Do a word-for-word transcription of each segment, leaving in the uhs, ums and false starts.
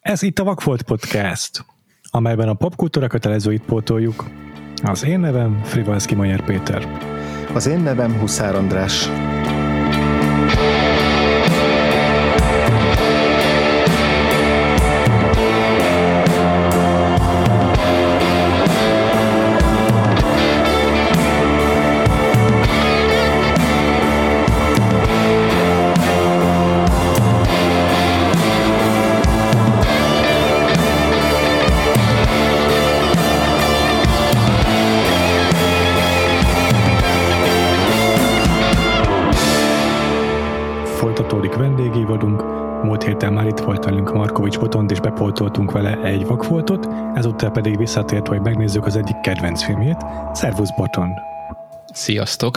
Ez itt a Vakfolt Podcast, amelyben a popkultúra kötelezőit pótoljuk. Az én nevem Frivalszky Mayer Péter. Az én nevem Huszár András. Folytatódik vendégévadunk. Múlt héten már itt volt velünk Markovics Botond, és bepótoltunk vele egy vakfoltot, ezúttal pedig visszatért, hogy megnézzük az egyik kedvenc filmjét. Szervusz Botond! Sziasztok!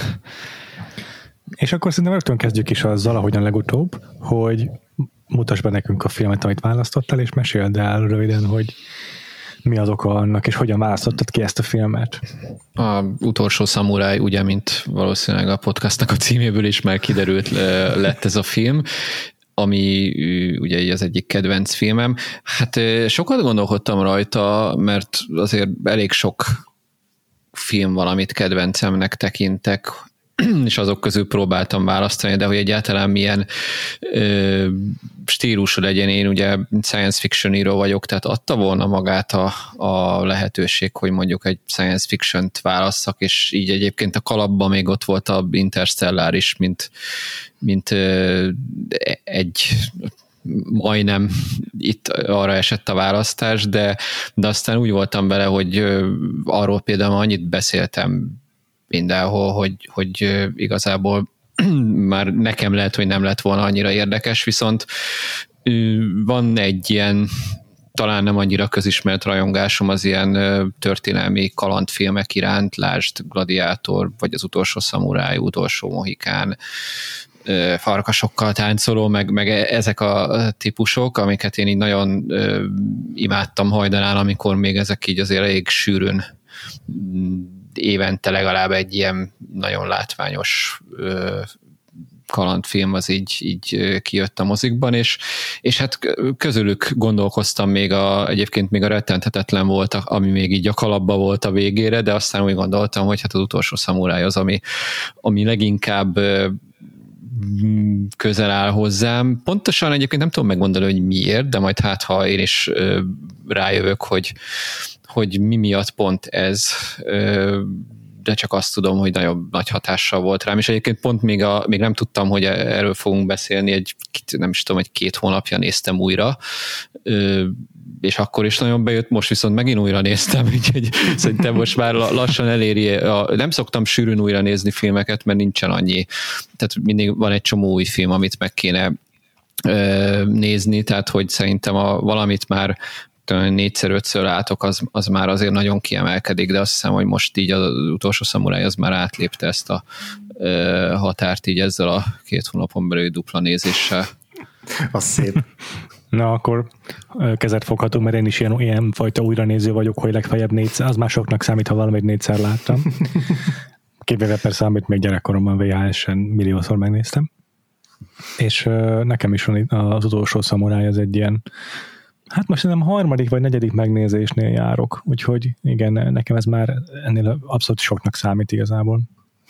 És akkor szerintem rögtön kezdjük is azzal, ahogyan legutóbb, hogy mutasd be nekünk a filmet, amit választottál, és meséld el röviden, hogy mi az oka annak, és hogyan választottad ki ezt a filmet? A utolsó szamuráj, ugye, mint valószínűleg a podcastnak a címéből is már kiderült, lett ez a film, ami ugye az egyik kedvenc filmem. Hát sokat gondolkodtam rajta, mert azért elég sok film van, amit kedvencemnek tekintek, és azok közül próbáltam választani, de hogy egyáltalán milyen ö, stílusú legyen, én ugye science fiction író vagyok, tehát adta volna magát a, a lehetőség, hogy mondjuk egy science fiction-t válasszak, és így egyébként a kalapban még ott volt a Interstellar is, mint, mint ö, egy majdnem itt arra esett a választás, de, de aztán úgy voltam vele, hogy ö, arról például annyit beszéltem mindenhol, hogy, hogy igazából már nekem lehet, hogy nem lett volna annyira érdekes, viszont van egy ilyen, talán nem annyira közismert rajongásom az ilyen történelmi kalandfilmek iránt, lásd Gladiátor, vagy az utolsó szamuráj, utolsó mohikán, farkasokkal táncoló, meg, meg ezek a típusok, amiket én így nagyon imádtam hajdanán, amikor még ezek így azért elég sűrűn évente legalább egy ilyen nagyon látványos ö, kalandfilm az így, így kijött a mozikban, és, és hát közülük gondolkoztam még a, egyébként még a rettenthetetlen volt, ami még így a kalapba volt a végére, de aztán úgy gondoltam, hogy hát az utolsó szamuráj az, ami, ami leginkább ö, közel áll hozzám. Pontosan egyébként nem tudom megmondani, hogy miért, de majd hát, ha én is ö, rájövök, hogy hogy mi miatt pont ez, de csak azt tudom, hogy nagyon nagy hatással volt rám, és egyébként pont még, a, még nem tudtam, hogy erről fogunk beszélni, egy, nem is tudom, egy két hónapja néztem újra, és akkor is nagyon bejött, most viszont megint újra néztem, úgyhogy szerintem most már lassan eléri, a, nem szoktam sűrűn újra nézni filmeket, mert nincsen annyi, tehát mindig van egy csomó új film, amit meg kéne nézni, tehát hogy szerintem a, valamit már négyszer-ötször látok, az, az már azért nagyon kiemelkedik, de azt hiszem, hogy most így az utolsó szamuráj az már átlépte ezt a ö, határt így ezzel a két hónapon belül dupla nézéssel. Az szép. Na, akkor kezet foghatunk, mert én is ilyen, ilyen fajta újranéző vagyok, hogy legfeljebb négyszer, az már soknak számít, ha valamit négyszer láttam. Képvéve persze, amit még gyerekkoromban vé há es-en milliószor megnéztem. És ö, nekem is van az utolsó szamuráj, az egy ilyen, hát most nem a harmadik vagy negyedik megnézésnél járok, úgyhogy igen, nekem ez már ennél abszolút soknak számít igazából.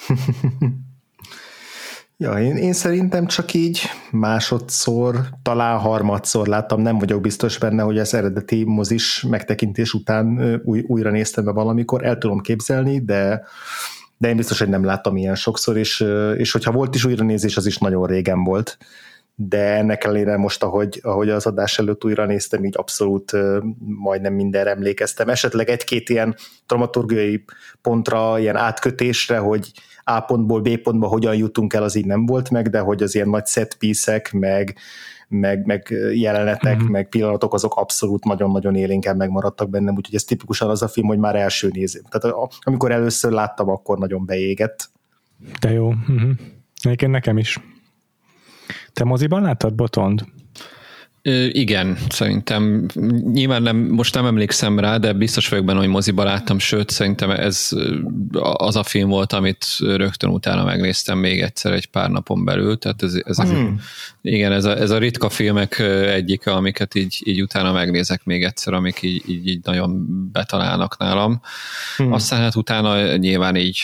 Ja, én, én szerintem csak így másodszor, talán harmadszor láttam, nem vagyok biztos benne, hogy az eredeti mozis megtekintés után új, újra néztem be valamikor, el tudom képzelni, de, de én biztos, hogy nem láttam ilyen sokszor, és, és hogyha volt is újranézés, az is nagyon régen volt. De ennek ellenére most, ahogy, ahogy az adás előtt újra néztem, így abszolút uh, majdnem mindenre emlékeztem. Esetleg egy-két ilyen dramaturgiai pontra, ilyen átkötésre, hogy A pontból B pontba hogyan jutunk el, az így nem volt meg, de hogy az ilyen nagy set piece-ek, meg, meg, meg jelenetek, mm-hmm. meg pillanatok, azok abszolút nagyon-nagyon élénken megmaradtak bennem, úgyhogy ez tipikusan az a film, hogy már első néző. Tehát amikor először láttam, akkor nagyon beégett. De jó. Mm-hmm. Egyébként nekem is. Te moziban láttad, Botond? Igen, szerintem nyilván nem, most nem emlékszem rá, de biztos vagyok benne, hogy moziba láttam, sőt, szerintem ez az a film volt, amit rögtön utána megnéztem még egyszer egy pár napon belül, tehát ez, ez hmm. igen, ez a, ez a ritka filmek egyike, amiket így, így utána megnézek még egyszer, amik így, így, így nagyon betalálnak nálam. Hmm. Aztán hát utána nyilván így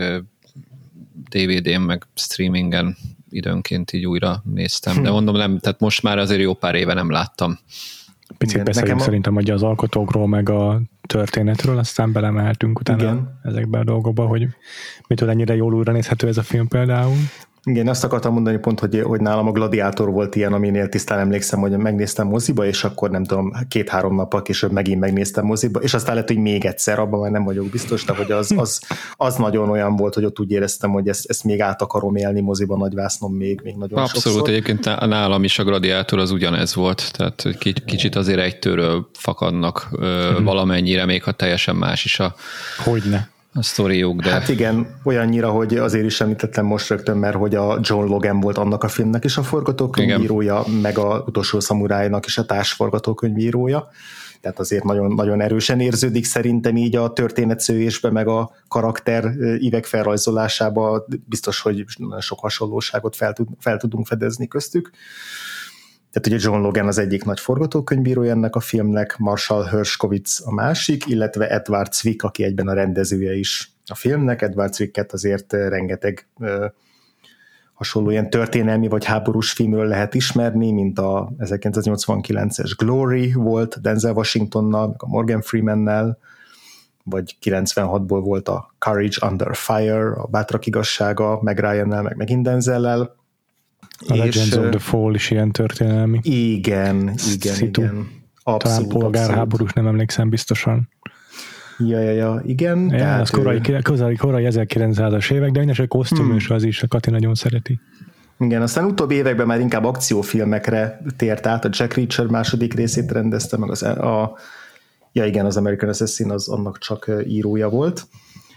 dé vé dén meg streamingen időnként így újra néztem, de mondom nem, tehát most már azért jó pár éve nem láttam. Picit beszéljünk a... szerintem hogy az alkotókról, meg a történetről, aztán belemeltünk utána igen. ezekbe a dolgokba, hogy mitől ennyire jól újra nézhető ez a film például. Igen, azt akartam mondani pont, hogy, hogy nálam a Gladiátor volt ilyen, aminél tisztán emlékszem, hogy megnéztem moziba, és akkor nem tudom, két-három nappal később megint megnéztem moziba, és aztán lett, hogy még egyszer, abban már nem vagyok biztos, de hogy az, az, az nagyon olyan volt, hogy ott úgy éreztem, hogy ezt, ezt még át akarom élni moziba nagyvásznon még, még nagyon Abszolút, sokszor. Egyébként nálam is a Gladiátor az ugyanez volt, tehát kicsit azért egytőről fakadnak hmm. valamennyire, még ha teljesen más is a... Hogyne. A sztoriuk, de... Hát igen, olyannyira, hogy azért is említettem most rögtön, mert hogy a John Logan volt annak a filmnek is a forgatókönyvírója, meg a Utolsó szamurájnak is a társforgatókönyvírója. Tehát azért nagyon, nagyon erősen érződik szerintem így a történetszőésbe, meg a karakter ívek felrajzolásába. Biztos, hogy sok hasonlóságot fel, tud, fel tudunk fedezni köztük. Tehát ugye John Logan az egyik nagy forgatókönyvírója ennek a filmnek, Marshall Hershkovitz a másik, illetve Edward Zwick, aki egyben a rendezője is a filmnek. Edward Zwicket azért rengeteg uh, hasonló ilyen történelmi vagy háborús filmről lehet ismerni, mint a ezerkilencszáznyolcvankilences Glory volt Denzel Washingtonnal, meg a Morgan Freemannel, vagy kilencvenhatból volt a Courage Under Fire, a Bátrak igazsága, meg Ryannel, meg megint Denzellel. A Legends of the Fall is ilyen történelmi. Igen, igen, Szitu. igen. Abszolút, talán polgárháborús, nem emlékszem biztosan. Ja, ja, ja, igen. Ja, tehát az korai, ő... korai, korai ezerkilencszázas évek, de minden kosztümös hmm. az is, a Kati nagyon szereti. Igen, aztán utóbbi években már inkább akciófilmekre tért át, a Jack Reacher második részét rendezte, meg az a, ja igen, az American Assassin az annak csak írója volt.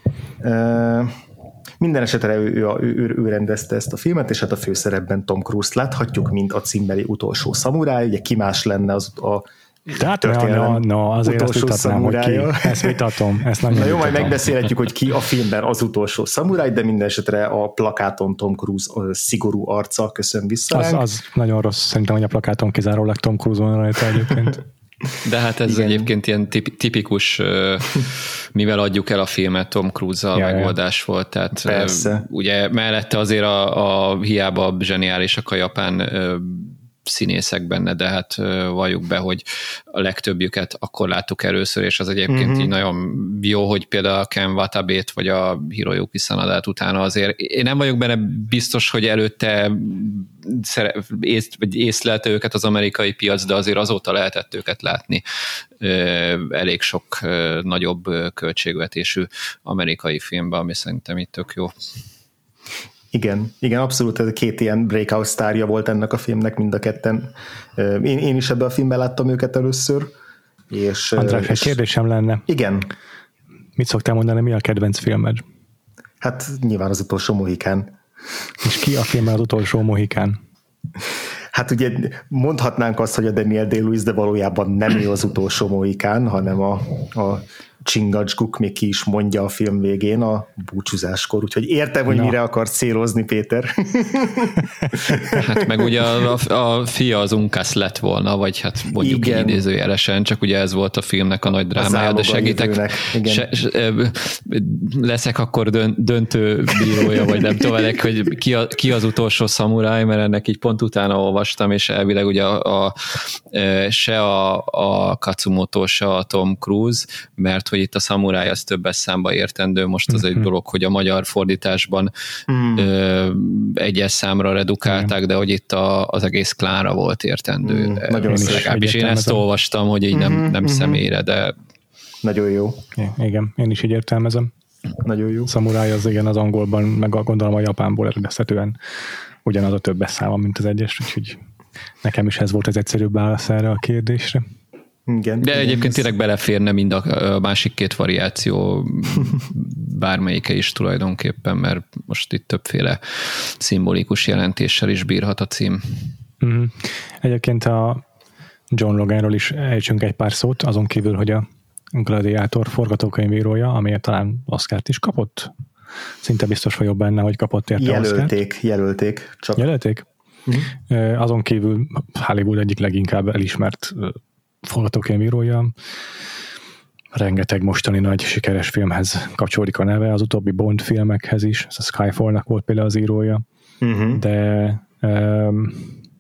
Uh, Minden esetre ő, ő, ő, ő rendezte ezt a filmet, és hát a főszerepben Tom Cruise-t láthatjuk, mint a címbeli Utolsó szamuráj, ugye ki más lenne az a Tehát történelem no, no, azért utolsó azt vitatnám, hogy ki. Ezt vitatom. Ezt Na jó, vitatom. majd megbeszélhetjük, hogy ki a filmben az utolsó szamuráj, de minden esetre a plakáton Tom Cruise szigorú arca köszön vissza. Az, az nagyon rossz, szerintem, hogy a plakáton kizárólag Tom Cruise van rajta egyébként. De hát ez igen. Egyébként ilyen tipikus, mivel adjuk el a filmet, Tom Cruise-zal ja, megoldás ja. volt, tehát Persze. ugye mellette azért a, a hiába zseniálisak a japán színészek benne, de hát valljuk be, hogy a legtöbbjüket akkor láttuk először, és az egyébként uh-huh. így nagyon jó, hogy például a Ken Watabét, vagy a Hiroyuki Sanadát utána azért. Én nem vagyok benne biztos, hogy előtte ész, vagy észlelte őket az amerikai piac, de azért azóta lehetett őket látni elég sok nagyobb költségvetésű amerikai filmben, ami szerintem itt tök jó. Igen, igen, abszolút ez két ilyen breakout sztárja volt ennek a filmnek mind a ketten. Én, én is ebben a filmben láttam őket először. És, András, és... egy kérdésem lenne. Igen. Mit szoktál mondani, mi a kedvenc filmed? Hát nyilván Az utolsó mohikán. És ki a filmben az utolsó mohikán? Hát ugye mondhatnánk azt, hogy a Daniel Day-Lewis, de valójában nem ő az utolsó mohikán, hanem a, a Chingachgook még ki is mondja a film végén a búcsúzáskor, úgyhogy értem, hogy Na. mire akarsz célozni, Péter. Hát meg ugye a, a, a fia az unkász lett volna, vagy hát mondjuk Igen. idézőjelesen, csak ugye ez volt a filmnek a nagy drámája, de segítek, se, se, leszek akkor döntő bírója, vagy nem tudom, hogy ki, a, ki az utolsó szamuráj, mert ennek így pont utána olvastam, és elvileg ugye a, a, se a, a Katsumoto, se a Tom Cruise, mert hogy itt a szamuráj az többes számba értendő, most az mm-hmm. egy dolog, hogy a magyar fordításban mm. ö, egyes számra redukálták, de hogy itt a, az egész klánra volt értendő. Mm, nagyon legalábbis én ezt olvastam, hogy így nem, nem mm-hmm. személyre, de... Nagyon jó. Igen, én is így értelmezem. Nagyon jó. Szamuráj az igen az angolban, meg gondolom a japánból eredezhetően ugyanaz a többes száma, mint az egyes, úgyhogy nekem is ez volt az egyszerűbb válasz erre a kérdésre. Igen, de igen, egyébként ez... tényleg beleférne mind a, a másik két variáció, bármelyike is tulajdonképpen, mert most itt többféle szimbolikus jelentéssel is bírhat a cím. Mm-hmm. Egyébként a John Loganról is ejtsünk egy pár szót, azon kívül, hogy a Gladiátor forgatókönyvírója, amelyet talán Oscart is kapott. Szinte biztos vagyok benne, hogy kapott érte jelölték, Oscart. Jelölték. Csak... Jelölték? Uh-huh. Azon kívül Hollywood egyik leginkább elismert forgatókönyvírója. Rengeteg mostani nagy sikeres filmhez kapcsolódik a neve, az utóbbi Bond filmekhez is, ez a Skyfallnak volt például az írója, uh-huh. de um,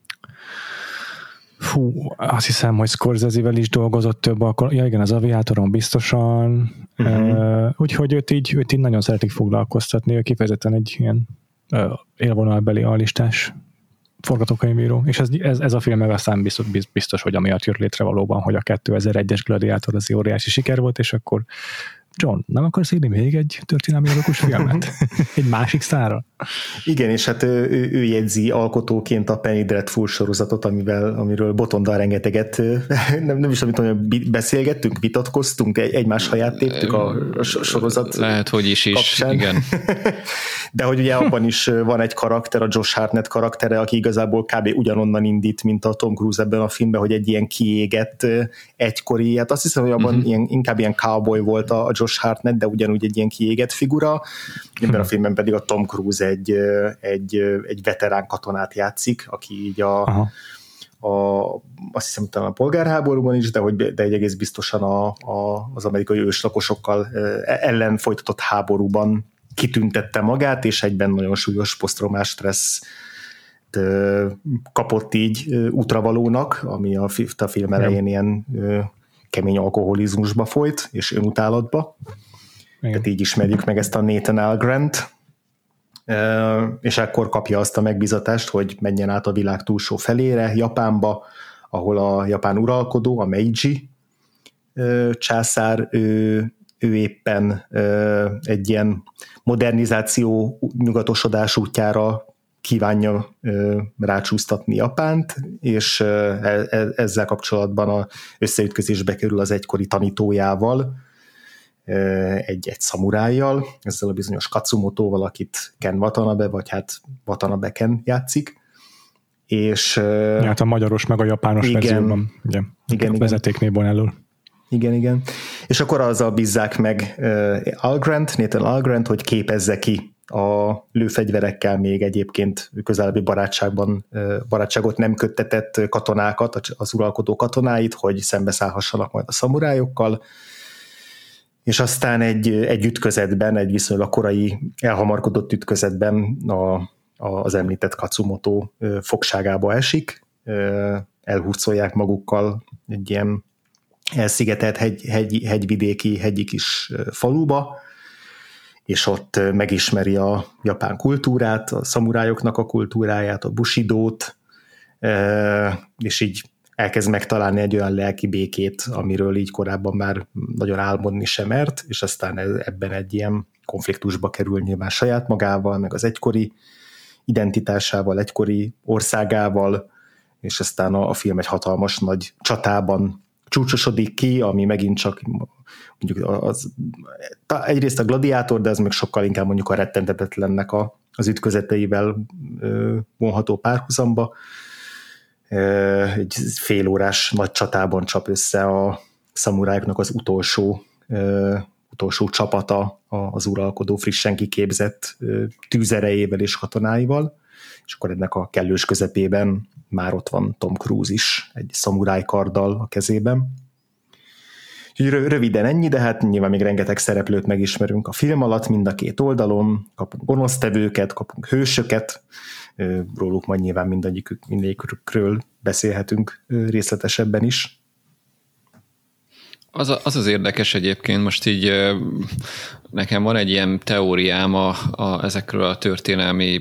fú, azt hiszem, hogy Scorsese-vel is dolgozott több, akkor, ja igen, az Aviátoron biztosan, uh-huh. uh, úgyhogy őt így, őt így nagyon szeretik foglalkoztatni, ő kifejezetten egy ilyen uh, élvonalbeli alistás forgatókönyvíró, és ez, ez, ez a film meg aztán biztos, biztos, hogy amiatt jött létre valóban, hogy a kétezer-egyes Gladiátor az óriási siker volt, és akkor John, nem akarsz írni még egy történelmi alakos filmet? Egy másik sztárral? Igen, és hát ő, ő jegyzi alkotóként a Penny Dreadful sorozatot, amivel, amiről Botondal rengeteget, nem, nem is amit mondjam, beszélgettünk, vitatkoztunk, egymás haját téptük a, a sorozat lehet, hogy is kapcsán. is, igen. De hogy ugye abban is van egy karakter, a Josh Hartnett karaktere, aki igazából kb. Ugyanonnan indít, mint a Tom Cruise ebben a filmben, hogy egy ilyen kiégett egykori, hát azt hiszem, hogy abban uh-huh. ilyen, inkább ilyen cowboy volt a Josh Hartnett, de ugyanúgy egy ilyen kiégett figura. Ebben a filmben pedig a Tom Cruise egy, egy, egy veterán katonát játszik, aki így a, a azt hiszem, talán a polgárháborúban is, de, hogy, de egy egész biztosan a, a, az amerikai őslakosokkal ellen folytatott háborúban kitüntette magát, és egyben nagyon súlyos posztraumás stressz kapott így útravalónak, ami a, a film elején ilyen kemény alkoholizmusba folyt, és önutálatba. Igen. Tehát így ismerjük meg ezt a Nathan L. Grant, és akkor kapja azt a megbízatást, hogy menjen át a világ túlsó felére, Japánba, ahol a japán uralkodó, a Meiji császár, ő, ő éppen egy ilyen modernizáció, nyugatosodás útjára kívánja rácsúsztatni Japánt, és ezzel kapcsolatban a összeütközésbe kerül az egykori tanítójával, egy, egy szamurájjal, ezzel a bizonyos Katsumotoval, akit Ken Watanabe, vagy hát Watanabe Ken játszik. És, ja, hát a magyaros meg a japános igen, verzióban. Ugye, igen, igen. Vezetéknévon elől. Igen, igen. És akkor azzal bízzák meg Al Grant, Nathan Al Grant, hogy képezze ki a lőfegyverekkel még egyébként közelebbi barátságban, barátságot nem köttetett katonákat, az uralkodó katonáit, hogy szembeszállhassanak majd a szamurájokkal, és aztán egy, egy ütközetben, egy viszonylag korai elhamarkodott ütközetben a, a, az említett Katsumoto fogságába esik, elhurcolják magukkal egy ilyen elszigetelt hegy, hegy, hegyvidéki, hegyi kis faluba, és ott megismeri a japán kultúrát, a szamurájoknak a kultúráját, a bushidót, és így elkezd megtalálni egy olyan lelki békét, amiről így korábban már nagyon álmodni sem mert, és aztán ebben egy ilyen konfliktusba kerül nyilván saját magával, meg az egykori identitásával, egykori országával, és aztán a, a film egy hatalmas nagy csatában csúcsosodik ki, ami megint csak mondjuk az, egyrészt a Gladiátor, de ez még sokkal inkább mondjuk a rettentetetlennek a, az ütközeteivel vonható párhuzamba. Egy félórás nagy csatában csap össze a szamurájoknak az utolsó, utolsó csapata az uralkodó frissen kiképzett tűzerejével és katonáival, és akkor ennek a kellős közepében már ott van Tom Cruise is, egy szamuráj karddal a kezében. Röviden ennyi, de hát nyilván még rengeteg szereplőt megismerünk a film alatt, mind a két oldalon, kapunk gonosztevőket, kapunk hősöket, róluk majd nyilván mindegyikük, mindegyikükről beszélhetünk részletesebben is. Az, a, az az érdekes egyébként, most így nekem van egy ilyen teóriám a, a, ezekről a történelmi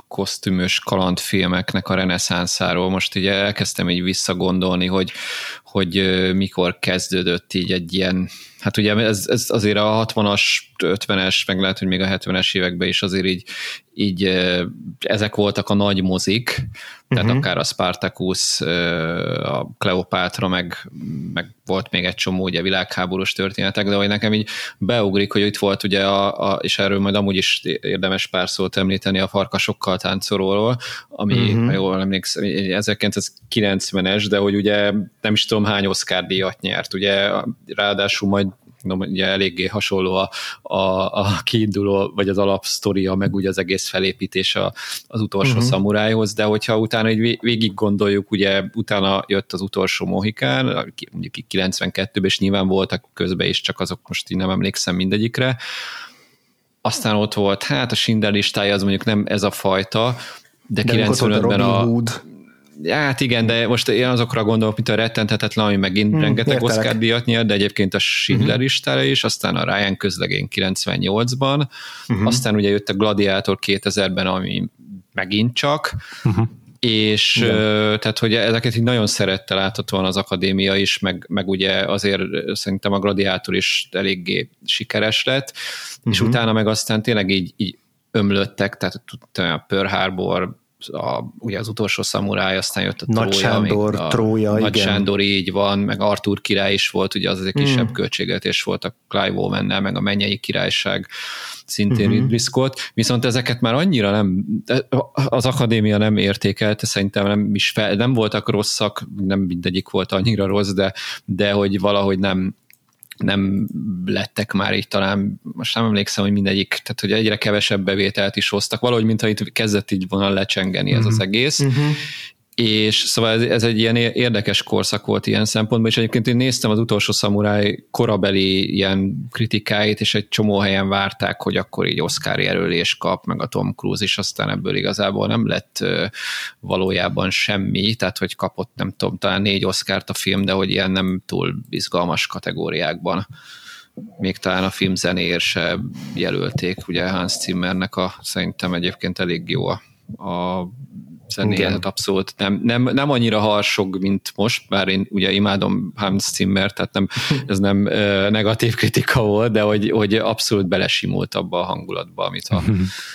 kosztümös kalandfilmeknek a reneszánszáról. Most így elkezdtem így visszagondolni, hogy, hogy mikor kezdődött így egy ilyen, hát ugye ez, ez azért a hatvanas, ötvenes, meg lehet, hogy még a hetvenes években is azért így, így ezek voltak a nagy mozik, tehát uh-huh. akár a Spartacus, a Kleopátra, meg, meg volt még egy csomó ugye világháborús történetek, de hogy nekem így beugrik, hogy itt volt ugye, a, a, és erről majd amúgy is érdemes pár szót említeni a Farkasokkal táncolóról, ami, uh-huh. jól emlékszem, ezerkilencszázkilencvenes, de hogy ugye nem is tudom hány Oscar díjat nyert, ugye ráadásul majd no, ugye eléggé hasonló a, a, a kiinduló, vagy az alapsztoria, meg ugye az egész felépítés a, az utolsó uh-huh. szamurájhoz, de hogyha utána így végig gondoljuk, ugye utána jött az utolsó Mohikán, mondjuk kilencvenkettőben, és nyilván voltak közben is, csak azok most így nem emlékszem mindegyikre. Aztán ott volt, hát a Schindler listája az mondjuk nem ez a fajta, de, de kilencvenötben a... a hát igen, de most én azokra gondolok, mint a Rettenthetetlen, ami megint hmm, rengeteg értelek. Oscar díjat nyert, de egyébként a Schindler uh-huh. listára is, aztán a Ryan közlegény kilencvennyolcban, uh-huh. aztán ugye jött a Gladiátor kétezerben, ami megint csak, uh-huh. és uh, tehát, hogy ezeket így nagyon szerette láthatóan az akadémia is, meg, meg ugye azért szerintem a Gladiátor is eléggé sikeres lett, uh-huh. és utána meg aztán tényleg így, így ömlöttek, tehát a Pearl Harbor, A, ugye az utolsó szamuráj, aztán jött a Nagy Trója, Sándor, a Trója, Nagy igen. Sándor, így van, meg Artúr király is volt, ugye az egy kisebb mm. költségvetés volt a Clive Owen-nel, meg a Mennyei Királyság szintén mm-hmm. Ridley Scott, viszont ezeket már annyira nem, az akadémia nem értékelte, szerintem nem is fel, nem voltak rosszak, nem mindegyik volt annyira rossz, de, de hogy valahogy nem nem lettek már így talán, most nem emlékszem, hogy mindegyik, tehát hogy egyre kevesebb bevételt is hoztak, valahogy mintha itt kezdett így volna lecsengeni ez uh-huh. az egész, uh-huh. és szóval ez, ez egy ilyen érdekes korszak volt ilyen szempontból, és egyébként én néztem az utolsó szamuráj korabeli ilyen kritikáit, és egy csomó helyen várták, hogy akkor így Oscar jelölés kap, meg a Tom Cruise is, aztán ebből igazából nem lett valójában semmi, tehát hogy kapott nem tudom, talán négy Oscart a film, de hogy ilyen nem túl izgalmas kategóriákban. Még talán a filmzenéért se jelölték, ugye Hans Zimmernek a szerintem egyébként elég jó a, a zenéjét, abszolút nem, nem, nem annyira harsog, mint most, bár én ugye imádom Hans Zimmer, tehát nem, ez nem uh, negatív kritika volt, de hogy, hogy abszolút belesimult abba a hangulatba, amit, a,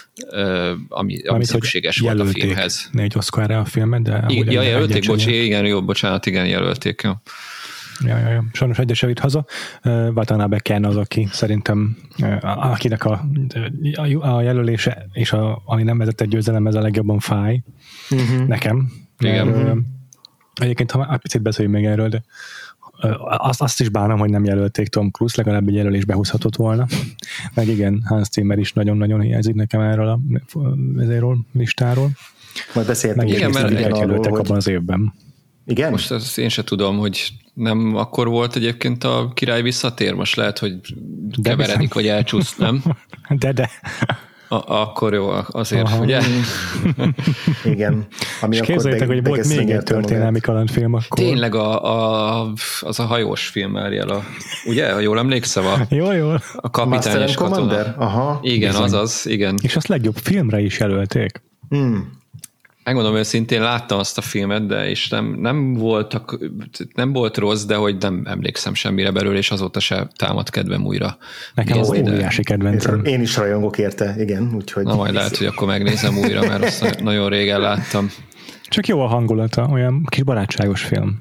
uh, ami, ami szükséges volt a filmhez. Négy Oscarra a filmet, de... Igen, ja, jelölték, bocs, igen, jó, bocsánat, igen, jelölték, jó. Ja, ja, ja. Sajnos egyes vitt haza. Watanabe Ken az, aki szerintem akinek a, a jelölése és a, ami nem vezetett győzelem, ez a legjobban fáj. Uh-huh. Nekem. Igen. Mert, egyébként, ha egy picit beszéljünk még erről, de azt, azt is bánom, hogy nem jelölték Tom Cruise, legalább egy jelölés behúzhatott volna. Meg igen, Hans Zimmer is nagyon-nagyon hiányzik nekem erről a vezéről listáról. Majd beszéltünk. Igen, mert jelöltek abban az évben. Igen? Most ezt én se tudom, hogy nem akkor volt egyébként a Király visszatér, most lehet, hogy de keveredik, vagy elcsúsz, nem? De, de. A, akkor jó, azért, aha. Ugye? Igen. Ami és képzeljétek, hogy volt még egy történelmi kalandfilm akkor. Tényleg a, a, az a hajós film Ariel, a, ugye? Ha jól emlékszem, a, jó, jó. A kapitány és katona. Aha. Igen, bizony. azaz, igen. És azt legjobb filmre is jelölték. Hmm. Megmondom őszintén, láttam azt a filmet, de és nem, nem, voltak, nem volt rossz, de hogy nem emlékszem semmire belőle, és azóta se támad kedvem újra. Nekem az óriási kedvencem. Én is rajongok érte, igen. Úgyhogy na majd lehet, hogy akkor megnézem újra, mert azt nagyon régen láttam. Csak jó a hangulata, olyan kis barátságos film.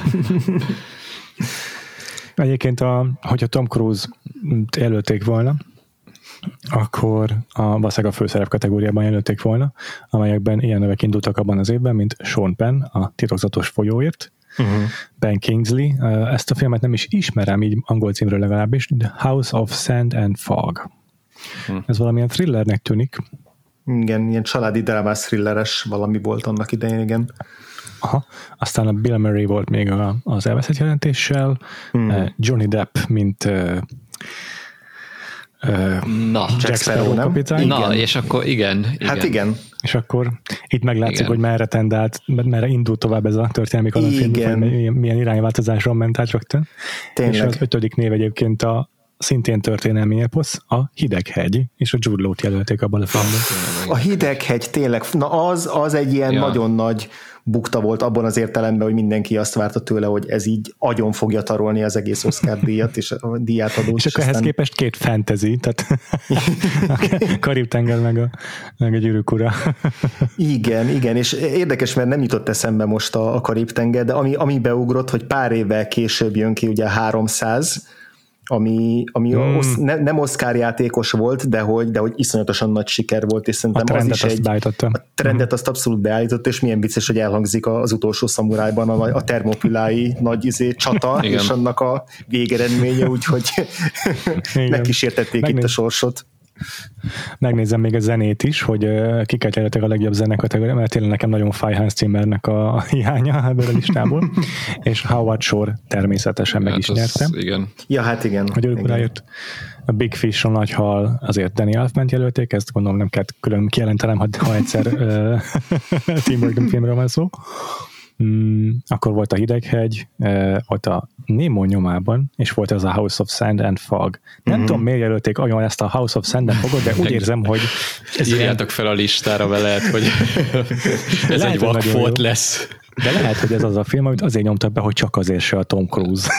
Egyébként, a, hogyha Tom Cruise jelölték volna, akkor a valószínűleg a főszerep kategóriában jelölték volna, amelyekben ilyen nevek indultak abban az évben, mint Sean Penn, a Titokzatos folyóért, uh-huh. Ben Kingsley, ezt a filmet nem is ismerem, így angol címről legalábbis, The House of Sand and Fog. Uh-huh. Ez valamilyen thrillernek tűnik. Igen, ilyen családi drámás thrilleres valami volt annak idején, igen. Aha. Aztán a Bill Murray volt még a, az elveszett jelentéssel, uh-huh. Johnny Depp, mint Uh, na, Jack Sparrow, nem? Kapitány. Na, igen. és akkor igen, igen. Hát igen. És akkor itt meglátszik, igen. hogy merre tendált, merre indult tovább ez a történelmi kalandfilm, milyen irányváltozáson ment át rögtön. Tényleg. És az ötödik név egyébként a szintén történelmi eposz, a Hideghegy, és a Jude Law-t jelölték abban a filmben. A Hideghegy tényleg, na az, az egy ilyen ja. nagyon nagy bukta volt abban az értelemben, hogy mindenki azt várta tőle, hogy ez így agyon fogja tarolni az egész Oscar díjat, és a díját adót. És akkor ehhez aztán... képest két fantasy, tehát a Karib-tenger meg a, meg a Gyűrűk ura. Igen, igen, és érdekes, mert nem jutott eszembe most a, a Karib-tenger, de ami, ami beugrott, hogy pár évvel később jön ki ugye a háromszáz, ami, ami hmm. osz, ne, nem Oscar játékos volt, de hogy, de hogy iszonyatosan nagy siker volt, és szerintem az is egy... Beállította. A trendet hmm. azt abszolút beállított, és milyen vicces, hogy elhangzik az utolsó szamurájban a, a termopülái nagy izé, csata, és annak a végeredménye, úgyhogy megkísértették Megnéz. itt a sorsot. Megnézem még a zenét is, hogy uh, kiket jelöltek a legjobb zene kategória, mert tényleg nekem nagyon fáj Hans Zimmernek a hiánya ebből a listából, és Howard Shore természetesen meg hát is nyertem. Igen. Ja, hát igen. Hogy ők rájött. A Big Fish, a nagy hal, azért Danny Elfman-t jelölték, ezt gondolom nem kell külön kijelentenem, ha egyszer uh, Tim Burton filmről van szó. Mm, akkor volt a Hideghegy, uh, volt a Nemo nyomában, és volt ez a House of Sand and Fog. Nem mm-hmm. tudom, miért jelölték agyon ezt a House of Sand and Fogot, de úgy érzem, hogy... Írjátok fel a listára, mert lehet, hogy ez lehet, egy vakfolt lesz. De lehet, hogy ez az a film, amit azért nyomtak be, hogy csak azért se a Tom Cruise.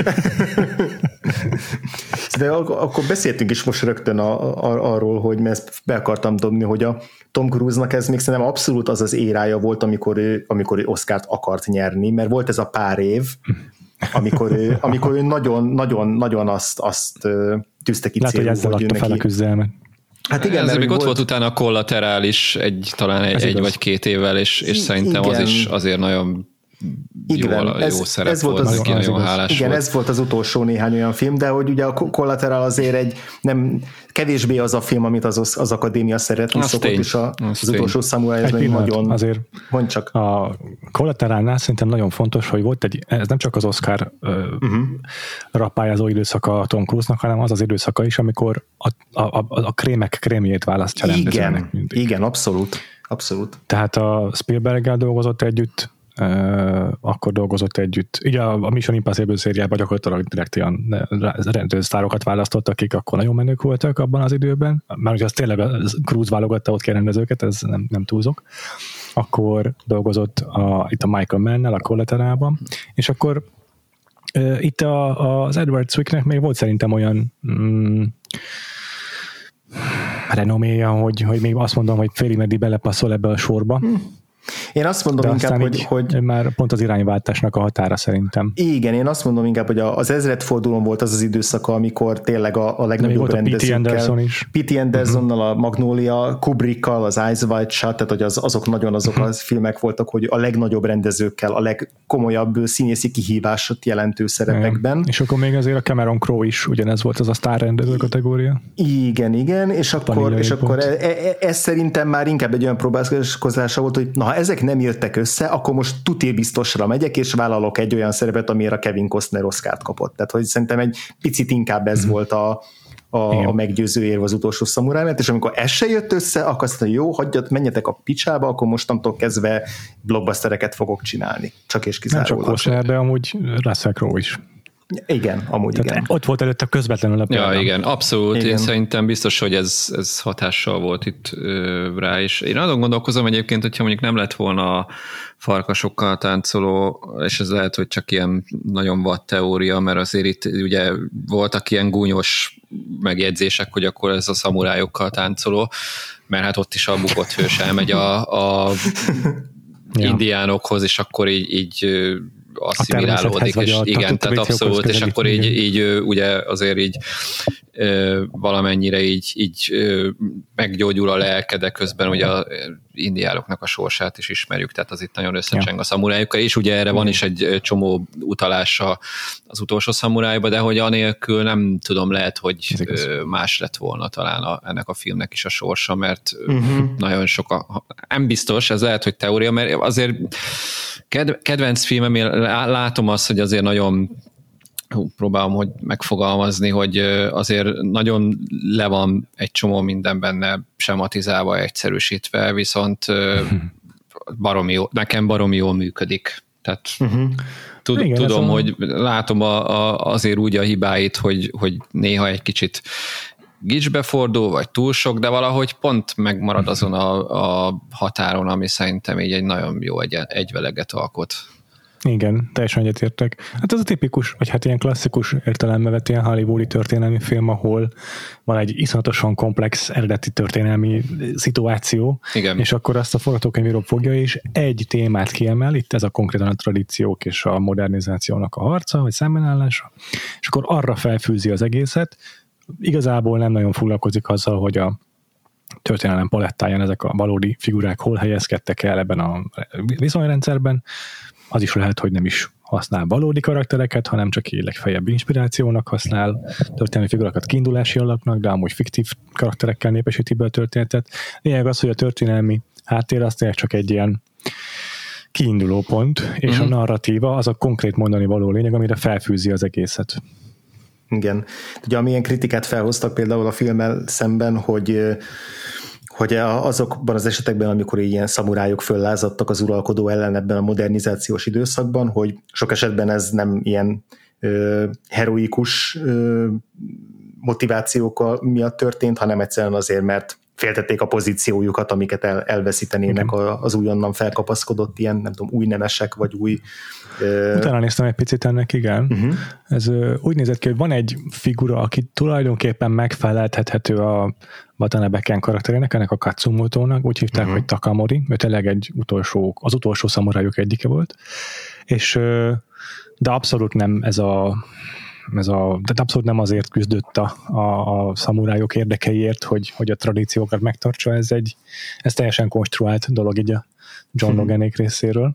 De akkor beszéltünk is most rögtön a, a, arról, hogy ezt be akartam dobni, hogy a Tom Cruise-nak ez még szerintem abszolút az az érája volt, amikor ő, amikor ő Oscart akart nyerni, mert volt ez a pár év, amikor ő, amikor ő nagyon, nagyon, nagyon azt, azt tűzte ki célul. Lehet, hogy ezzel adta fel a küzdelmet. Hát igen, ez még volt... ott volt utána a Collaterális egy, talán egy, egy vagy két évvel, és, és szerintem igen. az is azért nagyon igen, jó, ez, jó szerep ez volt, volt, az, az, nagyon az hálás igen, volt. ez volt az utolsó néhány olyan film, de hogy ugye a Collateral azért egy nem kevésbé az a film, amit az, az akadémia szeretni az szokott, tény. és a, az az utolsó Samurai ez nagyon... Azért mondj csak. A Collateralnál szerintem nagyon fontos, hogy volt egy, ez nem csak az Oscar uh-huh. rappályázó időszaka Tom Cruise-nak, hanem az az időszaka is, amikor a, a, a, a krémek krémjét választja rendezőnek. Igen, igen, abszolút. abszolút. Tehát a Spielberggel dolgozott együtt, Uh, akkor dolgozott együtt. Ugye a, a Mission Impossible szériában gyakorlatilag direkt ilyen rendezősztárokat választottak, akik akkor nagyon menők voltak abban az időben, mert ugye az tényleg a Cruise válogatta ott ki a rendezőket, ez nem, nem túlzok. Akkor dolgozott a, itt a Michael Mann-nel a Collateralban, és akkor uh, itt a, az Edward Zwicknek még volt szerintem olyan mm, renoméja, hogy, hogy még azt mondom, hogy félig meddig belepasszol ebbe a sorba. Hmm. Én azt mondom de inkább, hogy, hogy... Már pont az irányváltásnak a határa szerintem. Igen, én azt mondom inkább, hogy az ezredfordulón volt az az időszaka, amikor tényleg a, a legnagyobb rendezőkkel. P T Anderson is. P T Andersonnal, uh-huh. a Magnolia, Kubrickkal, az Eyes Wide Shut, tehát hogy az, azok nagyon azok uh-huh. az filmek voltak, hogy a legnagyobb rendezőkkel, a legkomolyabb színészi kihívásot jelentő szerepekben. Igen. És akkor még azért a Cameron Crowe is ugyanez volt az a sztárrendező kategória. Igen, igen, és akkor, és akkor e, e, ez szerintem már inkább egy olyan próbálkozása volt, hogy na, ha ezek nem jöttek össze, akkor most tuti biztosra megyek, és vállalok egy olyan szerepet, amire a Kevin Costner Oscart kapott. Tehát, hogy szerintem egy picit inkább ez mm. volt a, a, a meggyőző érv az utolsó szamuráj, mert és amikor ez se jött össze, akkor azt mondja, jó, hagyjat, menjetek a picsába, akkor mostantól kezdve blockbustereket fogok csinálni. Csak és kizárólag. Nem csak Costner, de amúgy Russell Crowe is. Igen, amúgy tehát igen. Ott volt előtte közvetlenül a például. Ja, igen, abszolút. Igen. Én szerintem biztos, hogy ez, ez hatással volt itt ö, rá is. Én azon gondolkozom egyébként, hogyha mondjuk nem lett volna a farkasokkal táncoló, és ez lehet, hogy csak ilyen nagyon vad teória, mert azért itt ugye voltak ilyen gúnyos megjegyzések, hogy akkor ez a szamurájokkal táncoló, mert hát ott is a bukott hős elmegy a, a ja. indiánokhoz, és akkor így, így asszimilálódik, és a, igen, tehát abszolút, és akkor így, így ugye azért így valamennyire így, így meggyógyul a lelke, de közben ugye az indiánoknak a sorsát is ismerjük, tehát az itt nagyon összecseng ja. a szamurájukkal, és ugye erre van is egy csomó utalása az utolsó szamurájba, de hogy anélkül nem tudom, lehet, hogy más lett volna talán a, ennek a filmnek is a sorsa, mert uh-huh. nagyon sok a, nem biztos, ez lehet, hogy teória, mert azért kedvenc filmem, én látom azt, hogy azért nagyon próbálom, hogy megfogalmazni, hogy azért nagyon le van egy csomó minden benne sematizálva, egyszerűsítve, viszont baromi jó, nekem baromi jól működik. Tehát... Uh-huh. Tud, Igen, tudom, a... hogy látom a, a, azért úgy a hibáit, hogy, hogy néha egy kicsit gicsbe fordul, vagy túl sok, de valahogy pont megmarad azon a, a határon, ami szerintem így egy nagyon jó egy, egyveleget alkot. Igen, teljesen egyetértek. Hát ez a tipikus, vagy hát ilyen klasszikus értelembe vett ilyen hollywoodi történelmi film, ahol van egy iszonyatosan komplex eredeti történelmi szituáció, Igen. És akkor azt a forgatókönyvíró fogja, és egy témát kiemel, itt ez a konkrétan a tradíciók és a modernizációnak a harca, vagy szembenállása, és akkor arra felfűzi az egészet. Igazából nem nagyon foglalkozik azzal, hogy a történelem palettáján ezek a valódi figurák hol helyezkedtek el ebben a viszonyrendszerben. Az is lehet, hogy nem is használ valódi karaktereket, hanem csak így legfeljebb inspirációnak használ, történelmi figurákat kiindulási alapnak, de amúgy fiktív karakterekkel népesíti be a történetet. Lényeg az, hogy a történelmi háttér az tényleg csak egy ilyen kiinduló pont, és mm-hmm. a narratíva az a konkrét mondani való lényeg, amire felfűzi az egészet. Igen. Ugye amilyen kritikát felhoztak például a filmmel szemben, hogy hogy azokban az esetekben, amikor ilyen szamurájok föllázadtak az uralkodó ellen ebben a modernizációs időszakban, hogy sok esetben ez nem ilyen ö, heroikus ö, motivációk miatt történt, hanem egyszerűen azért, mert féltették a pozíciójukat, amiket el, elveszítenének a, az újonnan felkapaszkodott ilyen, nem tudom, új nemesek, vagy új... Uh... Utána néztem egy picit ennek, igen. Uh-huh. Ez uh, úgy nézett ki, hogy van egy figura, aki tulajdonképpen megfeleltethető a Watanabe-ken karakterének, ennek a Katsumoto-nak, úgy hívták, uh-huh. hogy Takamori, ő tényleg egy utolsó, az utolsó szamurájuk egyike volt, és uh, de abszolút nem ez a ez a, tehát abszolút nem azért küzdött a, a, a szamurájok érdekeiért, hogy, hogy a tradíciókat megtartsa, ez egy ez teljesen konstruált dolog így a John Loganék részéről.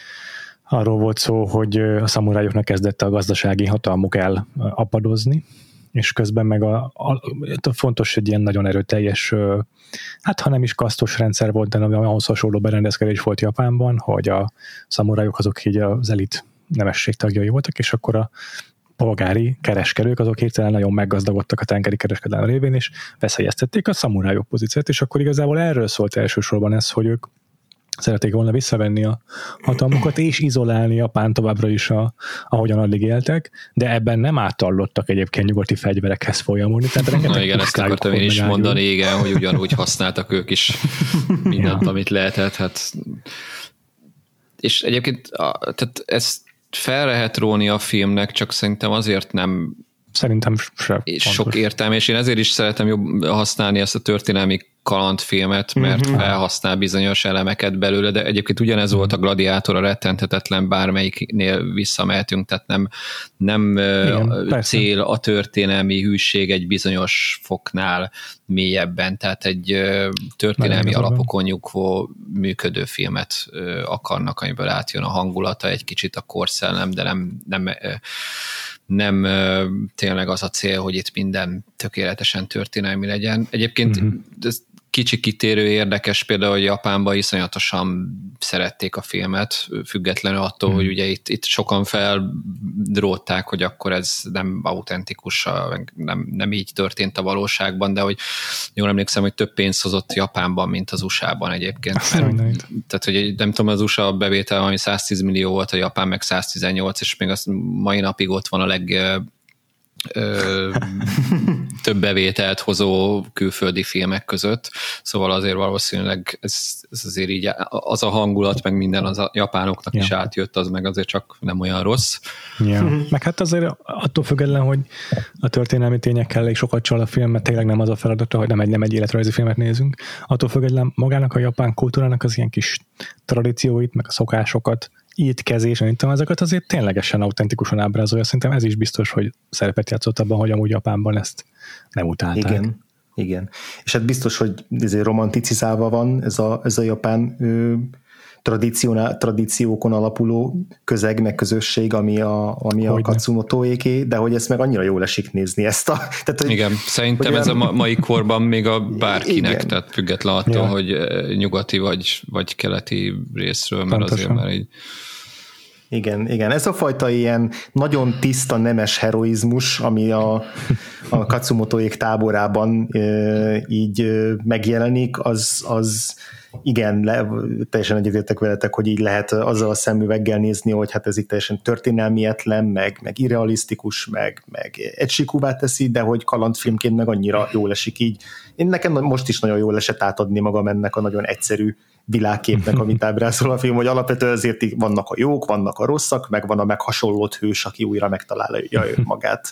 Arról volt szó, hogy a szamurájoknak kezdett a gazdasági hatalmuk elapadozni, és közben meg a, a, a fontos, egy ilyen nagyon erőteljes, hát ha nem is kasztos rendszer volt, de ahhoz hasonló berendezkedés volt Japánban, hogy a szamurájok azok így az elit nemesség tagjai voltak, és akkor a polgári kereskedők, azok hirtelen nagyon meggazdagodtak a tengeri kereskedelem révén, és veszélyeztették a szamurájok pozíciót, és akkor igazából erről szólt elsősorban ez, hogy ők szerették volna visszavenni a hatalmukat, és izolálni Japán továbbra is, a, ahogyan addig éltek, de ebben nem átallottak egyébként nyugati fegyverekhez folyamodni. Na igen, ezt akartam én is mondani, igen, hogy ugyanúgy használtak ők is mindent, ja. amit lehetett. Hát. És egyébként tehát ezt fel lehet róni a filmnek, csak szerintem azért nem szerintem sem sok értelme, és én ezért is szeretem jobb használni ezt a történelmi kalandfilmet, mert mm-hmm. felhasznál bizonyos elemeket belőle, de egyébként ugyanez volt a Gladiátor, a rettenthetetlen, bármelyiknél visszamehetünk, tehát nem, nem Igen, cél a történelmi hűség egy bizonyos foknál mélyebben, tehát egy történelmi alapokon nyugvó működő filmet akarnak, amiből átjön a hangulata, egy kicsit a korszellem, de nem, nem nem tényleg az a cél, hogy itt minden tökéletesen történelmi legyen. Egyébként mm-hmm. ez kicsi kitérő érdekes például, hogy Japánban iszonyatosan szerették a filmet, függetlenül attól, mm. hogy ugye itt, itt sokan feldrótták, hogy akkor ez nem autentikus, nem, nem így történt a valóságban, de hogy jól emlékszem, hogy több pénzt hozott Japánban, mint az u es á-ban egyébként. Mert, tehát, hogy nem tudom, az u es á bevétel, ami száztíz millió volt, a Japán meg száztizennyolc, és még az mai napig ott van a leg Ö, több bevételt hozó külföldi filmek között, szóval azért valószínűleg ez, ez azért így az a hangulat, meg minden az a japánoknak ja. is átjött, az meg azért csak nem olyan rossz. Ja. Meg hát azért attól független, hogy a történelmi tényekkel elég sokat csal a film, mert tényleg nem az a feladata, hogy nem egy, nem egy életrajzi filmet nézünk, attól független magának a japán kultúrának az ilyen kis tradícióit, meg a szokásokat, étkezés, mint ezeket azért ténylegesen autentikusan ábrázolja. Szerintem ez is biztos, hogy szerepet játszott abban, hogy amúgy Japánban ezt nem utálták. Igen, igen. És hát biztos, hogy ezért romanticizálva van ez a, ez a japán ö, tradíciókon alapuló közeg, meg közösség, ami a, ami a Katsumotoéké, de hogy ezt meg annyira jól esik nézni ezt a... Tehát, hogy, igen, szerintem ez olyan... a mai korban még a bárkinek, igen. tehát független attól, ja. hogy nyugati vagy, vagy keleti részről, mert Pontosan. azért már így... Igen, igen, ez a fajta ilyen nagyon tiszta nemes heroizmus, ami a, a Katsumotoék táborában e, így e, megjelenik, az, az igen, le, teljesen egyetértek veletek, hogy így lehet azzal a szemüveggel nézni, hogy hát ez így teljesen történelmietlen, meg, meg irrealisztikus, meg, meg egysikúvá teszi, de hogy kalandfilmként meg annyira jól esik így. Én nekem most is nagyon jól esett átadni magam ennek a nagyon egyszerű világképnek, amit ábrázol a film, hogy alapvetően azért vannak a jók, vannak a rosszak, meg van a meghasonlott hős, aki újra megtalálja magát.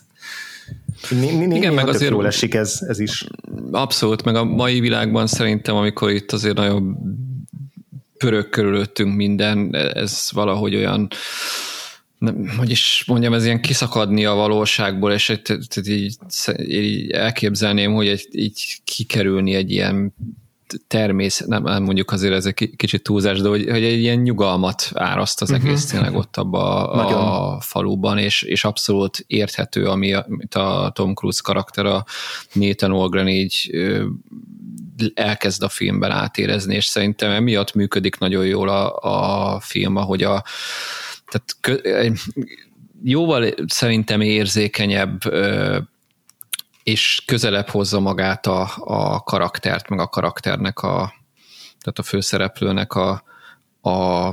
Igen, meg azért jól esik ez, ez is. Abszolút, meg a mai világban szerintem, amikor itt azért nagyon pörög körülöttünk minden, ez valahogy olyan, nem, hogy is mondjam, ez ilyen kiszakadni a valóságból, és így, így elképzelném, hogy egy, így kikerülni egy ilyen természet, nem, nem mondjuk azért ez egy kicsit túlzás, de hogy, hogy egy ilyen nyugalmat áraszt az egész uh-huh. tényleg ott abba a, a faluban, és, és abszolút érthető, ami a, a Tom Cruise karakter, a Nathan Algren így ö, elkezd a filmben átérezni, és szerintem emiatt működik nagyon jól a, a film, ahogy a tehát kö, jóval szerintem érzékenyebb ö, és közelebb hozza magát a, a karaktert, meg a karakternek, a, tehát a főszereplőnek a, a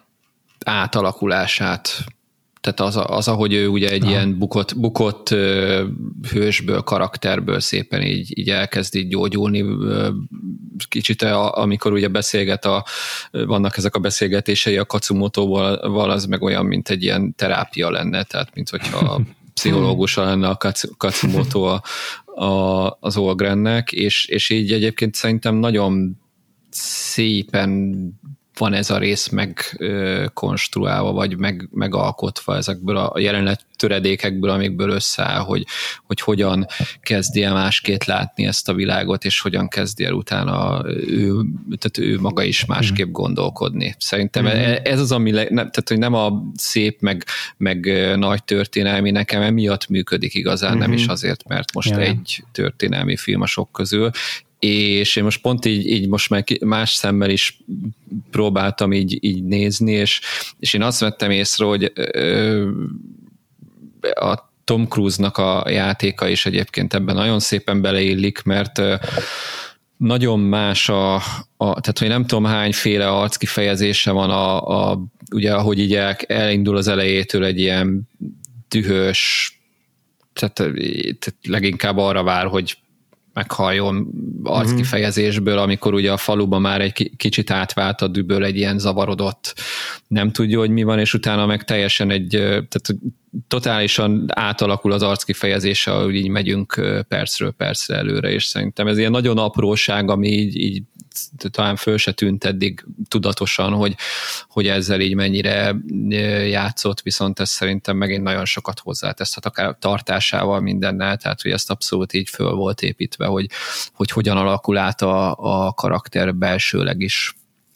átalakulását. Tehát az, az, ahogy ő ugye egy Aha. ilyen bukott, bukott hősből, karakterből szépen így, így elkezd így gyógyulni. Kicsit amikor ugye beszélget, a, vannak ezek a beszélgetései a Katsumotóval, az meg olyan, mint egy ilyen terápia lenne, tehát mint hogyha pszichológusa lenne a Katsumoto a, a, az Algrennek, és, és így egyébként szerintem nagyon szépen van ez a rész megkonstruálva, vagy meg, megalkotva ezekből a jelenet töredékekből, amikből összeáll, hogy, hogy hogyan kezdi el másként látni ezt a világot, és hogyan kezdi el utána ő, tehát ő maga is másképp gondolkodni. Szerintem mm-hmm. ez az, ami, le, ne, tehát hogy nem a szép, meg, meg nagy történelmi, nekem emiatt működik igazán, mm-hmm. nem is azért, mert most yeah. egy történelmi film a sok közül, és én most pont így, így most már más szemmel is próbáltam így, így nézni, és, és én azt vettem észre, hogy ö, a Tom Cruise-nak a játéka is egyébként ebben nagyon szépen beleillik, mert ö, nagyon más a, a, tehát hogy nem tudom hányféle arckifejezése van a, a ugye ahogy így el, elindul az elejétől egy ilyen dühös, tehát, tehát leginkább arra vár, hogy meghalljon arckifejezésből, amikor ugye a faluban már egy kicsit átvált a düböl egy ilyen zavarodott, nem tudja, hogy mi van, és utána meg teljesen egy, tehát totálisan átalakul az arckifejezése, ahogy így megyünk percről percre előre, és szerintem ez ilyen nagyon apróság, ami így, így talán föl se tűnt eddig tudatosan, hogy, hogy ezzel így mennyire játszott, viszont ez szerintem megint nagyon sokat hozzátesz, akár tartásával mindennel, tehát hogy ezt abszolút így föl volt építve, hogy, hogy hogyan alakul át a, a karakter belsőleg is.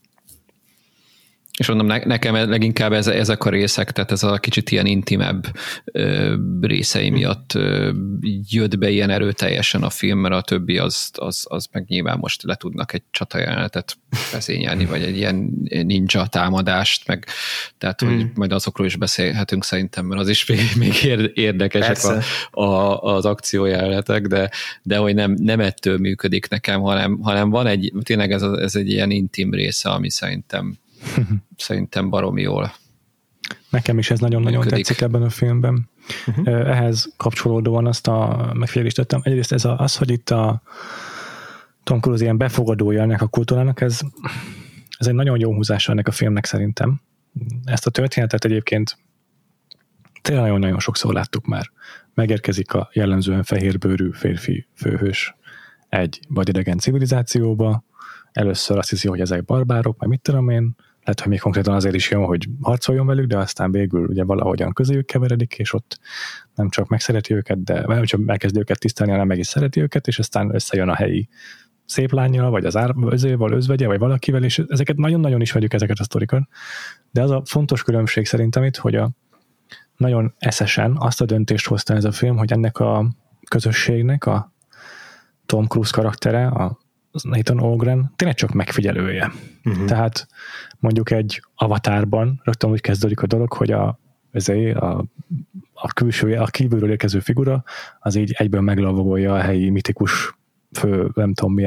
És mondom, nekem leginkább ez, ezek a részek, tehát ez a kicsit ilyen intimebb ö, részei miatt ö, jött be ilyen erőteljesen a film, mert a többi az, az, az meg nyilván most le tudnak egy csatajelenetet vezényelni, vagy egy ilyen ninja támadást, meg tehát, hogy hmm. majd azokról is beszélhetünk szerintem, mert az is még, még érdekesek a, a, az akciójelenetek, de, de hogy nem, nem ettől működik nekem, hanem, hanem van egy, tényleg ez, a, ez egy ilyen intim része, ami szerintem szerintem baromi jól. Nekem is ez nagyon-nagyon működik. Tetszik ebben a filmben. Uh-huh. Ehhez kapcsolódóan azt a megfigyelést tettem. Egyrészt ez a, az, hogy itt a Tom Cruise ilyen befogadója ennek a kultúrának, ez, ez egy nagyon jó húzása ennek a filmnek szerintem. Ezt a történetet egyébként tényleg nagyon-nagyon sokszor láttuk már. Megérkezik a jellemzően fehérbőrű férfi főhős egy vadidegen civilizációba, először azt hiszi, hogy ezek barbárok, meg mit tudom én, lehet, hogy még konkrétan azért is jön, hogy harcoljon velük, de aztán végül ugye valahogyan közéjük keveredik, és ott nem csak megszereti őket, de nem csak elkezdi őket tisztelni, hanem meg is szereti őket, és aztán összejön a helyi szép lánnyal, vagy az árvözővel, özvegye, vagy valakivel, és ezeket nagyon-nagyon ismerjük, ezeket a sztorikat. De az a fontos különbség szerintem itt, hogy a nagyon eszesen azt a döntést hozta ez a film, hogy ennek a közösségnek a Tom Cruise karaktere, a Nathan Algren tényleg csak megfigyelője. Uh-huh. Tehát mondjuk egy Avatarban rögtön úgy kezdődik a dolog, hogy a, ezért a, a külső, a kívülről érkező figura az így egyből meglavagolja a helyi mitikus fő, nem tudom milyen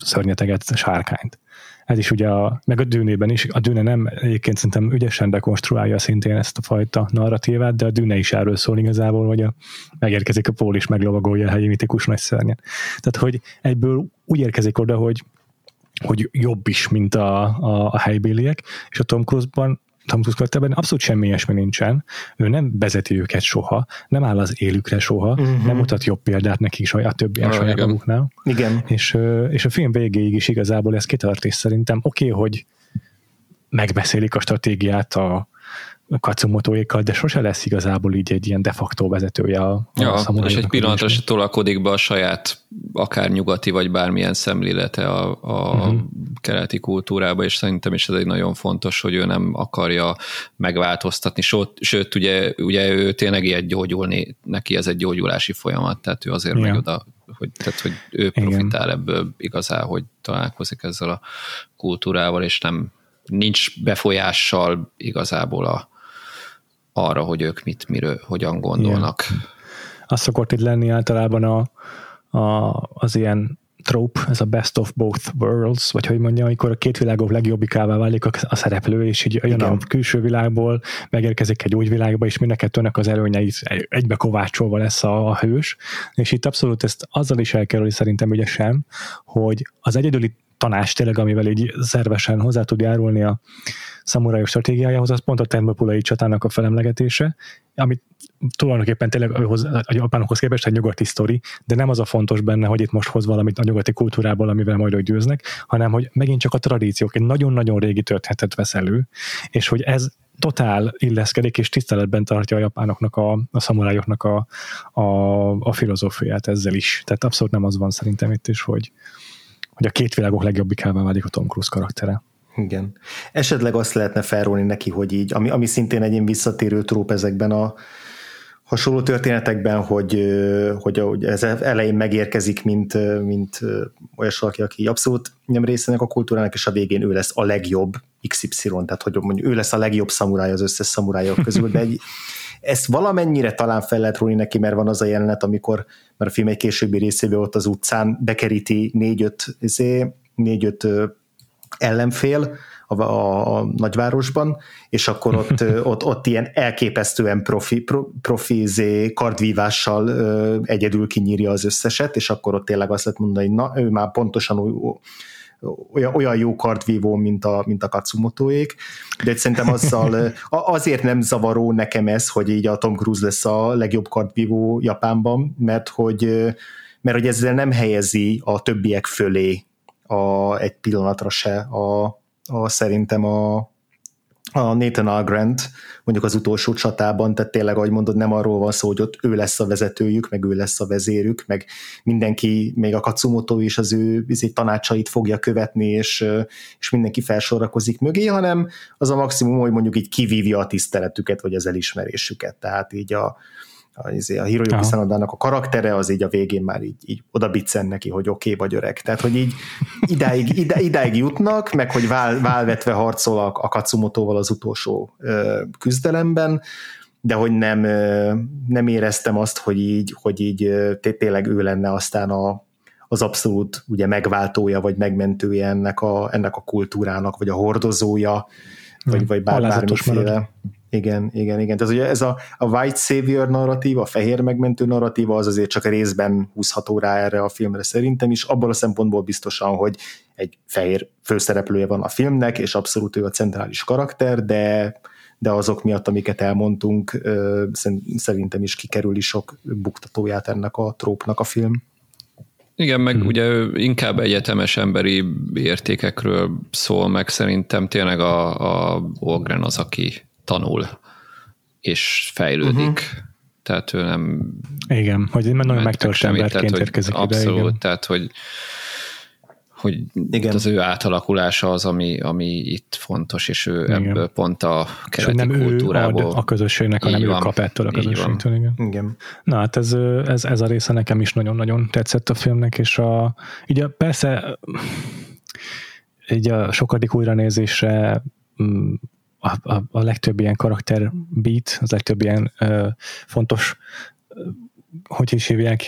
szörnyeteget sárkányt. Ez is ugye, a, meg a Dűnében is, a Dűne nem egyébként szerintem ügyesen dekonstruálja szintén ezt a fajta narratívát, de a Dűne is erről szól igazából, hogy a, megérkezik a Pól és meglovagolja a helyi mitikus nagy szörnyet. Tehát, hogy egyből úgy érkezik oda, hogy, hogy jobb is, mint a, a, a helybéliek, és a Tom Cruise-ban Tom Cruise karakterben abszolút semmi ilyesmi nincsen. Ő nem vezeti őket soha, nem áll az élükre soha, uh-huh. nem mutat jobb példát nekik soha, a többi ah, saját maguknál. Igen. És, és a film végéig is igazából ez kitart, és szerintem oké, okay, hogy megbeszélik a stratégiát a Katsumotoékkal, de sose lesz igazából így egy ilyen de facto vezetője a, a ja, és egy pillanatra is. se tolakodik be a saját akár nyugati, vagy bármilyen szemlélete a, a uh-huh. keleti kultúrába, és szerintem is ez egy nagyon fontos, hogy ő nem akarja megváltoztatni, sőt, sőt ugye, ugye ő tényleg ilyet gyógyulni, neki ez egy gyógyulási folyamat, tehát ő azért ja. megy oda, hogy, tehát, hogy ő profitál igen. ebből igazán, hogy találkozik ezzel a kultúrával, és nem nincs befolyással igazából a arra, hogy ők mit, miről, hogyan gondolnak. Igen. Az szokott itt lenni általában a, a, az ilyen trope, ez a best of both worlds, vagy hogy mondja, amikor a két világok legjobbikává válik a, a szereplő, és így jön a külső világból, megérkezik egy új világba, és mind a kettőnek az előnyeit egybe kovácsolva lesz a, a hős, és itt abszolút ezt azzal is elkerüli szerintem ügyesen, hogy az egyedüli tanács tényleg, amivel így szervesen hozzá tud járulni a szamurájok stratégiájához, az pont a termopulai csatának a felemlegetése, amit tulajdonképpen tényleg a japánokhoz képest egy nyugati sztori, de nem az a fontos benne, hogy itt most hoz valamit a nyugati kultúrából, amivel majd ők győznek, hanem hogy megint csak a tradíciók, egy nagyon-nagyon régi történetet vesz elő, és hogy ez totál illeszkedik, és tiszteletben tartja a japánoknak, a, a szamurájoknak a, a, a filozófiát ezzel is. Tehát abszolút nem az van szerintem itt is, hogy hogy a két világok legjobbikává válik a Tom Cruise karaktere. Igen. Esetleg azt lehetne felrólni neki, hogy így, ami, ami szintén egy ilyen visszatérő tróp ezekben a hasonló történetekben, hogy, hogy, hogy ez elején megérkezik, mint, mint olyas valaki, aki abszolút nem részének a kultúrának, és a végén ő lesz a legjobb iksz ipszilon, tehát hogy mondjuk ő lesz a legjobb szamuráj az összes szamurájok közül, de egy, ezt valamennyire talán fel lehet rólni neki, mert van az a jelenet, amikor már a film egy későbbi részében ott az utcán bekeríti négy-öt, négy-öt ellenfél a, a, a nagyvárosban, és akkor ott, ott, ott ilyen elképesztően profi, pro, profi kardvívással ö, egyedül kinyírja az összeset, és akkor ott tényleg azt lehet mondani, hogy na, ő már pontosan úgy, olyan, olyan jó kardvívó, mint a, mint a Katsumotoék, de szerintem azzal, azért nem zavaró nekem ez, hogy így a Tom Cruise lesz a legjobb kardvívó Japánban, mert hogy, mert hogy ezzel nem helyezi a többiek fölé a, egy pillanatra se a, a szerintem a a Nathan L. Grant, mondjuk az utolsó csatában, tehát tényleg, ahogy mondod, nem arról van szó, hogy ott ő lesz a vezetőjük, meg ő lesz a vezérük, meg mindenki, még a Katsumoto is az ő tanácsait fogja követni, és, és mindenki felsorakozik mögé, hanem az a maximum, hogy mondjuk így kivívja a tiszteletüket, vagy az elismerésüket. Tehát így a a, a Hiroyuki Sanodának a karaktere az így a végén már így, így oda biccen neki, hogy oké, okay, vagy öreg. Tehát, hogy így idáig, ide, idáig jutnak, meg hogy vál, válvetve harcol a, a Katsumotoval az utolsó ö, küzdelemben, de hogy nem, ö, nem éreztem azt, hogy így, hogy így ö, tényleg ő lenne aztán a, az abszolút ugye megváltója, vagy megmentője ennek a, ennek a kultúrának, vagy a hordozója, vagy, vagy bár, bármiféle. Igen, igen, igen. Tehát ugye ez a, a white savior narratíva, a fehér megmentő narratíva, az azért csak a részben húzható rá erre a filmre szerintem is, abból a szempontból biztosan, hogy egy fehér főszereplője van a filmnek, és abszolút ő a centrális karakter, de, de azok miatt, amiket elmondtunk, szerintem is kikerüli sok buktatóját ennek a trópnak a film. Igen, meg hmm. ugye inkább egyetemes emberi értékekről szól, meg szerintem tényleg a, a Olgren az, aki tanul és fejlődik. Uh-huh. Tehát ő nem... Igen, hogy nagyon megtört emberként érkezik ide. Abszolút, igen. Tehát hogy, hogy az ő átalakulása az, ami, ami itt fontos, és ő igen. ebből pont a keleti nem kultúrából... ő ad a közösségnek, hanem ő kap ettől a közösségtől. Igen. Igen. Na hát ez, ez, ez a része nekem is nagyon-nagyon tetszett a filmnek, és a, ugye persze így a sokadik újranézésre A, a, a legtöbb ilyen karakter beat, az legtöbb ilyen ö, fontos, ö, hogy is hívják ki,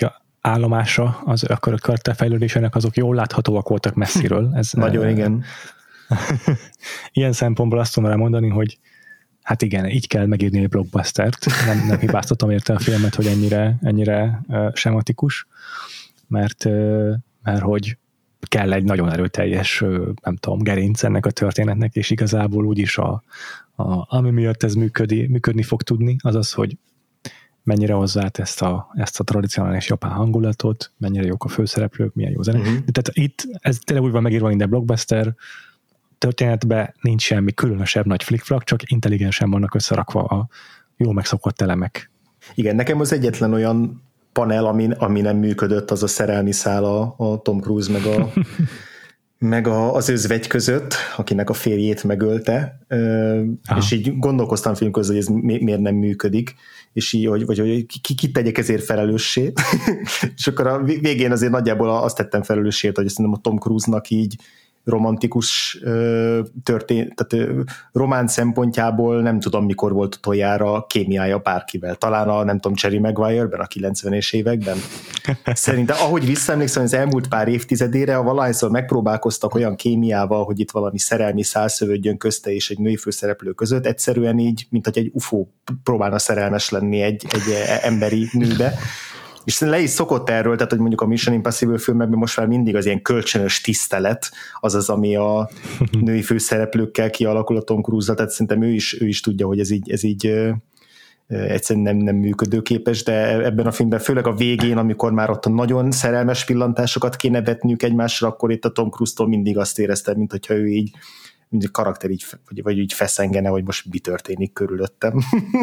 állomása az a karakterfejlődésének, azok jól láthatóak voltak messziről. Ez, Nagyon, igen. Ilyen szempontból azt tudom rá mondani, hogy hát igen, így kell megírni egy blockbustert. Nem, nem hibáztatom érte a filmet, hogy ennyire, ennyire uh, sematikus, mert, uh, mert hogy kell egy nagyon erőteljes, uh, nem tudom, gerinc ennek a történetnek, és igazából úgyis a, a, ami miatt ez működi, működni fog tudni, az az, hogy mennyire hozzát ezt a, ezt a tradicionális japán hangulatot, mennyire jók a főszereplők, milyen jó zene. Uh-huh. Tehát itt ez tényleg úgy van megírva, mint a blockbuster, történetben nincs semmi különösebb nagy flickflak, csak intelligensen vannak összerakva a jó megszokott elemek. Igen, nekem az egyetlen olyan panel, ami, ami nem működött, az a szerelmi szál a, a Tom Cruise meg, a, meg a, az özvegy között, akinek a férjét megölte, ah. és így gondolkoztam film közben, hogy ez mi, miért nem működik, és így, hogy, vagy hogy ki, ki tegyek ezért felelőssé. És akkor a végén azért nagyjából azt tettem felelőssé, hogy szerintem a Tom Cruise-nak így romantikus történet, tehát román szempontjából nem tudom, mikor volt utoljára kémiája bárkivel. Talán a, nem tudom, Jerry Maguire-ben a kilencvenes években. Szerintem, ahogy visszaemlékszem, az elmúlt pár évtizedére, ha valahányszor megpróbálkoztak olyan kémiával, hogy itt valami szerelmi szál szövődjön közte és egy női főszereplő között, egyszerűen így, mint hogy egy ufó próbálna szerelmes lenni egy, egy emberi nőbe. És le is szokott erről, tehát hogy mondjuk a Mission Impossible filmekben most már mindig az ilyen kölcsönös tisztelet, az az, ami a női főszereplőkkel kialakul a Tom Cruise-zal, tehát szerintem ő is, ő is tudja, hogy ez így, ez így ö, ö, egyszerűen nem, nem működőképes, de ebben a filmben, főleg a végén, amikor már ott a nagyon szerelmes pillantásokat kéne vetniük egymásra, akkor itt a Tom Cruise-tól mindig azt éreztem, mint hogyha ő így, mint a karakter így, vagy, vagy így feszengene, hogy most mi történik körülöttem.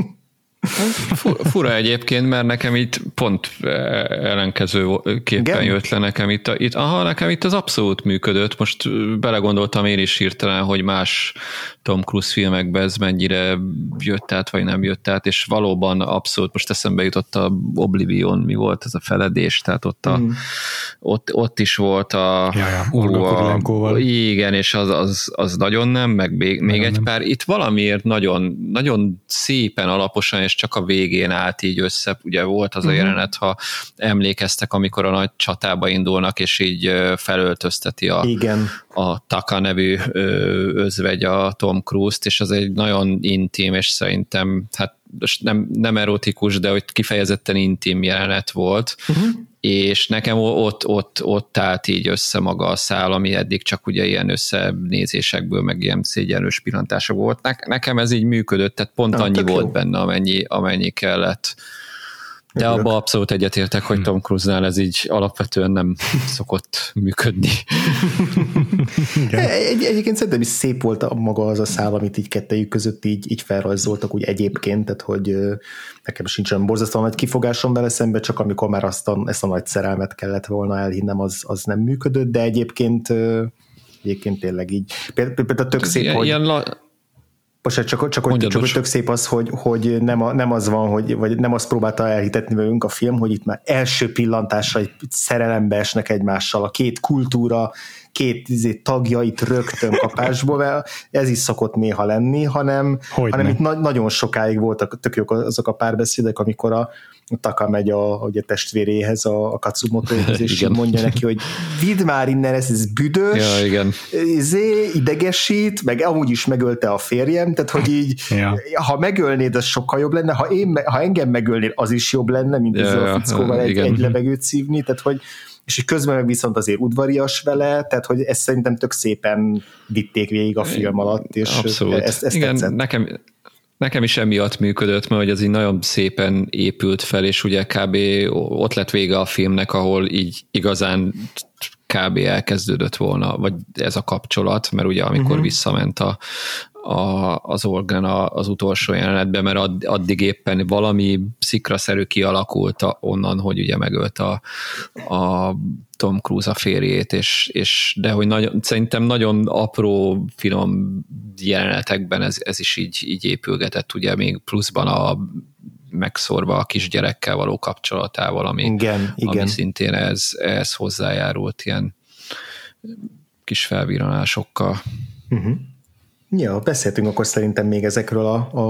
Fura egyébként, mert nekem itt pont ellenkező képen jött le nekem itt, a, itt, aha, nekem itt az abszolút működött, most belegondoltam én is hirtelen, hogy más Tom Cruise filmekben ez mennyire jött át, vagy nem jött át, és valóban abszolút, most eszembe jutott a Oblivion, mi volt ez a feledés, tehát ott, a, mm. ott, ott is volt a... Ja, ja, Orga igen, és az, az, az nagyon nem, meg még, még egy nem. pár, itt valamiért nagyon, nagyon szépen, alaposan, és csak a végén állt így össze, ugye volt az a jelenet, ha emlékeztek, amikor a nagy csatába indulnak, és így felöltözteti a, Igen. a Taka nevű özvegy a Tom Cruise-t, és az egy nagyon intim, és szerintem hát nem, nem erotikus, de hogy kifejezetten intim jelenet volt, uh-huh. és nekem ott, ott, ott állt így össze maga a szál, ami eddig csak ugye ilyen összenézésekből, meg ilyen szégyenlős pillantások volt. Ne, nekem ez így működött, tehát pont ah, annyi volt jó. benne, amennyi, amennyi kellett. De Örülök. Abba abszolút egyetértek, hogy Tom Cruise-nál ez így alapvetően nem szokott működni. Egy, egyébként szerintem is szép volt a maga az a szál, amit így kettejük között így, így felrajzoltak úgy egyébként, tehát hogy nekem sincs olyan borzasztóan nagy kifogásom vele szembe, csak amikor már azt a, ezt a nagy szerelmet kellett volna elhinnem, az, az nem működött, de egyébként egyébként tényleg így. Például tök szép, ilyen, hogy... Ilyen la... Bocsánat, csak, csak, hogy, csak hogy tök szép az, hogy, hogy nem, a, nem az van, hogy, vagy nem azt próbálta elhitetni velünk a film, hogy itt már első pillantásra egy szerelembe esnek egymással, a két kultúra, két izé, tagjait rögtön kapásból, ez is szokott néha lenni, hanem, hanem itt na- nagyon sokáig voltak tök jók azok a párbeszédek, amikor a Taka megy a, a testvéréhez, a, a Katsumotohoz, és mondja neki, hogy vidd már innen, ez, ez büdös, ja, igen. Zé, idegesít, meg amúgy is megölte a férjem, tehát hogy így, ja. ha megölnéd, az sokkal jobb lenne, ha, én, ha engem megölnéd, az is jobb lenne, mint ja, ezzel a fickóval ja, egy, egy levegőt szívni, tehát hogy és közben meg viszont azért udvarias vele, tehát hogy ezt szerintem tök szépen vitték végig a film alatt, és abszolút. ezt, ezt igen, tetszett. Nekem, nekem is emiatt működött, mert ez így nagyon szépen épült fel, és ugye kb. Ott lett vége a filmnek, ahol így igazán kb. Elkezdődött volna, vagy ez a kapcsolat, mert ugye amikor uh-huh. visszament a A, az Orgán az utolsó jelenetben, mert add, addig éppen valami szikraszerű kialakult onnan, hogy ugye megölt a, a Tom Cruise a férjét, és, és de hogy nagyon, szerintem nagyon apró, finom jelenetekben ez, ez is így, így épülgetett, ugye még pluszban a megszórva a kisgyerekkel való kapcsolatával, ami, igen, ami igen. szintén ez, ez hozzájárult ilyen kis felvillanásokkal. Uh-huh. Ja, beszéltünk akkor szerintem még ezekről a, a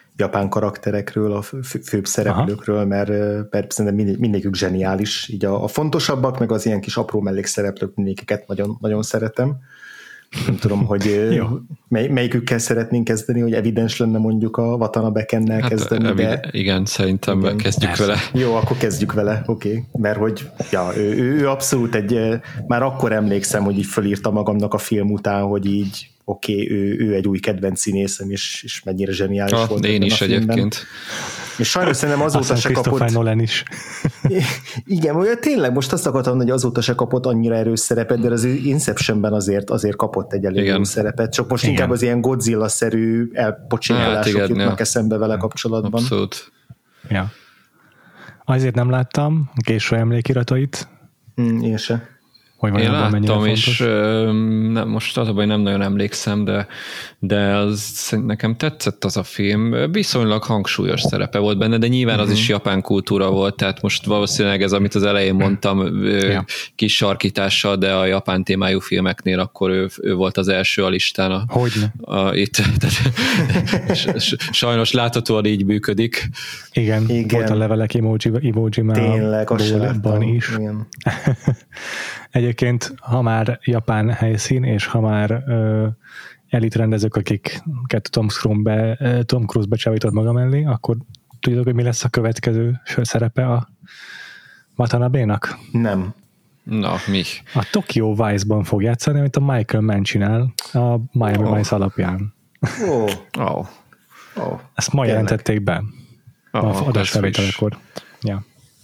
japán karakterekről, a főbb szereplőkről, mert, mert szerintem mindegyikük zseniális. Így a, a fontosabbak, meg az ilyen kis apró mellékszereplők, mindegyiket nagyon, nagyon szeretem. Nem tudom, hogy mely, melyikükkel szeretnénk kezdeni, hogy evidens lenne mondjuk a Watanabe Kennel hát kezdeni. Evide- de... Igen, szerintem igen. kezdjük Persze. vele. Jó, akkor kezdjük vele, oké. Okay. Mert hogy ja, ő, ő, ő abszolút egy, már akkor emlékszem, hogy így fölírta magamnak a film után, hogy így oké, okay, ő, ő egy új kedvenc színészem, és, és mennyire zseniális ah, volt. Én is egyébként. És sajnos szerintem azóta se kapott... Nolan is. Igen, olyan tényleg most azt akartam, hogy azóta se kapott annyira erős szerepet, de az Inceptionben azért, azért kapott egy elég jó szerepet. Csak most igen. inkább az ilyen Godzilla-szerű elpocsékolások hát, jutnak ja. eszembe vele kapcsolatban. Abszolút. Ja. Azért nem láttam a késő emlékiratait. Mm, én se. Hogy én láttam, és nem, most az a baj, nem nagyon emlékszem, de, de az, nekem tetszett az a film. Viszonylag hangsúlyos szerepe volt benne, de nyilván uh-huh. az is japán kultúra volt, tehát most valószínűleg ez, amit az elején mondtam, ja. kis sarkítással, de a japán témájú filmeknél akkor ő, ő volt az első a listán. A, Hogyne. A, itt, tehát, sajnos láthatóan így működik. Igen, Igen. volt a levelek emoji, emoji már Tényleg, azt sem láttam. Is. Egyébként, ha már japán helyszín, és ha már ö, elit rendezők, akiket Tom Cruise, be, Tom Cruise becsávított maga mellé, akkor tudjátok, hogy mi lesz a következő szerepe a Watanabe-nak? Nem. Na, mi? A Tokyo Vice-ban fog játszani, amit a Michael Mann csinál a Miami oh. Vice alapján. Oh. oh. oh. Ezt ma jelentették be. Oh, a adásfelvételekor. Ja.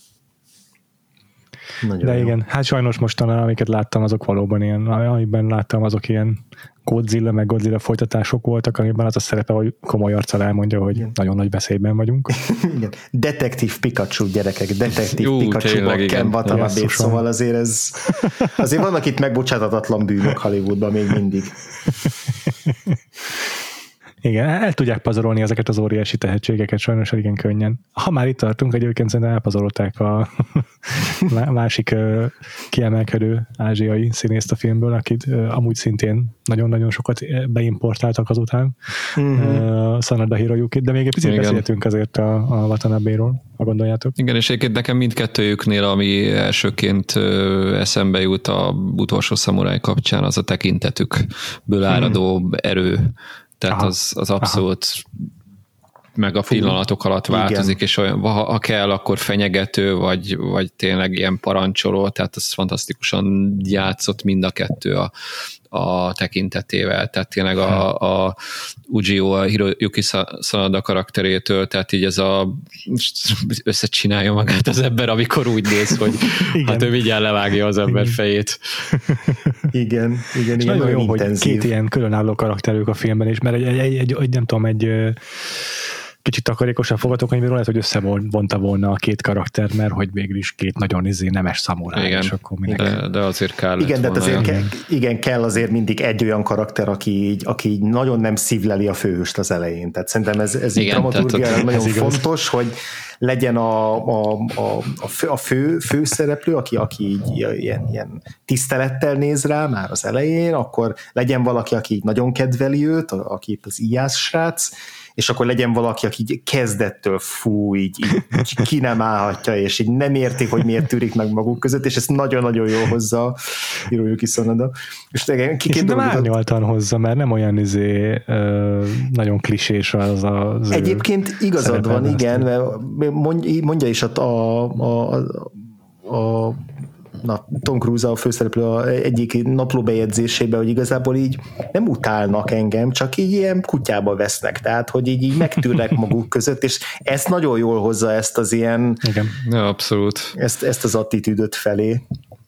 Nagyon De jó. igen, hát sajnos mostanában, amiket láttam, azok valóban ilyen, amiben láttam, azok ilyen Godzilla, meg Godzilla folytatások voltak, amiben az a szerepe, hogy komoly arccal elmondja, hogy igen. nagyon nagy veszélyben vagyunk. Igen. Detektív Pikachu, gyerekek, detektív Pikachu-ban Ken Watanabe, szóval azért ez, azért vannak itt megbocsátatatlan bűnök Hollywoodban még mindig. Igen, el tudják pazarolni ezeket az óriási tehetségeket, sajnos igen könnyen. Ha már itt tartunk, egyébként szerintem elpazarolták a másik kiemelkedő ázsiai színészt a filmből, akit amúgy szintén nagyon-nagyon sokat beimportáltak azután, mm-hmm. Sanada Hiroyukit, de még egy picit beszéltünk azért a, a Watanabe-ról, ha gondoljátok. Igen, és egyébként nekem mindkettőjüknél, ami elsőként eszembe jut a utolsó szamuráj kapcsán, az a tekintetükből áradó mm. erő. Tehát az, az abszolút Aha. meg a pillanatok alatt változik, igen. és olyan, ha kell, akkor fenyegető, vagy, vagy tényleg ilyen parancsoló, tehát az fantasztikusan játszott mind a kettő a, a tekintetével, tehát tényleg a, a Ujio, a Hiroyuki Sanada karakterétől, tehát így ez a összecsinálja magát az ember, amikor úgy néz, hogy igen. hát ő vigyán levágja az ember igen. fejét. Igen, igen, igen. Nagyon jó, intenzív. Hogy két ilyen különálló karakterük a filmben, és mert egy, egy, egy, egy nem tudom, egy kicsit takarékosan forgatókönyvről lehet, hogy összevonta volna a két karakter, mert hogy végül is két nagyon izé nemes szamuráj. Igen, és akkor de, de azért kell. Igen, de azért ke, igen, kell azért mindig egy olyan karakter, aki így, aki így nagyon nem szívleli a főhőst az elején. Tehát szerintem ez, ez így dramaturgiára nagyon ez fontos, hogy legyen a, a, a, a, fő, a fő, főszereplő, aki, aki így ilyen, ilyen tisztelettel néz rá már az elején, akkor legyen valaki, aki így nagyon kedveli őt, aki az íjász srác, és akkor legyen valaki, aki így kezdettől fú, így, így ki nem állhatja, és így nem értik, hogy miért tűrik meg maguk között, és ezt nagyon-nagyon jól hozza Hiroyuki Sanada. És igen, ki de árnyaltan hozza, mert nem olyan izé, ö, nagyon klisés az az Egyébként igazad van, igen, mert mondja is a, a, a, a na, Tom Cruise a főszereplő a egyik naplóbejegyzésében, hogy igazából így nem utálnak engem, csak így ilyen kutyába vesznek, tehát hogy így, így megtűrnek maguk között, és ezt nagyon jól hozza ezt az ilyen igen. Ja, abszolút. Ezt, ezt az attitűdöt felé.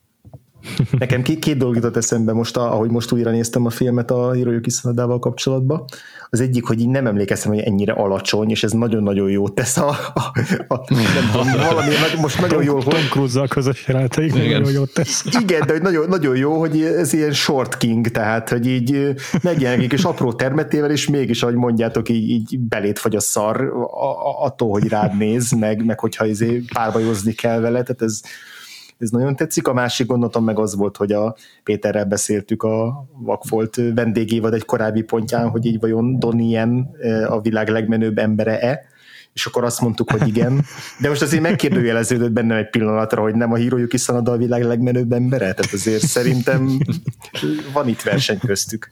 Nekem két, két dolog jutott eszembe most, ahogy most újra néztem a filmet a Hiroyuki Sanadával kapcsolatban. Az egyik, hogy így nem emlékeztem, hogy ennyire alacsony, és ez nagyon-nagyon jó tesz a, a, a nem tudom, valami most nagyon jól... Tom Cruise-zal közös jelenteik nagyon jót tesz. Igen, de nagyon, nagyon jó, hogy ez ilyen short king, tehát, hogy így megjelenik, és apró termetével, és mégis, ahogy mondjátok, így, így belét fagy a szar attól, hogy rád néz, meg, meg hogyha párbajhozni kell vele, tehát ez ez nagyon tetszik. A másik gondolatom meg az volt, hogy a Péterrel beszéltük a Vakfolt vendégévad egy korábbi pontján, hogy így vajon Donnie Yen a világ legmenőbb embere-e, és akkor azt mondtuk, hogy igen. De most azért megkérdőjeleződött bennem egy pillanatra, hogy nem a Hiroyuki Sanada a világ legmenőbb embere, tehát azért szerintem van itt verseny köztük.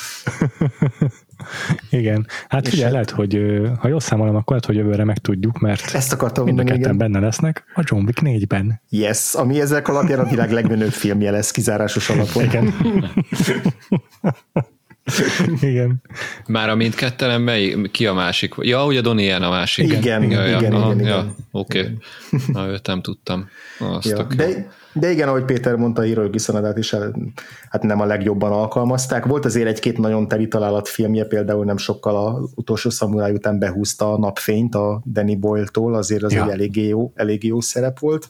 Igen. Hát és figyelj, lehet, hogy ha jól számolom, akkor lehet, hogy jövőre megtudjuk, mert ezt akartam mind a mondani, ketten igen. benne lesznek a John Wick négyben. Yes, ami ezek alapján a világ legmenőbb filmje lesz kizárásos alapon. Igen. Igen. Már a mindketten, mely, ki a másik? Ja, ugye Donnie Yen a másik. Igen, igen, igen, ja, igen, aha, igen, ja, igen. oké. Okay. Na, őt nem tudtam. Azt Ja, de, de igen, ahogy Péter mondta, a Hiroyuki Sanadát is hát nem a legjobban alkalmazták. Volt azért egy-két nagyon teli találat filmje, például nem sokkal az utolsó szamuráj után behúzta a Napfényt a Danny Boyle-tól, azért az ja. egy eléggé jó, eléggé jó szerep volt.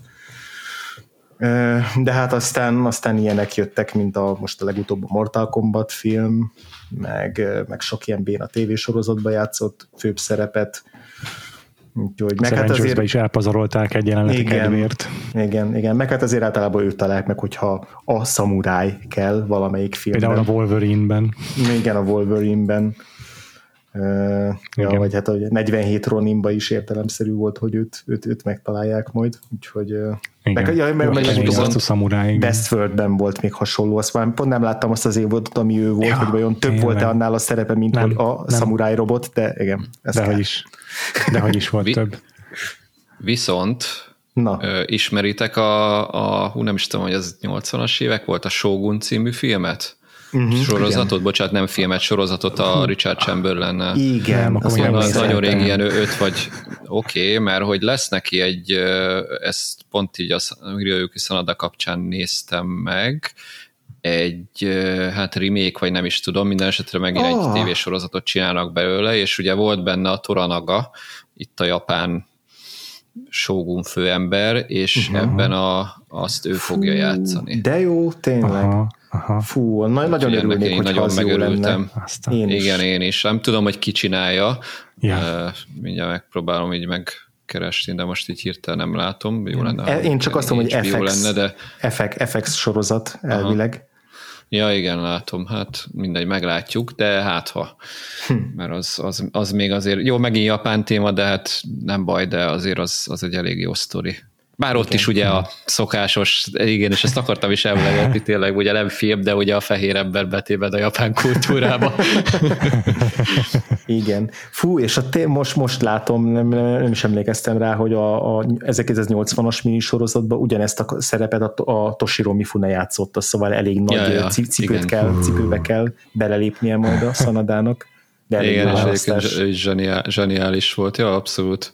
De hát aztán, aztán ilyenek jöttek, mint a most a legutóbb a Mortal Kombat film, meg, meg sok ilyen béna tévésorozatban játszott főbb szerepet. Úgyhogy, meg hát azért is elpazarolták egy jelenleti kedvéért. Igen, igen, meg hát azért általában őt találják meg, hogyha a szamuráj kell valamelyik filmben. Például a Wolverine-ben. Igen, a Wolverine-ben. Uh, ja, vagy hát a negyvenhét Roninba is értelemszerű volt, hogy őt, őt, őt megtalálják majd, úgyhogy meg, ja, meg, meg a Westworldben volt még hasonló, azt már pont nem láttam azt az évot, ami ő volt, ja, hogy vajon több volt-e annál a szerepe, mint nem, hogy a szamuráj robot, de igen. Dehogy is. Dehogy is volt Vi- több. Viszont Na. Ö, ismeritek a, a, hú nem is tudom, hogy az nyolcvanas évek volt, a Shogun című filmet? Uh-huh, sorozatot, igen. bocsánat, nem filmet, sorozatot a Richard Chamberlain-nel. Igen. Nem, azt mondom, az nagyon régi ilyen öt vagy oké, okay, mert hogy lesz neki egy, ezt pont így a Hiroyuki Sanada kapcsán néztem meg, egy hát remake, vagy nem is tudom, minden esetre megint oh. egy tévésorozatot csinálnak belőle, és ugye volt benne a Toranaga, itt a japán Shogun főember, és uh-huh. ebben a, azt ő Fú, fogja játszani. De jó, tényleg. Aha. Aha. Fú, na, nagyon örülnék, hogy nagyon megörültem. Én Igen, én is. Nem tudom, hogy ki csinálja. Ja. Uh, mindjárt megpróbálom így megkeresni, de most így hirtelen nem látom. Jó lenne, én csak azt mondom, hogy ef iksz, lenne, de... ef iksz sorozat elvileg. Aha. Ja, igen, látom. Hát mindegy, meglátjuk, de hát ha. Hm. Mert az, az, az még azért, jó, megint japán téma, de hát nem baj, de azért az, az egy elég jó sztori. Bár ott igen. is ugye a szokásos, igen, és ezt akartam is emlegetni tényleg, ugye nem film, de ugye a fehér ember betében a japán kultúrába. Igen. Fú, és a té- most, most látom, nem, nem is emlékeztem rá, hogy a, a ezerkilencszáznyolcvanas minisorozatban ugyanezt a szerepet a, a Toshiro Mifune játszotta, szóval elég nagy ja, ja, cipőt kell, cipőbe kell belelépnie majd a Sanadának. Igen, és egyébként ő is zseniál, zseniális volt, ja, abszolút.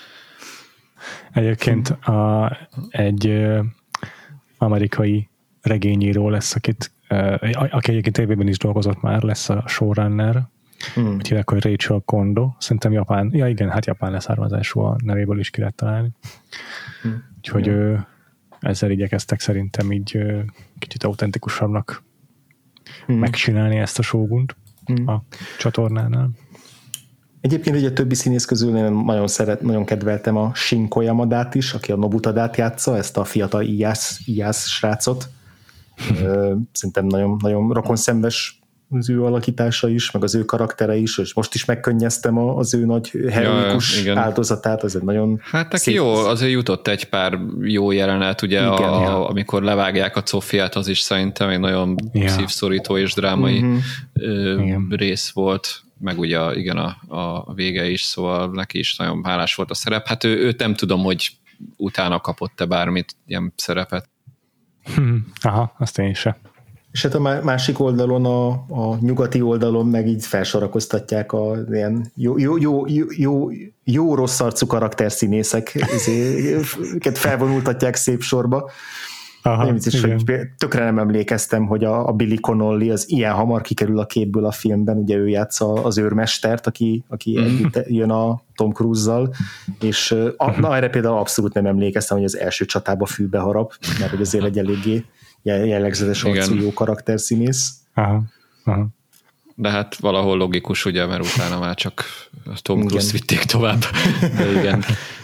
Egyébként a, egy ö, amerikai regényíró lesz, akit, ö, aki egyébként tévében is dolgozott már, lesz a showrunner, hmm. úgy hívják, hogy Rachel Kondo, szerintem japán, ja igen, hát japán leszármazású, a nevéből is ki lehet találni. Hmm. Úgyhogy hmm. ö, ezzel igyekeztek szerintem így ö, kicsit autentikusabbnak hmm. megcsinálni ezt a Shogunt hmm. a csatornánál. Egyébként ugye a többi színész közül én nagyon, szeret, nagyon kedveltem a Shinko Yamadát is, aki a Nobutadát játsza, ezt a fiatal Iyász, Iyász srácot. Szerintem nagyon, nagyon rokonszembes az ő alakítása is, meg az ő karaktere is, és most is megkönnyeztem az ő nagy heroikus ja, áldozatát, az egy nagyon hát neki szép... jó, azért jutott egy pár jó jelenet, ugye, igen, a, ja. amikor levágják a Cofiát, az is szerintem egy nagyon ja. szívszorító és drámai uh-huh. rész volt, meg ugye igen a, a vége is, szóval neki is nagyon hálás volt a szerep. Hát ő, őt nem tudom, hogy utána kapott-e bármit, ilyen szerepet. Hmm. Aha, azt én se. És hát a másik oldalon, a, a nyugati oldalon meg így felsorakoztatják a ilyen jó, jó, jó, jó, jó, jó rossz arcú karakterszínészek, őket felvonultatják szép sorba. Aha, nem is, hogy tökre nem emlékeztem, hogy a, a Billy Connolly az ilyen hamar kikerül a képből a filmben, ugye ő játsza az őrmestert, aki, aki mm. együtt jön a Tom Cruise-zal, és a, na, erre például abszolút nem emlékeztem, hogy az első csatába fűbe harap, mert hogy azért egy eléggé jellegzetes arcú jó karakterszínész. Aha, aha. De hát valahol logikus, ugye, mert utána már csak Tom Cruise vitték tovább. De igen.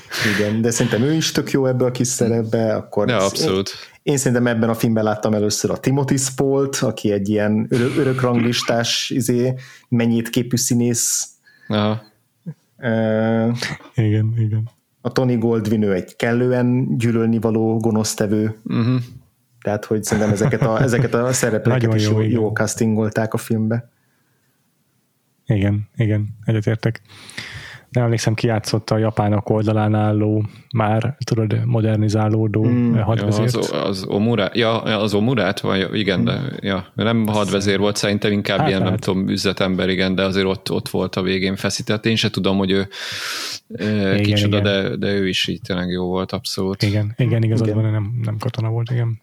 Igen, de szerintem ő is tök jó ebbe a kis szerepbe. Akkor ja, abszolút. Én, én szerintem ebben a filmben láttam először a Timothy Spalt, aki egy ilyen örök, örökranglistás izé, mennyit képű színész. Aha. Uh, igen, igen. A Tony Goldwyn ő egy kellően gyűlölnivaló gonosztevő. Uh-huh. Tehát, hogy szerintem ezeket a, ezeket a szereplőket is jó, jó castingolták a filmbe. Igen, igen, egyetértek. Nem emlékszem, ki játszotta a japánok oldalán álló, már tudod, modernizálódó mm. hadvezért. Ja, az, az Omura, ja, az Omurát, vagy igen, de ja, nem hadvezér volt, szerintem inkább hát, ilyen, hát. nem tudom, üzletember, igen, de azért ott, ott volt a végén feszített. Én se tudom, hogy ő igen, kicsoda, igen. De, de ő is így tényleg jó volt, abszolút. Igen, igen, igazad igen. van, nem, nem katona volt, igen.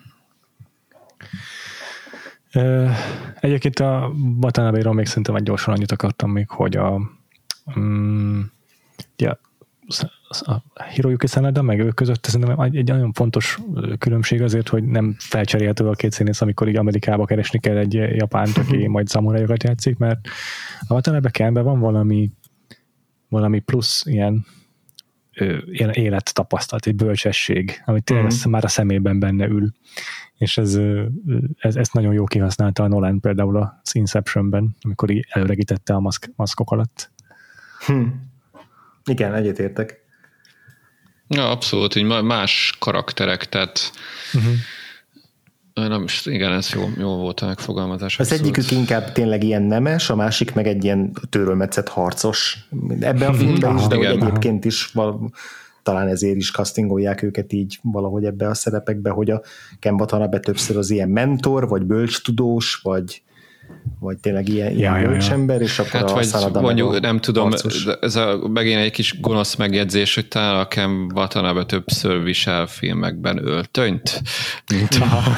Egyébként a Watanabe-ról még szerintem egy gyorsan annyit akartam még, hogy a um, ja, a Hiroyuki Sanada meg ők között szerintem egy nagyon fontos különbség azért, hogy nem felcserélhető a két színész, amikor így Amerikába keresni kell egy japánt, aki majd szamurájokat játszik, mert a Watanabe Kenben van valami valami plusz ilyen, ilyen élettapasztalat, egy bölcsesség, ami tényleg mm. már a szemében benne ül. És ez, ez, ezt nagyon jó kihasználta a Nolan például az Inceptionben, amikor így előregítette a maszk, maszkok alatt. Hm. Igen, egyetértek. Ja, abszolút, így más karakterek, tehát uh-huh. nem is, igen, ez jó, jó volt a megfogalmazás. Az abszolút. Egyikük inkább tényleg ilyen nemes, a másik meg egy ilyen tőrölmetszett harcos. Ebben a filmben is, de igen, egyébként is val- talán ezért is castingolják őket így valahogy ebbe a szerepekbe, hogy a Ken Watanabe többször az ilyen mentor, vagy bölcstudós, vagy, vagy tényleg ilyen, ilyen ja, bölcsember, és akkor hát a Sanada mondjuk, nem tudom, harcos. Ez a, megint egy kis gonosz megjegyzés, hogy talán a Ken Watanabe többször visel filmekben öltönyt, mint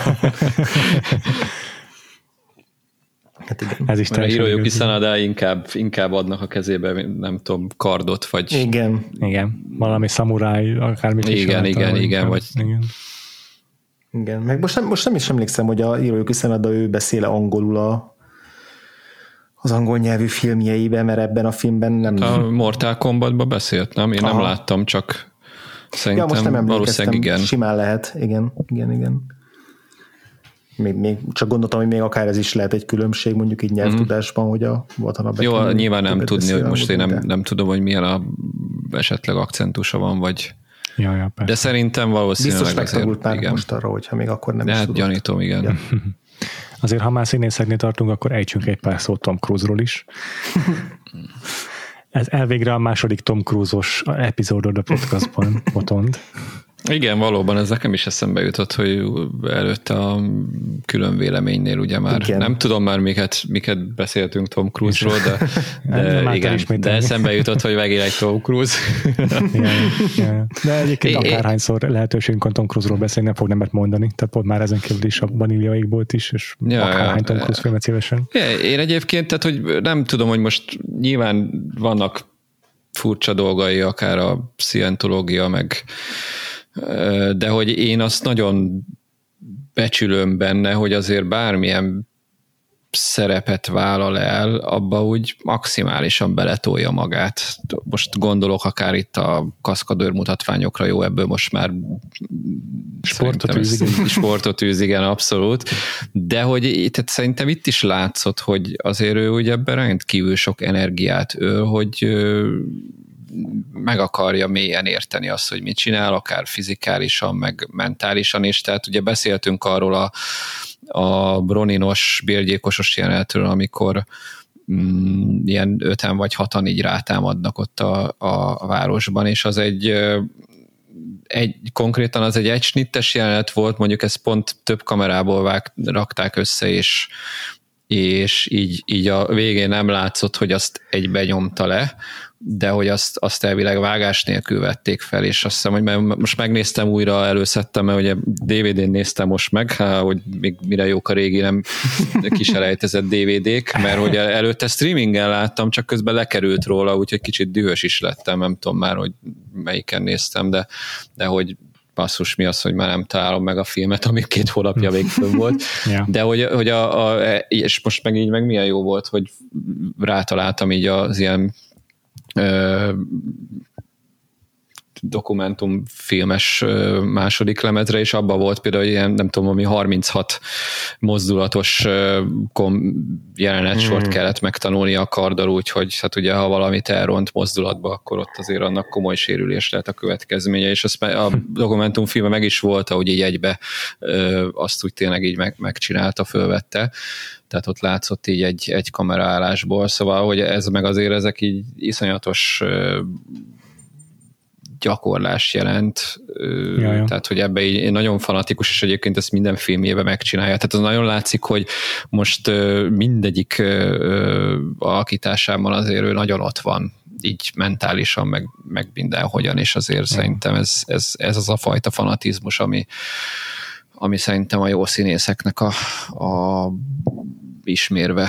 hát igen. Ez is a Hiroyuki Sanada inkább, inkább adnak a kezébe, nem tudom, kardot, vagy... Igen. Igen. Valami szamuráj, akármit is. Igen, igen, vagy igen, vagy... Igen. Igen. Meg most nem, most nem is emlékszem, hogy a Hiroyuki Sanada ő beszél angolul a, az angol nyelvű filmjeiben, mert ebben a filmben nem... A Mortal Kombatban beszélt, nem? Én Aha. nem láttam, csak szerintem ja, most nem valószínűleg igen. Simán lehet, igen, igen, igen. Még, még csak gondoltam, hogy még akár ez is lehet egy különbség, mondjuk így nyelvtudásban, mm. hogy a Watanabe. Jó, nyilván nem tudni, hogy most én nem, nem tudom, hogy milyen a esetleg akcentusa van, vagy ja, ja, de szerintem valószínűleg biztos megtanultál most arra, hogyha még akkor nem de is hát tudod. Gyanítom, igen. Ja. Azért, ha már színészeknél tartunk, akkor ejtsünk egy pár szót Tom Cruise-ról is. Ez elvégre a második Tom Cruise-os epizódod a podcastban, Botond. Igen, valóban ez nekem is eszembe jutott, hogy előtte a külön véleménynél ugye már igen. nem tudom már miket, miket beszéltünk Tom Cruise-ról, de, de, de igen, de eszembe jutott, hogy megint egy Tom Cruise. ja, ja. De egyébként akárhányszor lehetőségünk van Tom Cruise-ról beszélni, nem fog nemet mondani, tehát pont már ezen kívül is a Vanilla Égbolt is, és ja, akárhány Tom Cruise filmet szívesen. Ja, én egyébként, tehát hogy nem tudom, hogy most nyilván vannak furcsa dolgai, akár a scientológia, meg de hogy én azt nagyon becsülöm benne, hogy azért bármilyen szerepet vállal el, abba úgy maximálisan beletolja magát. Most gondolok akár itt a kaszkadőr mutatványokra, jó, ebből most már sportot űz, igen. sportot űz, igen, abszolút. De hogy tehát szerintem itt is látszott, hogy azért ő ugye ebben rendkívül sok energiát öl, hogy meg akarja mélyen érteni azt, hogy mit csinál, akár fizikálisan, meg mentálisan is. Tehát ugye beszéltünk arról a, a Broninos bérgyilkosos jelenetről, amikor mm, ilyen öten vagy hatan így rátámadnak ott a, a városban, és az egy, egy konkrétan az egy egysnittes jelenet volt, mondjuk ezt pont több kamerából vág, rakták össze, és és így, így a végén nem látszott, hogy azt egybe nyomta le, de hogy azt, azt elvileg vágás nélkül vették fel, és azt hiszem, hogy most megnéztem újra, előszedtem, mert ugye dé vé dén néztem most meg, hogy még mire jók a régi nem kiselejtezett dé vé dék, mert hogy előtte streamingen láttam, csak közben lekerült róla, úgyhogy kicsit dühös is lettem, nem tudom már, hogy melyiken néztem, de, de hogy basszus, mi az, hogy már nem találom meg a filmet, ami két hónapja még fönn volt. Ja. De hogy, hogy a, a, és most meg így meg milyen jó volt, hogy rátaláltam így az ilyen ö, dokumentumfilmes második lemezre, és abban volt például ilyen, nem tudom, ami harminchat mozdulatos jelenetsort hmm. kellett megtanulni a karddal, úgyhogy hát ugye, ha valamit elront mozdulatba, akkor ott azért annak komoly sérülés lehet a következménye, és azt a dokumentumfilme meg is volt, ahogy így egybe azt úgy tényleg így meg, megcsinálta, fölvette. Tehát ott látszott így egy, egy kameraállásból, szóval, hogy ez meg azért ezek így iszonyatos gyakorlás jelent, Jaja. Tehát, hogy ebbe így nagyon fanatikus, és egyébként ezt minden filmjében megcsinálja. Tehát az nagyon látszik, hogy most mindegyik alakításában azért ő nagyon ott van, így mentálisan, meg, meg mindenhogyan, és azért Jaja. Szerintem ez, ez, ez az a fajta fanatizmus, ami, ami szerintem a jó színészeknek a, a ismérve.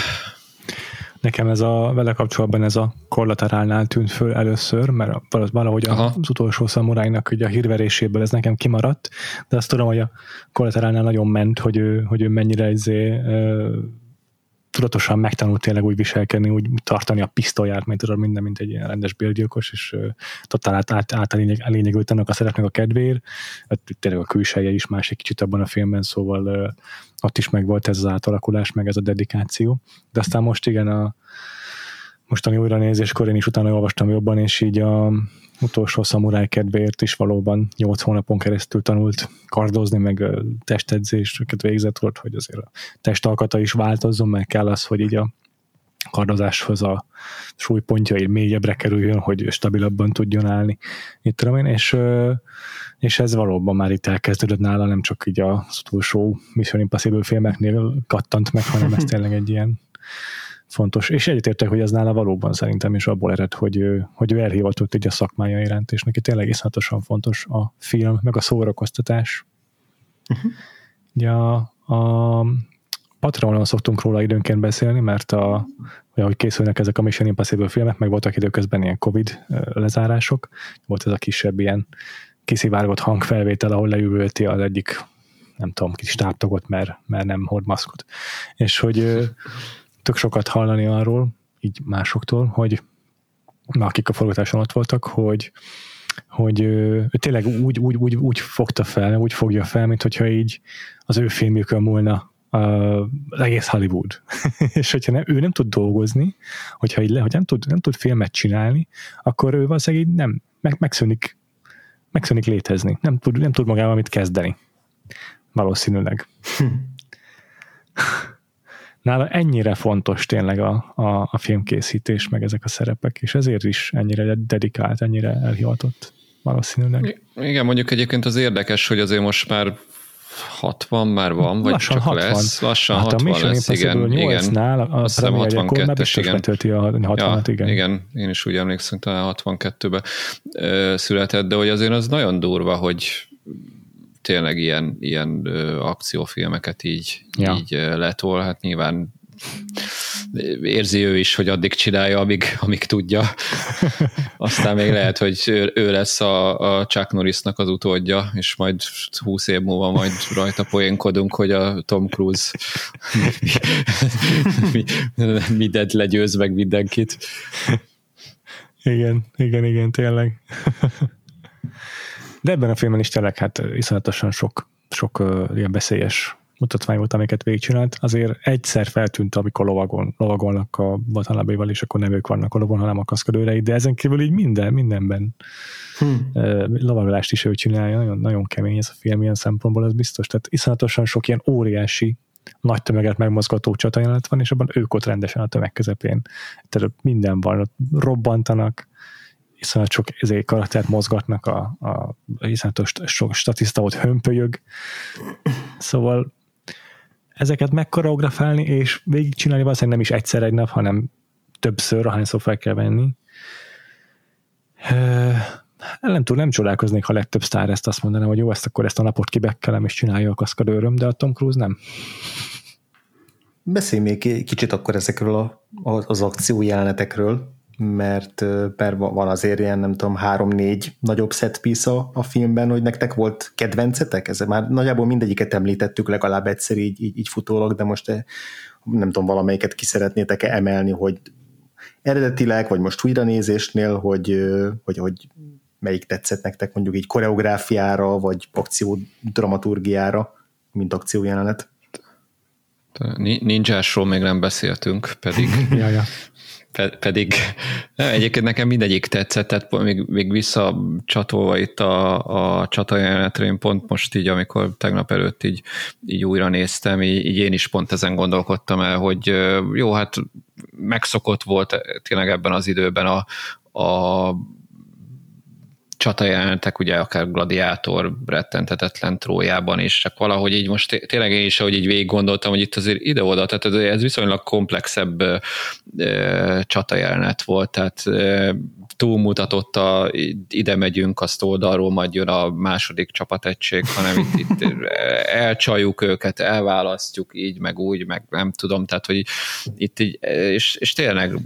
Nekem ez a, vele kapcsolatban ez a Collaterálnál tűnt föl először, mert valahogy Aha. az utolsó szamurájnak ugye a hírveréséből ez nekem kimaradt, de azt tudom, hogy a Collaterálnál nagyon ment, hogy ő, hogy ő mennyire izé, e, tudatosan megtanult tényleg úgy viselkedni, úgy tartani a pisztolyát, mint tudod, minden, mint egy ilyen rendes bérgyilkos, és e, totál át, át, át elényegült annak a szeretnek a kedvéért. Tényleg a külseje is más egy kicsit abban a filmben, szóval e, ott is meg volt ez az átalakulás, meg ez a dedikáció. De aztán most igen, a mostani újranézéskor én is utána olvastam jobban, és így a utolsó szamuráj kedvéért is valóban nyolc hónapon keresztül tanult kardozni, meg testedzéseket végzett volt, hogy azért a testalkata is változzon, meg kell az, hogy így a kardozáshoz a súlypontjai mélyebbre kerüljön, hogy stabilabban tudjon állni. Itt tudom én, és és ez valóban már itt elkezdődött nála, nem csak így az utolsó Mission Impossible filmeknél kattant meg, hanem ez tényleg egy ilyen fontos. És egyetértek, hogy ez nála valóban szerintem is abból ered, hogy ő, hogy ő elhivatott így a szakmája iránt, és neki tényleg iszonyatosan fontos a film, meg a szórakoztatás. Uh-huh. Ugye a, a Patronon szoktunk róla időnként beszélni, mert a, ahogy készülnek ezek a Mission Impossible filmek, meg voltak időközben ilyen Covid lezárások, volt ez a kisebb ilyen kiszivárgott hangfelvétel, ahol leüvölti az egyik, nem tudom, kis stábtagot, mert, mert nem hord maszkot. És hogy tök sokat hallani arról, így másoktól, hogy akik a forgatáson ott voltak, hogy, hogy ő tényleg úgy, úgy, úgy, úgy fogta fel, úgy fogja fel, mint hogyha így az ő filmjükön múlna az egész Hollywood. És hogyha nem, ő nem tud dolgozni, hogyha így le, hogy nem tud, nem tud filmet csinálni, akkor ő valószínűleg így nem, meg, megszűnik megszűnik létezni. Nem tud, nem tud magával mit kezdeni. Valószínűleg. Hm. Nála ennyire fontos tényleg a, a, a filmkészítés, meg ezek a szerepek, és ezért is ennyire dedikált, ennyire elhivatott valószínűleg. Igen, mondjuk egyébként az érdekes, hogy azért most már hatvan már van, vagy lassan csak hatvan. Lesz. Lassan hát hatvan lesz, igen. nyolcnál a hatvankettes, igen. Betölti a hatvanat, ja, igen. Igen, én is úgy emlékszem, talán hatvankettőben ö, született, de hogy azért az nagyon durva, hogy tényleg ilyen, ilyen ö, akciófilmeket így, ja. így ö, letol, hát nyilván érzi ő is, hogy addig csinálja, amíg, amíg tudja. Aztán még lehet, hogy ő lesz a, a Chuck Norrisnak az utódja, és majd húsz év múlva majd rajta poénkodunk, hogy a Tom Cruise mindent legyőz meg mindenkit. Igen, igen, igen, tényleg. De ebben a filmben is tényleg hát iszonyatosan sok, sok uh, ilyen beszélyes mutatvány volt, amiket végigcsinált. Azért egyszer feltűnt, amikor lovagol, lovagolnak a Watanabéval, és akkor nem ők vannak a lovon, hanem a kaszkadőrei, de ezen kívül így minden, mindenben hmm. lovagolást is ő csinálja. Nagyon, nagyon kemény ez a film ilyen szempontból, ez biztos. Tehát iszonyatosan sok ilyen óriási, nagy tömeget megmozgató csatajelenet van, és abban ők ott rendesen a tömeg közepén. Tehát minden van, ott robbantanak, iszonyat sok ezért karaktert mozgatnak, a, a iszonyatos sok statiszta ott hömpölyög. Szóval ezeket megkoreografálni, és végigcsinálni valószínűleg nem is egyszer egy nap, hanem többször, ahányszor fel kell venni. Nem tudom, nem csodálkoznék, ha legtöbb sztár ezt azt mondaná, hogy jó, ezt akkor ezt a napot kibekkelem, és csinálja a kaszkadőröm, de a Tom Cruise nem. Beszélj még kicsit akkor ezekről a, az akciójelenetekről, mert, mert van azért ilyen, nem tudom, három-négy nagyobb set piece a, a filmben, hogy nektek volt kedvencetek? Ez már nagyjából mindegyiket említettük legalább egyszer így, így, így futólag, de most nem tudom, valamelyiket ki szeretnétek emelni, hogy eredetileg, vagy most újranézésnél, hogy, hogy, hogy melyik tetszett nektek mondjuk így koreográfiára, vagy akció dramaturgiára, mint akciójelenet? Ninjásról még nem beszéltünk, pedig... ja, ja. Pedig nem, egyébként nekem mindegyik tetszett, tehát még, még visszacsatolva itt a, a csatajelenetre, én pont most így, amikor tegnap előtt így, így újra néztem, így, így én is pont ezen gondolkodtam el, hogy jó, hát megszokott volt tényleg ebben az időben a, a csatajelenetek, ugye akár Gladiátor, rettenthetetlen Trójában is, csak valahogy így most tényleg én is, ahogy így végig gondoltam, hogy itt azért ide-oda, tehát ez viszonylag komplexebb e, csatajelenet volt, tehát e, túlmutatott a ide megyünk, azt oldalról majd jön a második csapategység, hanem itt, itt elcsaljuk őket, elválasztjuk így, meg úgy, meg nem tudom, tehát hogy itt így, és, és tényleg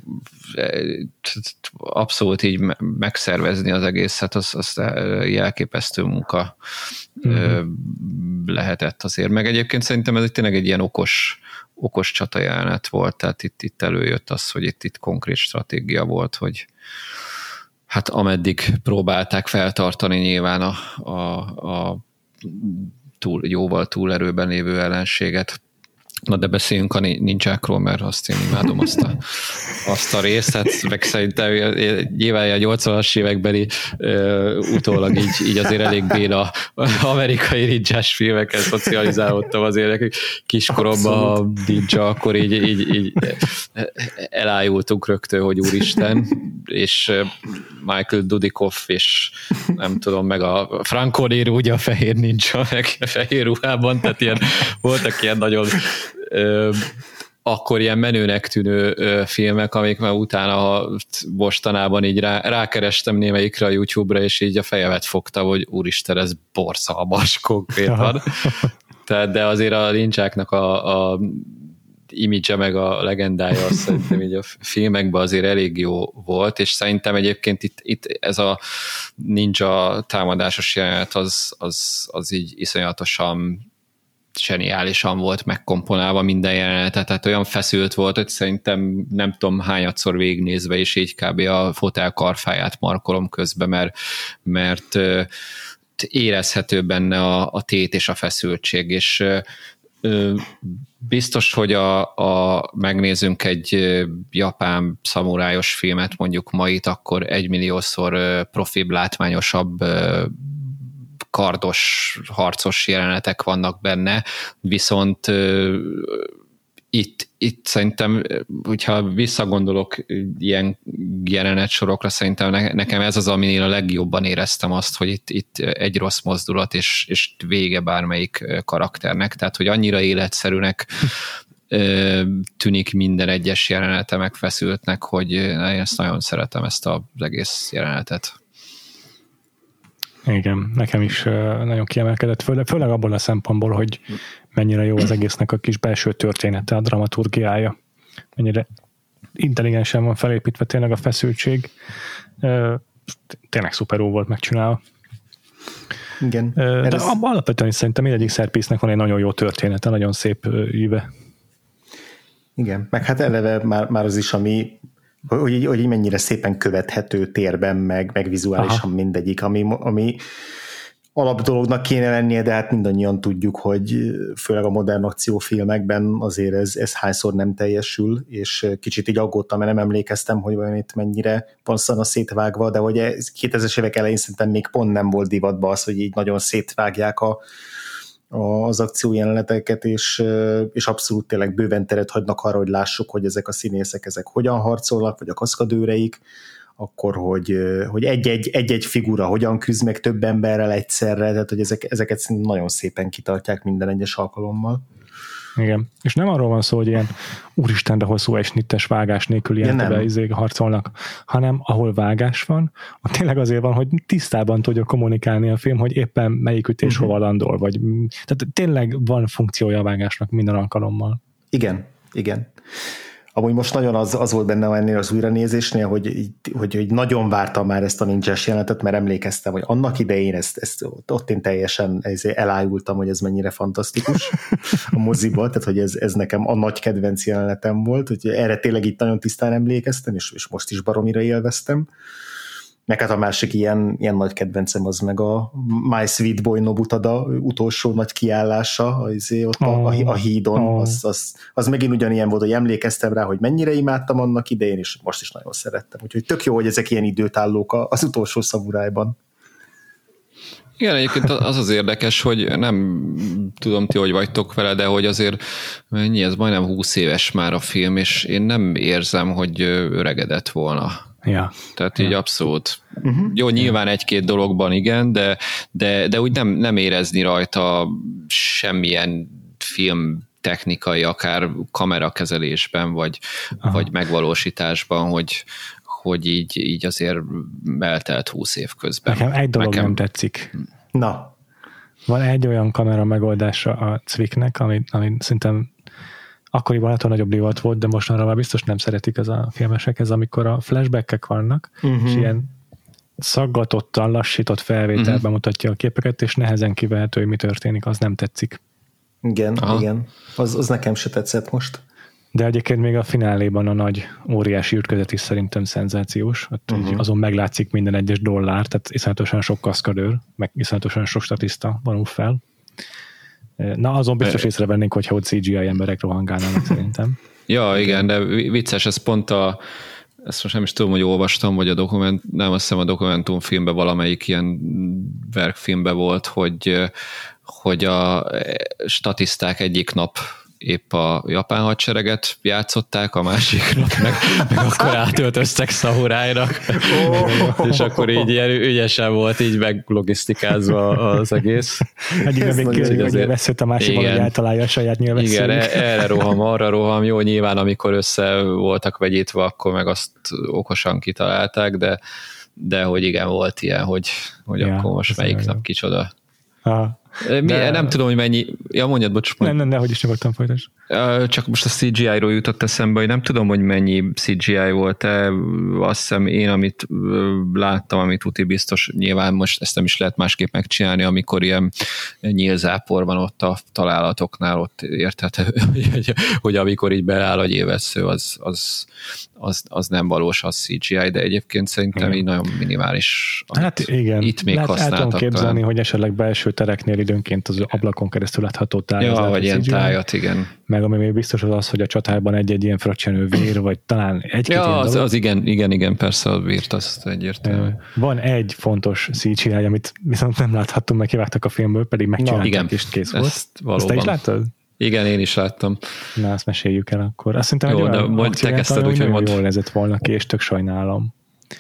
abszolút így megszervezni az egészet, az, az jelképesztő munka mm-hmm. lehetett azért. Meg egyébként szerintem ez tényleg egy ilyen okos, okos csatajelenet volt, tehát itt, itt előjött az, hogy itt, itt konkrét stratégia volt, hogy hát ameddig próbálták feltartani nyilván a, a, a túl, jóval túlerőben lévő ellenséget. Na de beszéljünk a ninjákról, mert azt én imádom azt a, azt a részt, hát meg szerintem nyilván a nyolcvanas évekbeli uh, utólag így, így azért elég béna amerikai ninjás filmeket szocializálódtam azért kiskoromban a ninja, akkor így, így, így elájultunk rögtön, hogy úristen, és Michael Dudikoff, és nem tudom, meg a Franco Nero, ugye a fehér ninja, meg a fehér ruhában, tehát ilyen, voltak ilyen nagyon Ö, akkor ilyen menőnek tűnő ö, filmek, amik már utána mostanában így rá, rákerestem némelyikre a YouTube-ra, és így a fejemet fogta, hogy úristen, ez borzalmas konkrétan. Tehát, de azért a ninjáknak a, a image meg a legendája azt szerintem így a filmekben azért elég jó volt, és szerintem egyébként itt, itt ez a ninja támadásos jelenet az, az, az így iszonyatosan zseniálisan volt megkomponálva minden jelenetet, tehát olyan feszült volt, hogy szerintem nem tudom hányadszor végignézve, és így kb. A fotel karfáját markolom közben, mert, mert érezhető benne a, a tét és a feszültség, és biztos, hogy a, a, megnézünk egy japán szamurájos filmet, mondjuk ma itt, akkor egymilliószor profibb, látványosabb kardos, harcos jelenetek vannak benne, viszont uh, itt, itt szerintem, hogyha visszagondolok ilyen jelenetsorokra, szerintem ne, nekem ez az, aminél a legjobban éreztem azt, hogy itt, itt egy rossz mozdulat, és, és vége bármelyik karakternek, tehát hogy annyira életszerűnek uh, tűnik minden egyes jelenete megfeszültnek, hogy én ezt nagyon szeretem, ezt az egész jelenetet. Igen, nekem is nagyon kiemelkedett, főleg, főleg abból a szempontból, hogy mennyire jó az egésznek a kis belső története, a dramaturgiája, mennyire intelligensen van felépítve tényleg a feszültség, tényleg szuperó volt megcsinálva. Igen. De ez... alapvetően szerintem mindegyik szerpésznek van egy nagyon jó története, nagyon szép íve. Igen, meg hát eleve már, már az is, ami Hogy, hogy mennyire szépen követhető térben, meg, meg vizuálisan Aha. mindegyik, ami, ami alapdolognak kéne lennie, de hát mindannyian tudjuk, hogy főleg a modern akciófilmekben azért ez, ez hányszor nem teljesül, és kicsit így aggódtam, mert nem emlékeztem, hogy vajon itt mennyire van szana szétvágva, de hogy kétezres évek elején szerintem még pont nem volt divatba az, hogy így nagyon szétvágják a az akciójeleneteket, és, és abszolút tényleg bőven teret hagynak arra, hogy lássuk, hogy ezek a színészek ezek hogyan harcolnak, vagy a kaszkadőreik, akkor, hogy, hogy egy-egy, egy-egy figura hogyan küzd meg több emberrel egyszerre, tehát hogy ezek, ezeket nagyon szépen kitartják minden egyes alkalommal. Igen, és nem arról van szó, hogy ilyen úristen, de hosszú esnittes vágás nélkül ilyen izék harcolnak, hanem ahol vágás van, ott tényleg azért van, hogy tisztában tudja kommunikálni a film, hogy éppen melyik ütés uh-huh. hova landol, vagy tehát tényleg van funkciója a vágásnak minden alkalommal. Igen, igen. Amúgy most nagyon az, az volt benne ennél az újranézésnél, hogy, hogy, hogy nagyon vártam már ezt a ninjas jelenetet, mert emlékeztem, hogy annak idején ezt, ezt ott én teljesen elájultam, hogy ez mennyire fantasztikus a moziba, tehát hogy ez, ez nekem a nagy kedvenc jelenetem volt, hogy erre tényleg itt nagyon tisztán emlékeztem, és, és most is baromira élveztem. Meg hát a másik ilyen, ilyen nagy kedvencem az meg a My Sweet Boy Nobutada utolsó nagy kiállása, az ott a, a, a hídon, oh. az, az, az megint ugyanilyen volt, hogy emlékeztem rá, hogy mennyire imádtam annak idején, és most is nagyon szerettem. Úgyhogy tök jó, hogy ezek ilyen időtállók az utolsó szamurájban. Igen, egyébként az az érdekes, hogy nem tudom ti, hogy vagytok vele, de hogy azért mennyi, ez majdnem húsz éves már a film, és én nem érzem, hogy öregedett volna. Ja. Tehát ja. így abszolút. Uh-huh. Jó, nyilván ja. egy-két dologban igen, de, de, de úgy nem, nem érezni rajta semmilyen film technikai, akár kamerakezelésben, vagy, vagy megvalósításban, hogy, hogy így, így azért eltelt húsz év közben. Nekem egy dolog Nekem... nem tetszik. Na. Van egy olyan kamera megoldása a Zwicknek, ami, ami szerintem akkoriban attól nagyobb divat volt, de mostanra már biztos nem szeretik ez a filmesek, ez amikor a flashbackek vannak, uh-huh. és ilyen szaggatottan, lassított felvételben uh-huh. mutatja a képeket, és nehezen kivehető, hogy mi történik, az nem tetszik. Igen, Aha. igen. Az, az nekem se tetszett most. De egyébként még a fináléban a nagy, óriási ütközet is szerintem szenzációs. Ott uh-huh. azon meglátszik minden egyes dollár, tehát iszonyatosan sok kaszkadőr, meg iszonyatosan sok statiszta vonul fel. Na, azon biztos észrevennénk, hogyha ott cé gé i emberek rohangálnának szerintem. Ja, igen, de vicces, ez pont a, ezt most nem is tudom, hogy olvastam, vagy a dokument, nem, azt hiszem a dokumentumfilmben valamelyik ilyen verkfilmben volt, hogy, hogy a statiszták egyik nap épp a japán hadsereget játszották, a másik nap meg, meg akkor átöltöztek szamurájnak, oh. és akkor így ilyen ügyesen volt így meglogisztikázva az egész. Egyik nem még kérdezik, hogy veszett a másik valahogy eltalálja a saját nyilvesszőjük. Igen, erre roham, arra roham, jó, nyilván amikor össze voltak vegyítve, akkor meg azt okosan kitalálták, de, de hogy igen, volt ilyen, hogy, hogy ja, akkor most melyik nap kicsoda. Aha. Mi, de... Nem tudom, hogy mennyi... Ja, mondjad, bocs. Nem, nem, nehogy is nyugodtan folytasd. Csak most a cé gé í-ról jutott eszembe, hogy nem tudom, hogy mennyi cé gé í volt-e. Azt hiszem én, amit láttam, amit tuti biztos, nyilván most ezt nem is lehet másképp megcsinálni, amikor ilyen nyílzápor van ott a találatoknál, ott érthető, hogy, hogy amikor így beáll a gyilvessző, az, az, az, az nem valós az cé gé í, de egyébként szerintem igen. így nagyon minimális. Hát igen, itt még Lát, használtak. El tudom képzelni, hogy esetleg belső tereknél időnként az ablakon keresztül látható tájat. Ja, vagy ilyen tájat, igen. Meg ami még biztos az az, hogy a csatárban egy-egy ilyen fraccsánő vér, vagy talán egy-két ja, ilyen az, dolog. az igen, igen, igen, persze a vírt, azt egyértelmű. Van egy fontos cé gé í, amit viszont nem láthattunk, meg kivágtak a filmből, pedig megcsinálták, és kész volt. Ezt, ezt te is láttad? Igen, én is láttam. Na, azt meséljük el akkor. Azt szerintem, jó, hogy olyan akcióját, hogy nagyon jól nézett volna ki, és tök sajnálom.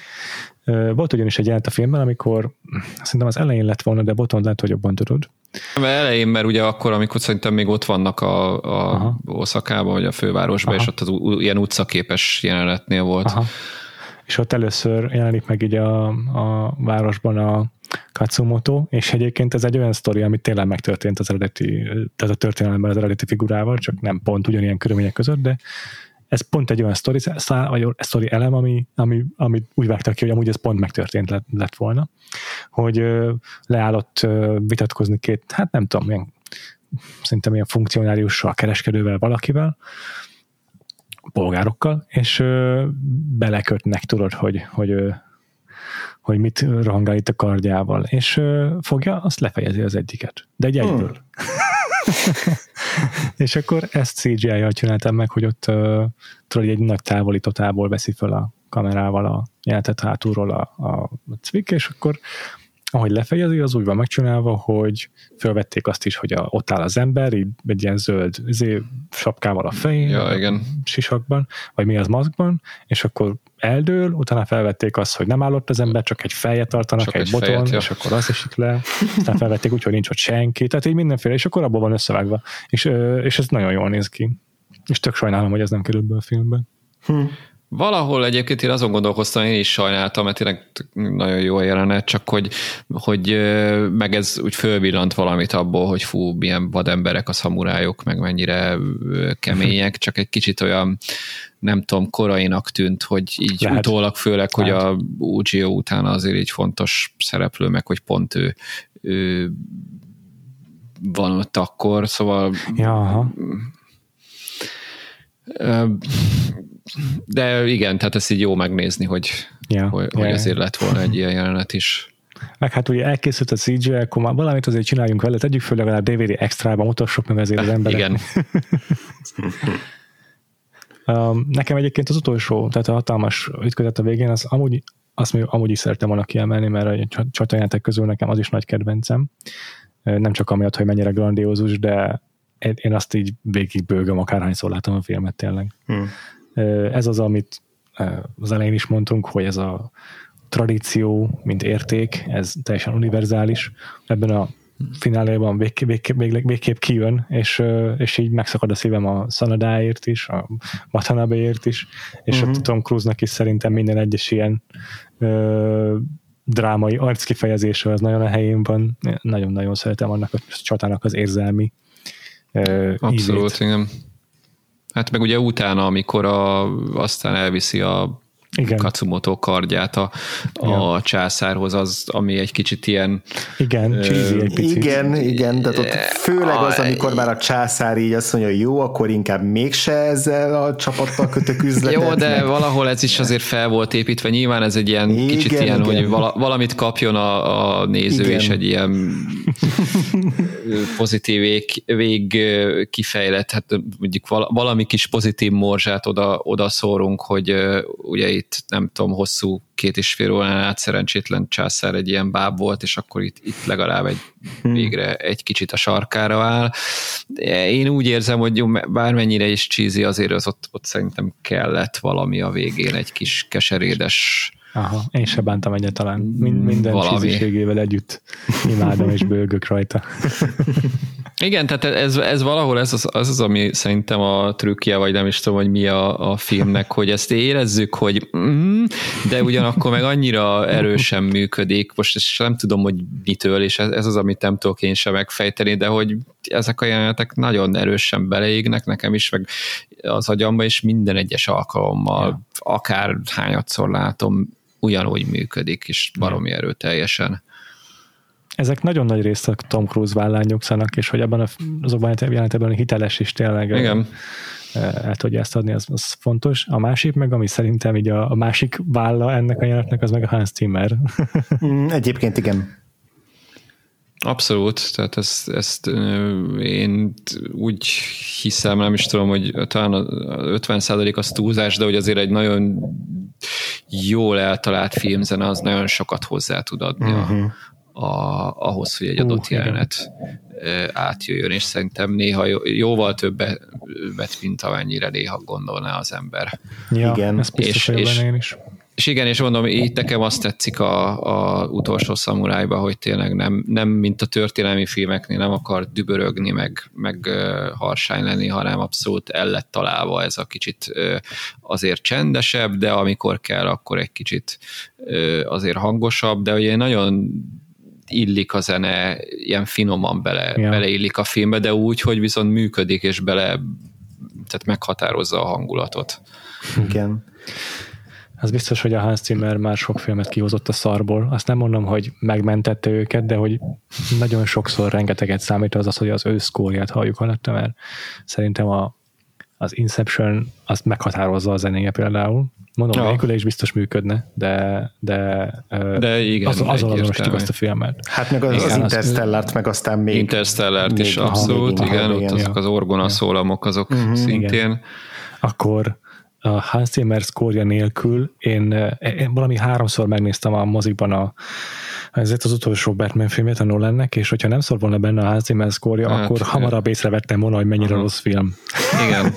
Volt ugyanis egy jelent a filmben, amikor szerintem az elején lett volna, de Botond lehet, hogy jobban tudod. Mert elején, mert ugye akkor, amikor szerintem még ott vannak a, a Oszakában, vagy a fővárosban, Aha. és ott az ilyen utcaképes jelenetnél volt. Aha. És ott először jelenik meg így a, a városban a Katsumoto, és egyébként ez egy olyan sztori, ami tényleg megtörtént az eredeti, tehát a történelemben az eredeti figurával, csak nem pont ugyanilyen körülmények között, de ez pont egy olyan sztori, vagy sztori elem, ami, ami, ami úgy vágtak ki, hogy amúgy ez pont megtörtént lett, lett volna, hogy leállott vitatkozni két, hát nem tudom, milyen, szerintem ilyen funkcionáriussal, kereskedővel, valakivel, polgárokkal, és belekötnek, tudod, hogy, hogy, hogy mit rohangál itt a kardjával, és fogja, azt lefejezi az egyiket. De egy egyből. Hmm. És akkor ezt cé gé í-jal csináltam meg, hogy ott uh, tudod, egy nagy távolítótából veszi fel a kamerával a jelenetet hátulról a, a Zwick, és akkor ahogy lefejezi, az úgy van megcsinálva, hogy felvették azt is, hogy a, ott áll az ember, így egy ilyen zöld izé, sapkával a fején, ja, igen. sisakban, vagy mi az maszkban, és akkor eldől, utána felvették azt, hogy nem állott az ember, csak egy fejet tartanak, csak egy, egy boton, fejet, ja. és akkor az esik le, aztán felvették úgy, hogy nincs ott senki, tehát így mindenféle, és akkor abból van összevágva, és, és ez nagyon jól néz ki. És tök sajnálom, hogy ez nem került be a filmbe. Hm. Valahol egyébként én azon gondolkoztam, én is sajnáltam, mert tényleg nagyon jó a jelenet, csak hogy, hogy meg ez úgy fölvillant valamit abból, hogy fú, milyen vademberek a szamurájok, meg mennyire kemények, csak egy kicsit olyan, nem tudom, korainak tűnt, hogy így lehet. Utólag főleg, lehet. Hogy a Ujio után azért így fontos szereplő, meg hogy pont ő, ő van ott akkor, szóval ja, de igen, tehát ezt így jó megnézni, hogy, ja, hogy, ja, hogy azért ja. lett volna egy ilyen jelenet is. Meg hát ugye elkészült a cé gé í, akkor már valamit azért csináljunk vele, tegyük föl legalább dé vé dé extrába, mutassuk meg azért az emberek. Igen. um, nekem egyébként az utolsó, tehát a hatalmas ütközet a végén, az amúgy, azt még amúgy is szerettem volna kiemelni, mert a csatajáték közül nekem az is nagy kedvencem. Nem csak amiatt, hogy mennyire grandiózus, de én azt így végig bőgöm, akárhányszor látom a filmet tényleg. Hmm. Ez az, amit az elején is mondtunk, hogy ez a tradíció, mint érték, ez teljesen univerzális. Ebben a fináléban végképp, végképp, végképp, végképp kijön, és, és így megszakad a szívem a Szanadáért is, a Watanabeért is, és uh-huh. a Tom Cruise-nak is szerintem minden egyes ilyen ö, drámai arckifejezése az nagyon a helyén van. Nagyon-nagyon szeretem annak a csatának az érzelmi ö, Abszolút, ízét. igen. Hát meg ugye utána, amikor a, aztán elviszi a igen. Katsumoto kardját a, a ja. császárhoz, az, ami egy kicsit ilyen... Igen, uh, cheesy egy picit. Igen, igen, de ott főleg az, amikor már a császár így azt mondja, hogy jó, akkor inkább mégse ezzel a csapattal kötök üzletet. Jó, de meg. valahol ez is azért fel volt építve. Nyilván ez egy ilyen igen, kicsit ilyen, igen. hogy vala, valamit kapjon a, a néző, igen. és egy ilyen pozitív vég, vég kifejlett, hát mondjuk valami kis pozitív morzsát oda, oda szórunk, hogy ugye itt nem tudom, hosszú két és fél órán át szerencsétlen császár egy ilyen báb volt, és akkor itt, itt legalább egy végre egy kicsit a sarkára áll. Én úgy érzem, hogy jó, bármennyire is cheesy, azért az ott, ott szerintem kellett valami a végén, egy kis keserédes. Aha, én se bántam egyáltalán. Mind, minden cheesységével együtt imádom és bőgök rajta. Igen, tehát ez, ez valahol ez az, az az, ami szerintem a trükkje, vagy nem is tudom, hogy mi a, a filmnek, hogy ezt érezzük, hogy mm, de ugyanakkor meg annyira erősen működik, most és nem tudom, hogy mitől, és ez, ez az, amit nem tudok én sem megfejteni, de hogy ezek a jelenetek nagyon erősen beleégnek nekem is, meg az agyamba, és minden egyes alkalommal, ja. akár hányadszor látom, ugyanúgy működik, és baromi erőteljesen. Ezek nagyon nagy részt a Tom Cruise vállán nyugszanak, és hogy abban a, azokban a jelenetben hiteles is tényleg igen. el tudja ezt adni, az, az fontos. A másik meg, ami szerintem így a, a másik válla ennek a jelenetnek, az meg a Hans Zimmer. Egyébként igen. Abszolút, tehát ezt, ezt én úgy hiszem, nem is tudom, hogy talán az ötven százalék az túlzás, de hogy azért egy nagyon jól eltalált filmzene az nagyon sokat hozzá tud adni uh-huh. a, a, ahhoz, hogy egy adott uh, jelenet igen. átjöjjön, és szerintem néha jóval többet, mint amennyire néha gondolná az ember. Ja, igen. Ez biztos, és, és, én is. És igen, és mondom, itt nekem azt tetszik a, a utolsó szamurájba, hogy tényleg nem, nem mint a történelmi filmeknél nem akar dübörögni, meg, meg uh, harsány lenni, hanem abszolút el lett találva ez a kicsit uh, azért csendesebb, de amikor kell, akkor egy kicsit uh, azért hangosabb, de ugye nagyon illik a zene, ilyen finoman bele, ja. beleillik a filmbe, de úgy, hogy viszont működik, és bele tehát meghatározza a hangulatot. Igen. Az biztos, hogy a Hans Zimmer már sok filmet kihozott a szarból. Azt nem mondom, hogy megmentette őket, de hogy nagyon sokszor rengeteget számít az az, hogy az ő szkórját halljuk alatta, mert szerintem a, az Inception azt meghatározza a zenéje például. Mondom, ja. nélküle is biztos működne, de, de, de igen, az, azon azonosítjuk azt a filmet. Hát meg az, igen, az Interstellárt, meg aztán még... Interstellárt még, is még, abszolút, aha, igen, aha, ott azok ja. az orgonaszólamok, azok uh-huh, szintén. Igen. Akkor a Hans Zimmer szkórja nélkül én, én valami háromszor megnéztem a mozikban a, ezért az utolsó Batman filmét a Nolannek, és hogyha nem szól volna benne a Hans Zimmer szkórja, hát, akkor hamarabb észrevettem volna, hogy mennyire aha. rossz film. Igen.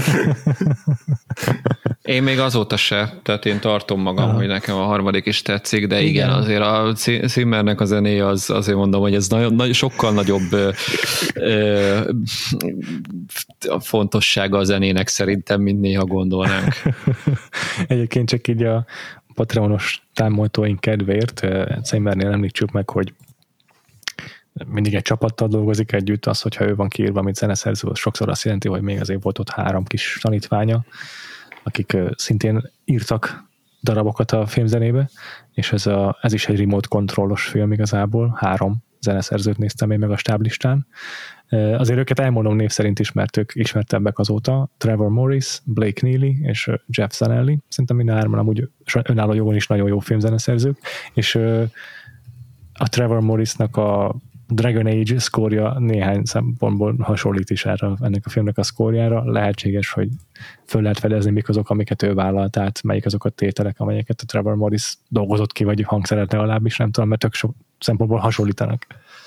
Én még azóta se, tehát én tartom magam, aha. hogy nekem a harmadik is tetszik, de igen, igen azért a Zimmernek a zenéje az, azért mondom, hogy ez nagyon, nagyon, sokkal nagyobb ö, ö, fontossága a zenének szerintem, mint néha gondolnánk. Egyébként csak így a Patreonos támogatóink kedvéért Zimmernél említsük meg, hogy mindig egy csapattal dolgozik együtt, az, hogyha ő van kiírva, mint zeneszerző, az sokszor azt jelenti, hogy még azért volt ott három kis tanítványa, akik szintén írtak darabokat a filmzenébe, és ez, a, ez is egy remote kontrollos film igazából, három zeneszerzőt néztem én meg a stáblistán. Azért őket elmondom név szerint is, mert ők ismertebbek azóta. Trevor Morris, Blake Neely és Jeff Zanelli. Szerintem minden hárman amúgy önálló jogon is nagyon jó filmzeneszerzők, és a Trevor Morrisnak a Dragon Age szkórja néhány szempontból hasonlít is erre, ennek a filmnek a szkórjára. Lehetséges, hogy föl lehet fedezni, mik azok, amiket ő vállalt át, melyik azok a tételek, amelyeket a Trevor Morris dolgozott ki, vagy hangszerelte legalábbis, nem tudom, mert tök sok szempontból hasonlítanak.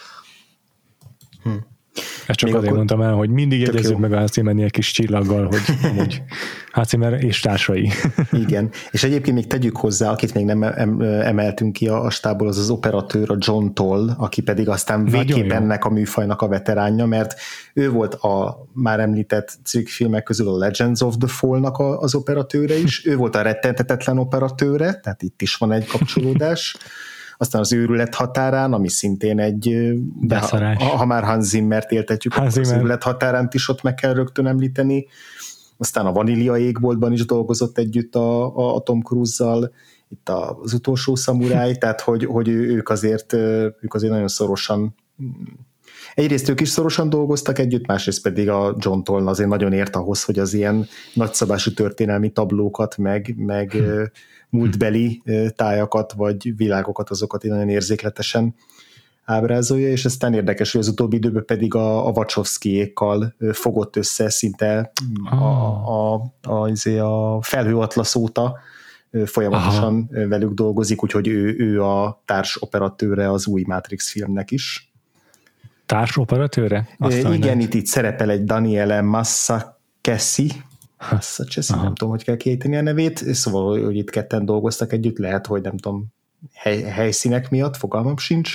Hm. Ezt csak Még azért mondtam el, hogy mindig jegyezzük meg a Hans Zimmernél egy kis csillaggal, hogy amúgy Hans Zimmer és társai. Igen, és egyébként még tegyük hozzá, akit még nem emeltünk ki a stából, az az operatőr, a John Toll, aki pedig aztán végképp ennek a műfajnak a veteránja, mert ő volt a már említett cikkfilmek közül a Legends of the Fall-nak az operatőre is, ő volt a rettenthetetlen operatőre, tehát itt is van egy kapcsolódás. Aztán az Őrület határán, ami szintén egy, de ha, ha már Hans Zimmert éltetjük, Hans akkor Zimmer. Az Őrület határán is ott meg kell rögtön említeni. Aztán a Vanília égboltban is dolgozott együtt a, a Tom Cruise-zal, itt az Utolsó szamuráj, tehát hogy, hogy ők, azért, ők azért nagyon szorosan, egyrészt ők is szorosan dolgoztak együtt, másrészt pedig a John Toll azért nagyon ért ahhoz, hogy az ilyen nagyszabású történelmi tablókat, meg, meg hm. múltbeli tájakat, vagy világokat, azokat nagyon érzékletesen ábrázolja, és aztán érdekes, hogy az utóbbi időben pedig a, a Wachowskiékkal fogott össze szinte ah. a, a, a, a Felhőatlasz óta folyamatosan Aha. velük dolgozik, úgyhogy ő, ő a társoperatőre az új Matrix filmnek is. Társoperatőre? Igen, itt, itt szerepel egy Daniele Massacesi, Massacesi, nem tudom, hogy kell kiejteni a nevét, szóval, hogy itt ketten dolgoztak együtt, lehet, hogy nem tudom, hely, helyszínek miatt, fogalmam sincs,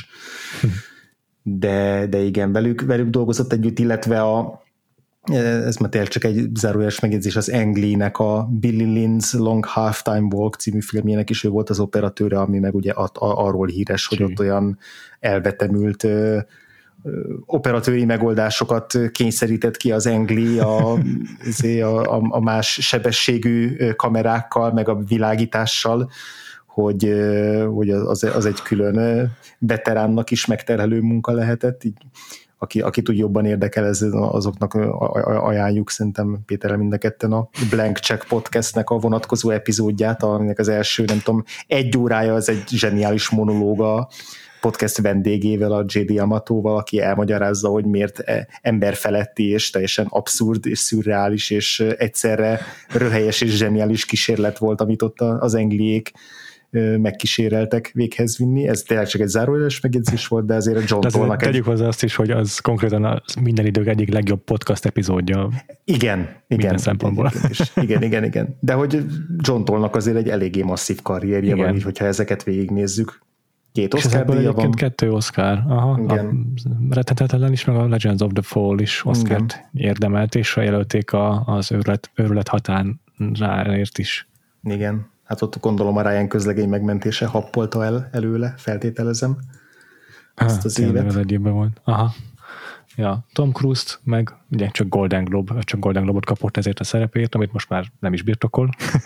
de, de igen, velük, velük dolgozott együtt, illetve a, ez már tényleg csak egy zárójeles megjegyzés, az Ang Lee-nek a Billy Lynn's Long Halftime Walk című filmjének is ő volt az operatőre, ami meg ugye a, a, arról híres, hogy ott olyan elvetemült operatőri megoldásokat kényszerített ki az Ang Lee a, a, a más sebességű kamerákkal, meg a világítással, hogy, hogy az, az egy külön veteránnak is megterhelő munka lehetett. Így, aki, aki tud jobban érdekel, ez, azoknak ajánljuk szerintem Péterrel mind a ketten a Blank Check podcastnek a vonatkozó epizódját, aminek az első, nem tudom, egy órája az egy zseniális monológa podcast vendégével, a jé dé Amatóval, aki elmagyarázza, hogy miért emberfeletti és teljesen abszurd és szürreális és egyszerre röhelyes és zseniális kísérlet volt, amit ott az Ang Lee-ék megkíséreltek véghez vinni. Ez tényleg csak egy zárójeles megjegyzés volt, de azért a John Tollnak egy... Tegyük hozzá azt is, hogy az konkrétan a minden idők egyik legjobb podcast epizódja. Igen, igen. szempontból. Igen, igen, igen, igen. De hogy John Tollnak azért egy eléggé masszív karrierje igen. van, így, hogyha ezeket végignézzük. Két Oscar díja van. Kettő Oscar. Aha, igen. A rettenthetetlen is, meg a Legends of the Fall is Oscart érdemelt, és jelölték a, az őrület, őrület határért is. Igen. Hát ott gondolom a Ryan közlegény megmentése happolta el előle, feltételezem. Azt az évet. Az egyébben volt. Aha. Ja, Tom Cruise-t meg ugye csak Golden Globe, csak Golden Globe-ot kapott ezért a szerepért, amit most már nem is birtokol.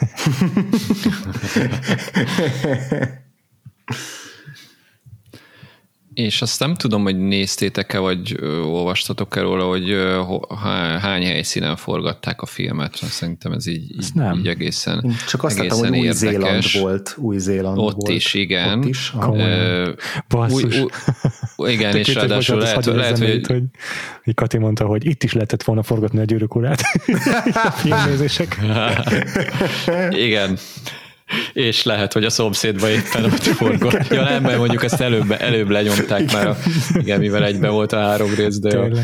És azt nem tudom, hogy néztétek-e, vagy ö, olvastatok-e róla, hogy ö, hány helyszínen forgatták a filmet. Szerintem ez így, így, így egészen Én csak azt láttam, hogy Új-Zéland volt. Új-Zéland Ott volt. is, igen. Ott is. Ö, Basszus. Új, új, igen, és ráadásul lehet, lehet hogy... hogy... hogy Kati mondta, hogy itt is lehetett volna forgatni a Gyűrűk urát. A filmnézések. Igen. És lehet, hogy a szomszédban éppen ott forgott. Ja nem, mert mondjuk ezt előbb, előbb lenyomták igen. már, a, igen, mivel egyben volt a három rész, de jó.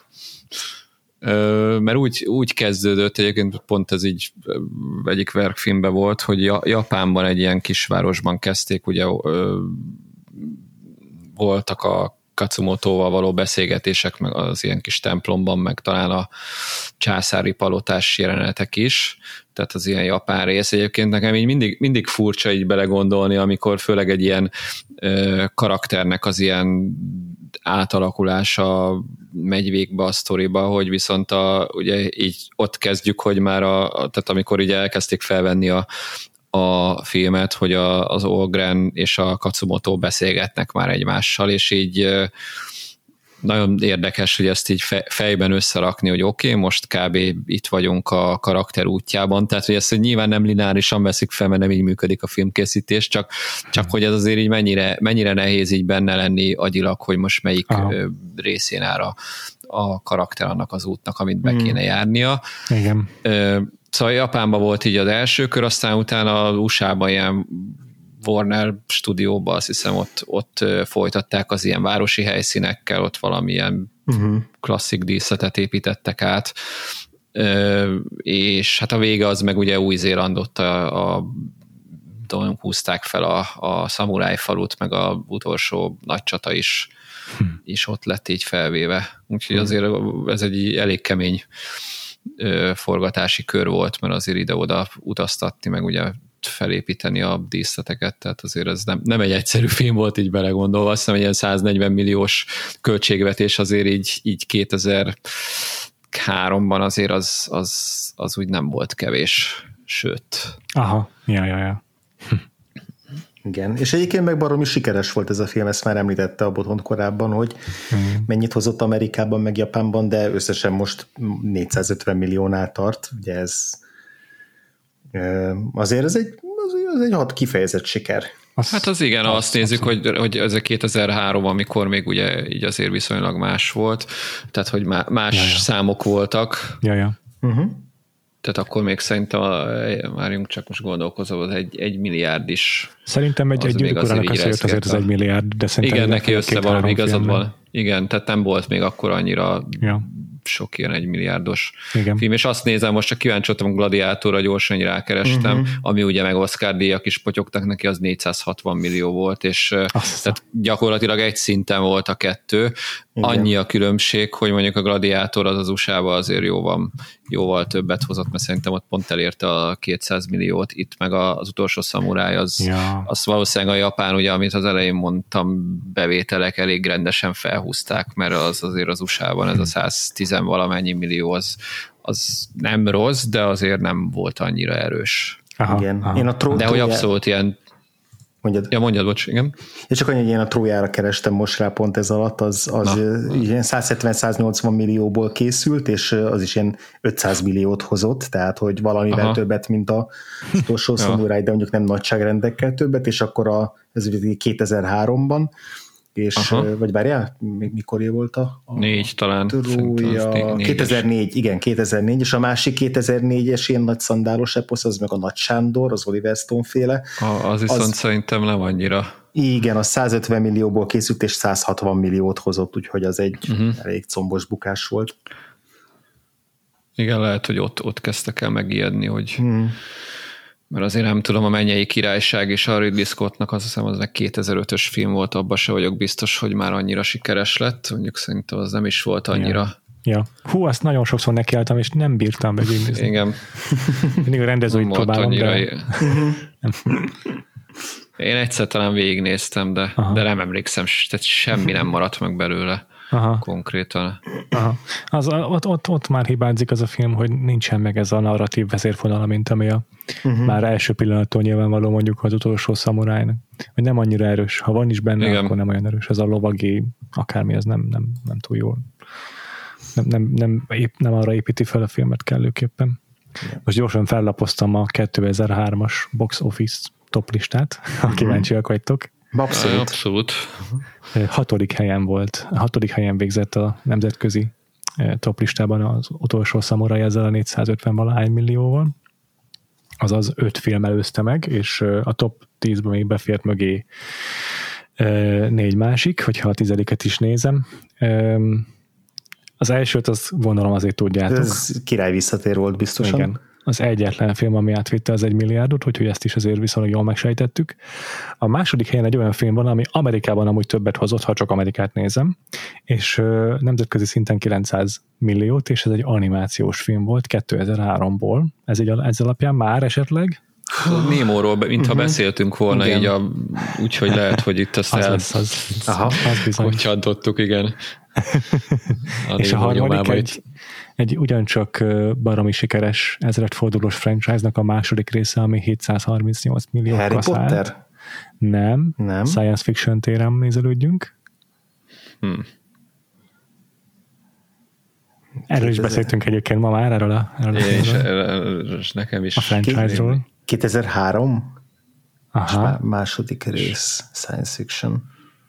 Ö, mert úgy, úgy kezdődött, egyébként pont ez így egyik verkfilmben volt, hogy Japánban egy ilyen kisvárosban kezdték, ugye ö, voltak a Katsumotóval való beszélgetések, meg az ilyen kis templomban, meg talán a császári palotás jelenetek is, tehát az ilyen japán rész. Egyébként nekem így mindig, mindig furcsa így belegondolni, amikor főleg egy ilyen ö, karakternek az ilyen átalakulása megy végbe a sztoriba, hogy viszont a, ugye így ott kezdjük, hogy már a, tehát amikor így elkezdték felvenni a a filmet, hogy a, az Olgren és a Katsumoto beszélgetnek már egymással, és így nagyon érdekes, hogy ezt így fejben összerakni, hogy oké, okay, most kb. Itt vagyunk a karakter útjában, tehát hogy ezt hogy nyilván nem lineárisan veszik fel, mert nem így működik a filmkészítés, csak, csak hogy ez azért így mennyire, mennyire nehéz így benne lenni agyilag, hogy most melyik Aha. részén áll a, a karakter annak az útnak, amit be kéne járnia. Igen. Szóval Japánban volt így az első kör, aztán utána az u es á-ban ilyen Warner stúdióban, azt hiszem ott, ott folytatták az ilyen városi helyszínekkel, ott valamilyen uh-huh. klasszik díszletet építettek át, és hát a vége az meg ugye Új-Zélandot a, a húzták fel a, a szamuráj falut, meg a utolsó nagy csata is, hmm. is ott lett így felvéve. Úgyhogy azért ez egy elég kemény forgatási kör volt, mert azért ide-oda utaztatni, meg ugye felépíteni a díszleteket, tehát azért ez nem, nem egy egyszerű film volt így belegondolva, azt hiszem, egy ilyen száznegyven milliós költségvetés azért így, így kétezer-háromban azért az, az, az úgy nem volt kevés, sőt. Aha, ja, ja, ja. Igen, és egyébként meg baromi sikeres volt ez a film, ezt már említette a Botont korábban, hogy hmm. mennyit hozott Amerikában, meg Japánban, de összesen most négyszázötven milliónál tart, ugye ez azért ez egy, az egy hat kifejezett siker. Azt, hát az igen, azt, azt nézzük, hogy, hogy ez a kétezer-három, amikor még ugye így azért viszonylag más volt, tehát hogy más Jaja. számok voltak. Jaja. Uh-huh. Tehát akkor még szerintem, várjunk csak most gondolkozom, az egy, egy milliárd is. Szerintem egy, egy gyűrűkorának összejött azért az egy milliárd, de szerintem... Igen, neki össze valami igazad van. Igen, tehát nem volt még akkor annyira... Ja. sok ilyen egy milliárdos Igen. film, és azt nézem, most csak kíváncsi voltam a Gladiátorra, gyorsan rákerestem, uh-huh. ami ugye meg Oscar díjak is potyogtak neki, az négyszázhatvan millió volt, és tehát gyakorlatilag egy szinten volt a kettő. Igen. Annyi a különbség, hogy mondjuk a Gladiátor az az u es á-ban azért jóval, jóval többet hozott, mert szerintem ott pont elérte a kétszáz milliót, itt meg az utolsó szamuráj, az, ja. az valószínűleg a japán, ugye, amit az elején mondtam, bevételek elég rendesen felhúzták, mert az azért az u es á-ban ez a száztíz valamennyi millió, az, az nem rossz, de azért nem volt annyira erős. Aha, igen. Aha. Én a tró- de hogy abszolút ilyen Mondjad. Ja, mondjad, bocs, igen. És csak annyi, hogy én a Trójára kerestem most rá pont ez alatt, az, az ilyen száz hetven száz nyolcvan millióból készült, és az is ilyen ötszáz milliót hozott, tehát hogy valamivel Aha. többet, mint a utolsó szamuráj, de mondjuk nem nagyságrendekkel többet, és akkor a, ez kétezer-háromban, és, Aha. vagy várjál, mikor volt a, a négy talán. Trója, kétezer-négy, igen, kétezer-négy, és a másik kétezer-négyes ilyen nagy szandálos eposz, az meg a Nagy Sándor, az Oliver Stone féle. A, az viszont az, szerintem nem annyira. Igen, az százötven millióból készült, és száz hatvan milliót hozott, úgyhogy az egy uh-huh. elég combos bukás volt. Igen, lehet, hogy ott, ott kezdtek el megijedni, hogy hmm. mert azért nem tudom, a Mennyei Királyság és a Ridley Scottnak azt hiszem, az egy kétezer-ötös film volt, abban se vagyok biztos, hogy már annyira sikeres lett, mondjuk szerintem az nem is volt annyira. Ja. Ja. Hú, azt nagyon sokszor nekiálltam, és nem bírtam megnézni. Igen. Mindig a rendezőit próbálom, annyira de... Én egyszer talán végignéztem, de, de nem emlékszem, tehát semmi nem maradt meg belőle. Aha. Konkrétan. Aha. Az, ott, ott, ott már hibázik az a film, hogy nincsen meg ez a narratív vezérfonala, mint ami a uh-huh. már első pillanattól nyilvánvaló mondjuk az utolsó szamurájnak. Hogy nem annyira erős. Ha van is benne, Igen. akkor nem olyan erős. Ez a lovagi, akármi, az nem, nem, nem túl jól. Nem, nem, nem, épp, nem arra építi fel a filmet kellőképpen. Igen. Most gyorsan fellapoztam a kétezer-hármas box office top listát, ha kíváncsiak vagytok. Abszolút. Abszolút. Hatodik helyen volt, hatodik helyen végzett a nemzetközi top listában az utolsó szamuráj ezzel a négyszázötven valahány millióval. Azaz öt film előzte meg, és a top tízben még befért mögé négy másik, hogyha a tizediket is nézem. Az elsőt, azt gondolom azért tudjátok. Ez király visszatér volt biztosan. Igen. Az egyetlen film, ami átvitte az egy milliárdot, úgyhogy ezt is azért viszonylag jól megsejtettük. A második helyen egy olyan film van, ami Amerikában amúgy többet hozott, ha csak Amerikát nézem, és uh, nemzetközi szinten kilencszáz milliót, és ez egy animációs film volt kétezer-háromból. Ez egy, ez alapján már esetleg? Némóról, mintha uh-huh. beszéltünk volna, igen. így a, úgyhogy lehet, hogy itt ezt az el... lesz, az, Aha. az bizony. Kocsantottuk, igen. A és a harmadik egy, egy ugyancsak baromi sikeres ezredfordulós franchise-nak a második része, ami hétszázharmincnyolc millió Harry kaszált. Potter? Nem. Nem. Science fiction téren nézelődjünk. Hmm. Erről is beszéltünk egyébként ma már, erről a, erről és, és nekem is. A franchise-ról. kétezer-három Aha. második rész science fiction.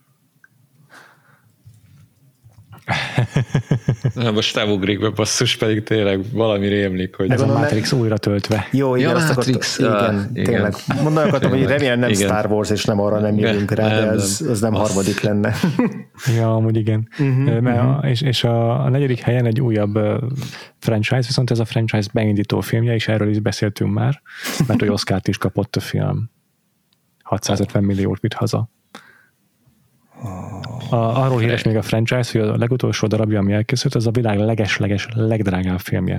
Na, most távugrik be, basszus, pedig tényleg valami rémlik, hogy... Ez a Matrix ne... újra töltve. Jó, igen, ja, azt Matrix, akart, igen, igen, tényleg. Mondani akartam, hogy remélem nem igen. Star Wars, és nem arra nem jövünk rá, nem, de ez, ez nem az... harmadik lenne. Ja, amúgy igen. Uh-huh, Mert uh-huh. A, és, és a, a negyedik helyen egy újabb uh, franchise, viszont ez a franchise beindító filmje, és erről is beszéltünk már, mert hogy Oscart is kapott a film. hatszázötven milliót vitt haza. A, arról híres még a franchise, hogy a legutolsó darabja, ami elkészült, az a világ leges-leges legdrágább filmje.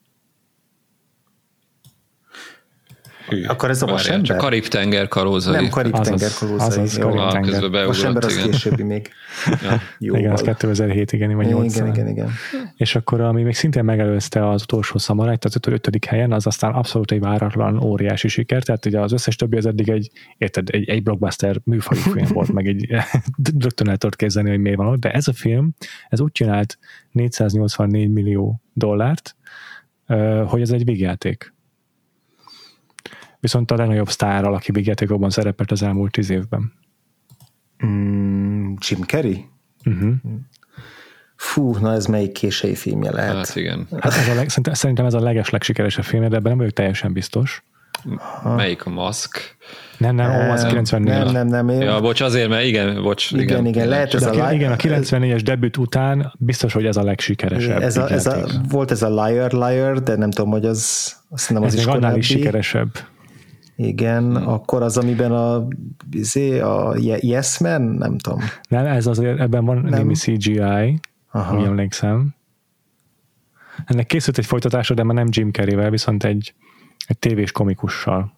Hű, akkor ez a Vasember? Csak Karib-tenger kalózai. Nem, Karib-tenger kalózai. Az Karib-tenger. Vasember az későbbi még. Ja. Jó, igen, az kétezer-hét, igen, vagy nyolc. Igen, igen, igen. És akkor, ami még szintén megelőzte az utolsó szamurájt, tehát az ötödik helyen, az aztán abszolút egy váratlan óriási siker, tehát ugye az összes többi az eddig egy, érted, egy, egy blockbuster műfajú film volt, meg egy rögtön el tudod képzelni, hogy miért van ott, de ez a film, ez úgy csinált négyszáznyolcvannégy millió dollárt, hogy ez egy vígjáték. Viszont a legnagyobb sztárral, aki vígjátékokban szerepelt az elmúlt tíz évben. Mm, Jim Carrey? Uh-huh. Fú, na ez melyik késői filmje lehet? Hát igen. Hát ez a leg, szerintem ez a leges legsikeresebb filmje, de ebben nem vagyok teljesen biztos. Ha. Melyik a Mask? Nem, nem, nem, az kilencvennégy. Nem, nem, nem. Én... Ja, bocs, azért, mert igen, bocs. Igen, igen, igen lehet ez a... a igen, a kilencvennégyes debüt után biztos, hogy ez a legsikeresebb. Ez a, ez a, volt ez a Liar, Liar, de nem tudom, hogy az... Azt nem az ez is még annál is sikeresebb. Igen, hmm. akkor az, amiben a, a Yes Man, nem tudom. Nem, ez azért, ebben van nem. némi cé gé í, Aha. úgy emlékszem. Ennek készült egy folytatása, de már nem Jim Carreyvel, viszont egy, egy tévés komikussal.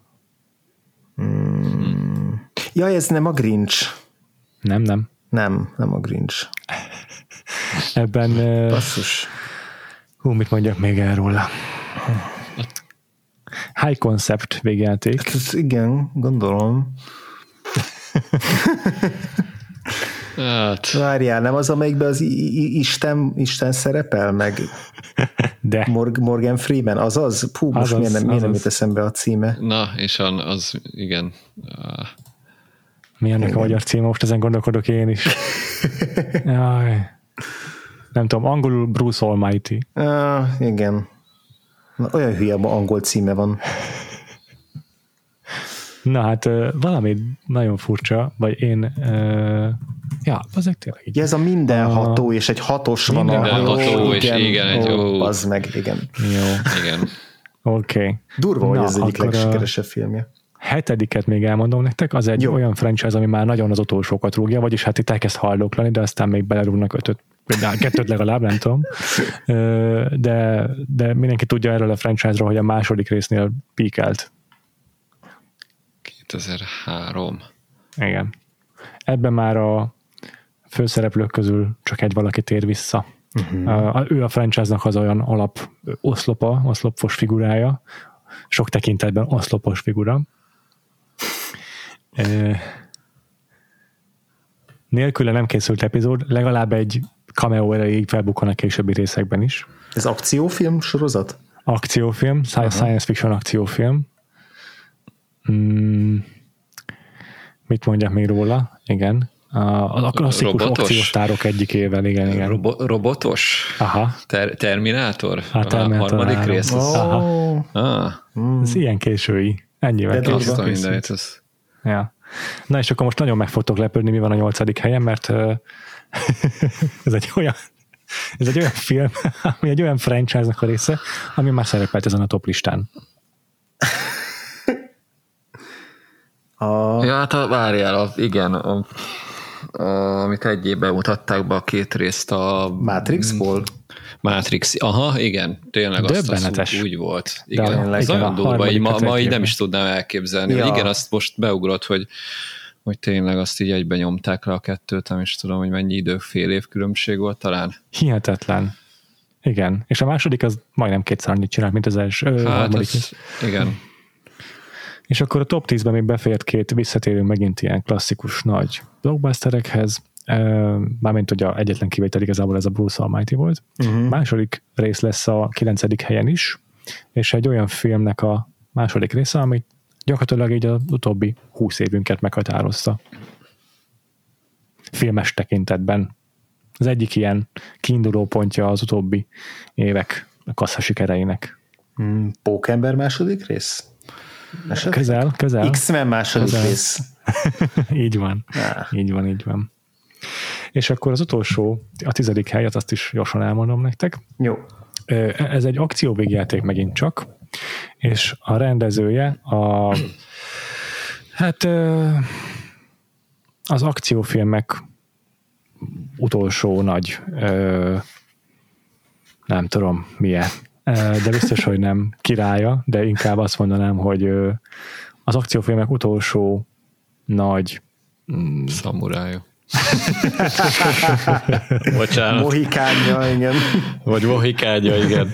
Hmm. Ja, ez nem a Grinch. Nem, nem. Nem, nem a Grinch. Ebben... Basszus. Hú, mit mondjak még el róla? High concept végjáték. Hát igen, gondolom. Hát. Várjál, nem az, amelyikben az Isten, Isten szerepel meg? De. Morgan Freeman, az az? Pú, most az miért nem, miért nem jut eszembe a címe? Na, és az, igen. Mi ennek a magyar címe? Most ezen gondolkodok én is. Jaj. Nem tudom, angolul Bruce Almighty. Ah, igen. Na, olyan hülye angol címe van. Na hát valami nagyon furcsa, vagy én uh, ja, azok tényleg így. Ja, ez a mindenható, a... és egy hatos van. Mindenható, és igen, igen egy jó. Az meg, igen. Jó. Igen. Oké. Okay. Durva, hogy ez egyik legsikeresebb filmje. Hetediket még elmondom nektek, az egy jó. Olyan franchise, ami már nagyon az utolsókat rúgja, vagyis hát itt elkezd haldoklani, de aztán még belerúgnak ötöt, kettőt legalább, nem tudom. De, de mindenki tudja erről a franchise-ról, hogy a második résznél píkelt. kétezer-három. Igen. Ebben már a főszereplők közül csak egy valaki tér vissza. Uh-huh. A, ő a franchise-nak az olyan alap oszlopa, oszlopos figurája, sok tekintetben oszlopos figura. Nélküle nem készült epizód, legalább egy cameo erejéig felbukkan a későbbi részekben is. Ez akciófilm sorozat? Akciófilm, uh-huh. science fiction akciófilm. Hmm. Mit mondjak még róla? Igen. A, a klasszikus akciósztárok egyikével, igen, igen. Robo, robotos? Aha. Ter, Terminátor? A Terminátor a harmadik rész? Oh. Aha. Ah. Mm. Ez ilyen késői. Ennyivel később készült. Ez. Ja. Na és akkor most nagyon meg fogtok lepődni, mi van a nyolcadik helyen, mert ez egy olyan ez egy olyan film, ami egy olyan franchise-nak a része, ami már szerepelt ezen a top listán. A... Ja, hát a, várjál, a, igen, a, a, amit egy évben mutatták be a két részt a... Matrixból? Matrix, aha, igen, tényleg azt, azt úgy volt. Igen, ez olyan durva, így ma, ma így nem is tudnám elképzelni. Ja. Igen, azt most beugrott, hogy, hogy tényleg azt így egyben nyomták le a kettőt, nem is tudom, hogy mennyi idő, fél év különbség volt talán. Hihetetlen. Igen, és a második az majdnem kétszer annyit csinált, mint az első. Hát az, igen. És akkor a top tízben még befért két, visszatérünk megint ilyen klasszikus nagy blockbusterekhez, mármint ugye egyetlen kivétel igazából ez a Bruce Almighty volt. Uh-huh. Második rész lesz a kilencedik helyen is, és egy olyan filmnek a második része, ami gyakorlatilag így az utóbbi húsz évünket meghatározta. Filmes tekintetben. Az egyik ilyen kiinduló pontja az utóbbi évek kassza sikereinek. Mm, Pókember második rész? Esetleg? Közel, közel. X-Men második közel. Rész. Így van. Ah. Így van, így van. És akkor az utolsó, a tizedik helyet, azt is gyorsan elmondom nektek. Jó. Ez egy akcióvégjáték megint csak, és a rendezője a hát az akciófilmek utolsó nagy nem tudom milyen, de biztos, hogy nem királya, de inkább azt mondanám, hogy az akciófilmek utolsó nagy szamurája. Bocsánat. Mohikánja, igen. Vagy mohikánja, igen.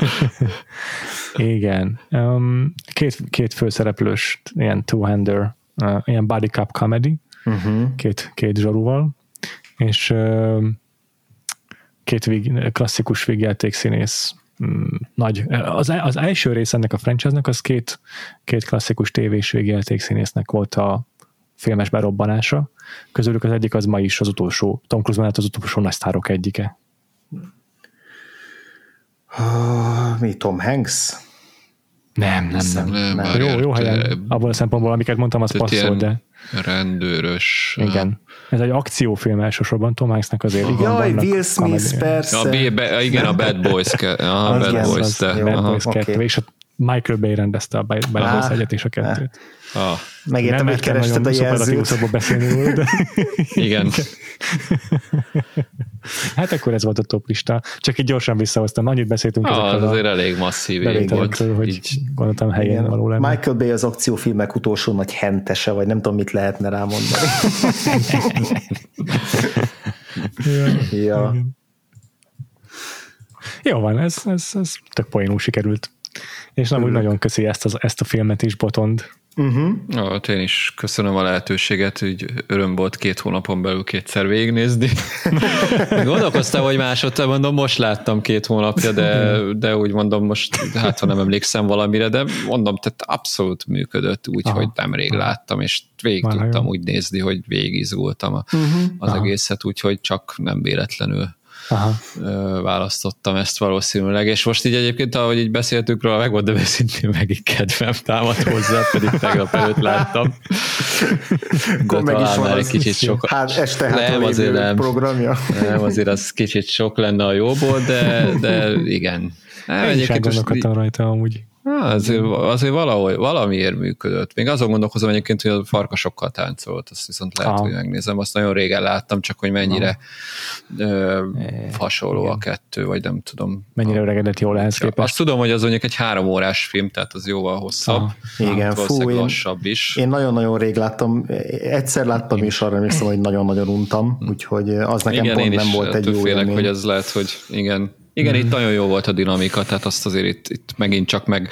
Igen. Um, két, két főszereplős, ilyen two-hander, uh, ilyen body cup comedy, uh-huh. két, két zsaruval, és uh, két vég, klasszikus végjátékszínész um, nagy. Az, az első rész ennek a franchise-nak az két, két klasszikus tévés végjátékszínésznek volt a filmes berobbanása. Közülük az egyik az ma is az utolsó, Tom Cruise mellett az utolsó nagy sztárok egyike. Uh, mi, Tom Hanks? Nem, nem, nem. nem, nem. Jó, jó helyen. Abból a szempontból, amiket mondtam, az passzol, de... Rendőrös. Igen. Ez egy akciófilm elsősorban, Tom Hanksnek azért. Igen, jaj, Will Smith, persze. A B, be, igen, a Bad Boys. A Bad Boys. Bad Boys kettő, és a Michael Bay rendezte a Bad Boys egyet és a kettőt. Ah. Megértem, hogy kerested a jelzőt. beszélni róla, de... Igen. Hát akkor ez volt a top lista. Csak így gyorsan visszahoztam. Annyit beszéltünk ah, ezekről azért a elég masszív év volt. Hogy így gondoltam helyén igen, való lenne. Michael Bay az akciófilmek utolsó nagy hentese, vagy nem tudom, mit lehetne rámondani. ja. ja. Jó van, ez, ez, ez tök poénul sikerült. És nem úgy nagyon köszi ezt, az, ezt a filmet is, Botond. Uh-huh. Ah, én is köszönöm a lehetőséget, hogy öröm volt két hónapon belül kétszer végignézni. Gondolkoztam, hogy másodszor mondom, most láttam két hónapja, de, de úgy mondom most, hát ha nem emlékszem valamire, de mondom, tehát abszolút működött úgy, aha, hogy nemrég láttam, és végig már tudtam jó úgy nézni, hogy végigizgultam a, uh-huh. az aha. egészet, úgyhogy csak nem véletlenül aha. választottam ezt valószínűleg, és most így egyébként, ahogy így beszéltünk róla, meg volt, de őszintén megint kedvem támad hozzá, pedig tegnap előtt láttam. Akkor meg is van egy kicsit sok. Hát este hát nem, azért nem, programja. Nem, azért az kicsit sok lenne a jóból, de, de igen. Nem, én is elgondolkodtam rajta amúgy. Azért, azért valahol, valamiért működött. Még azon gondolkozom egyébként, hogy a farkasokkal táncolt, azt viszont lehet, ah. hogy megnézem. Azt nagyon régen láttam, csak hogy mennyire ah. ö, hasonló igen. a kettő, vagy nem tudom. Mennyire öregedett jól ehhez képest. Azt tudom, hogy az mondjuk egy három órás film, tehát az jóval hosszabb. Ah. Igen, fú, én, lassabb is. Én nagyon-nagyon rég láttam. Egyszer láttam én is, arra emlékszem, hogy nagyon-nagyon untam, úgyhogy az nekem igen, pont nem volt egy jó élmény. Hogy az lehet, hogy igen, Igen, mm. itt nagyon jó volt a dinamika, tehát azt azért itt, itt megint csak meg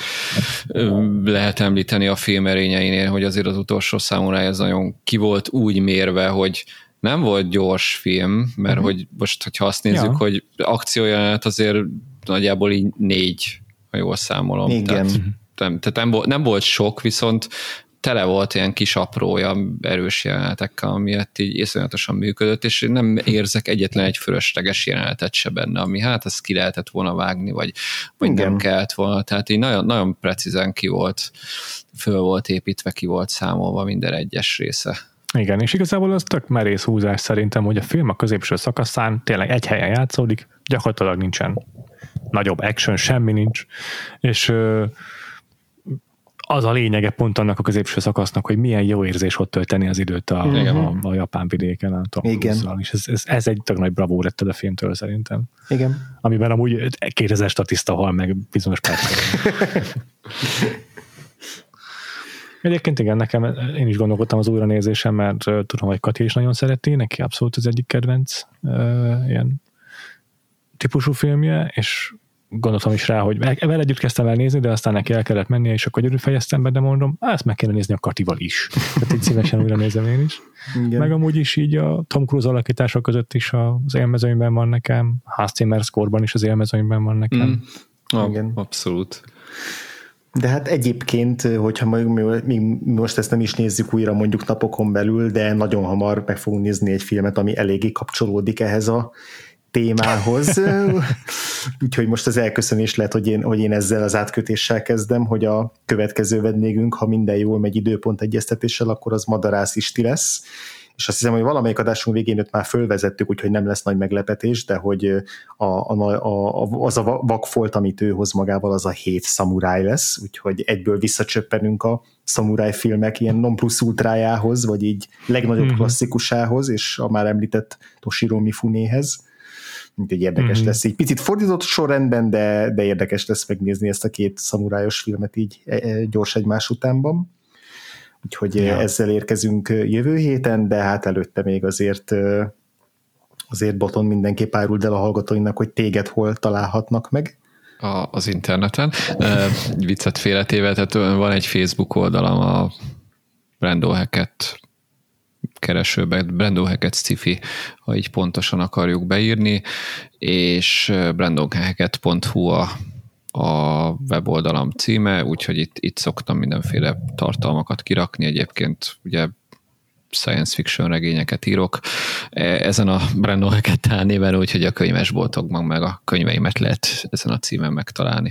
lehet említeni a film erényeinél, hogy azért az utolsó szamuráj ez nagyon ki volt úgy mérve, hogy nem volt gyors film, mert mm. hogy most, hogyha azt nézzük, ja. hogy akciójelenet azért nagyjából így négy, ha jól számolom. Igen. Tehát, nem, tehát nem, volt, nem volt sok, viszont tele volt ilyen kis aprója, erős jelenetekkel, amiért így iszonyatosan működött, és én nem érzek egyetlen egy fölösleges jelenetet se benne, ami hát ezt ki lehetett volna vágni, vagy, vagy nem kellett volna. Tehát így nagyon, nagyon precízen ki volt, föl volt építve, ki volt számolva minden egyes része. Igen, és igazából az tök merész húzás szerintem, hogy a film a középső szakaszán tényleg egy helyen játszódik, gyakorlatilag nincsen nagyobb action, semmi nincs, és az a lényege pont annak a középső szakasznak, hogy milyen jó érzés ott tölteni az időt a, a, a japán vidéken, a Tom Cruise-zal. És ez, ez, ez egy tök nagy bravúr ettől a filmtől szerintem. Igen. Amiben amúgy kétezer statiszta hal meg bizonyos percben. Egyébként igen, nekem én is gondolkodtam az újranézésen, mert uh, tudom, hogy Kati is nagyon szereti, neki abszolút az egyik kedvenc uh, ilyen típusú filmje, és gondoltam is rá, hogy vele együtt kezdtem el nézni, de aztán neki el kellett mennie, és akkor gyűrű fejeztem be, de mondom, á, ezt meg kéne nézni a Katival is. Tehát így szívesen újra nézem én is. Igen. Meg amúgy is így a Tom Cruise alakítások között is az élmezőnyben van nekem, Hans Zimmer score-ban is az élmezőnyben van nekem. Mm. Ah, igen. Abszolút. De hát egyébként, hogyha mi, mi most ezt nem is nézzük újra mondjuk napokon belül, de nagyon hamar meg fogunk nézni egy filmet, ami eléggé kapcsolódik ehhez a témához. Úgyhogy most az elköszönés lehet, hogy én, hogy én ezzel az átkötéssel kezdem, hogy a következő vendégünk, ha minden jól megy időpont egyeztetéssel, akkor az Madarász Isti lesz. És azt hiszem, hogy valamelyik adásunk végén őt már fölvezettük, úgyhogy nem lesz nagy meglepetés, de hogy a, a, a, az a vakfolt, amit ő hoz magával, az a hét szamuráj lesz, úgyhogy egyből visszacsöppenünk a szamuráj filmek ilyen non plus ultrájához, vagy így legnagyobb mm-hmm. klasszikusához, és a már említett Toshiro Mifunéhez. Úgyhogy érdekes mm-hmm. lesz így. Picit fordított sorrendben, de, de érdekes lesz megnézni ezt a két szamurájos filmet így gyors egymás utánban. Úgyhogy ja. ezzel érkezünk jövő héten, de hát előtte még azért azért Boton mindenképp áruld el a hallgatóinak, hogy téged hol találhatnak meg. A, az interneten. E, viccet félretéve, tehát van egy Facebook oldalam, a Brando Hackett keresőbe, Brando Hackett sci-fi, ha így pontosan akarjuk beírni, és brandon hackett pont hu a a weboldalam címe, úgyhogy itt, itt szoktam mindenféle tartalmakat kirakni, egyébként ugye science fiction regényeket írok ezen a Brandon Hackett néven, úgyhogy a könyvesboltokban meg a könyveimet lehet ezen a címen megtalálni.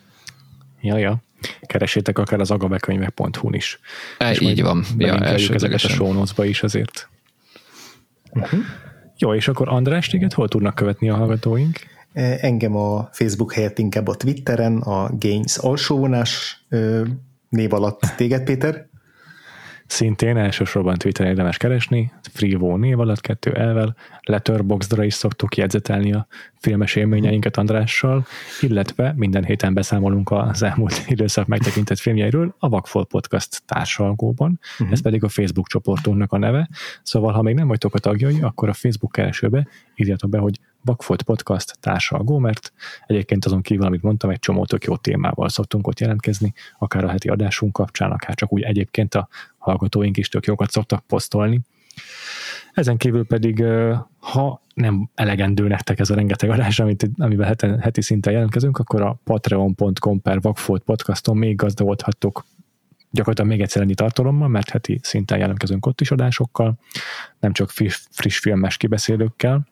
Ja, ja. Keresétek akár az agavekönyvek pont hu-n is. E, így van. Ja, ezeket a show notes-ba is azért. Uh-huh. Jó, és akkor András, téged hol tudnak követni a hallgatóink? Engem a Facebook helyett inkább a Twitteren, a Gains alsóvonás név alatt. Téged, Péter? Szintén elsősorban Twitteren érdemes keresni, Freevo név alatt, kettő elvel, Letterboxdra is szoktuk jegyzetelni a filmes élményeinket Andrással, illetve minden héten beszámolunk az elmúlt időszak megtekintett filmjeiről a Vakfolt Podcast társalgóban, uh-huh. ez pedig a Facebook csoportunknak a neve, szóval ha még nem vagytok a tagjai, akkor a Facebook keresőbe írjatok be, hogy Vakfolt Podcast társalgó, mert egyébként azon kívül, amit mondtam, egy csomó tök jó témával szoktunk ott jelentkezni, akár a heti adásunk kapcsán, akár csak úgy egyébként a hallgatóink is tök jókat szoktak posztolni. Ezen kívül pedig, ha nem elegendő nektek ez a rengeteg adás, amit, amivel heti, heti szinten jelentkezünk, akkor a patreon pont com per Vakfolt Podcaston még gazdagodhattok gyakorlatilag még egyszer ennyi tartalommal, mert heti szinten jelentkezünk ott is adásokkal, nem csak friss, friss filmes kibeszélőkkel.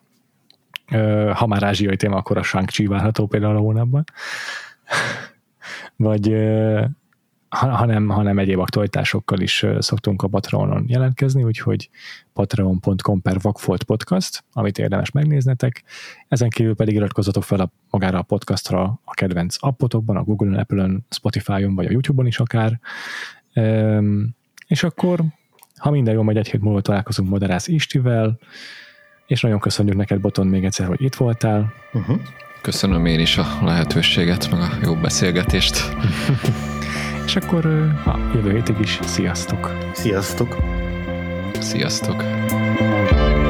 Ha már ázsiai téma, akkor a Shang-Chi várható például a hónapban. Vagy hanem, hanem egyéb aktualitásokkal is szoktunk a Patreonon jelentkezni, úgyhogy patreon pont com per Vakfolt Podcast, amit érdemes megnéznetek. Ezen kívül pedig iratkozzatok fel a, magára a podcastra a kedvenc appotokban, a Google-on, Apple-on, Spotify-on, vagy a YouTube-on is akár. Üm, és akkor, ha minden jól megy, egy hét múlva találkozunk Madarász Istivel, és nagyon köszönjük neked, Boton, még egyszer, hogy itt voltál. Uh-huh. Köszönöm én is a lehetőséget, meg a jó beszélgetést. És akkor a jövő hétig is sziasztok! Sziasztok! Sziasztok!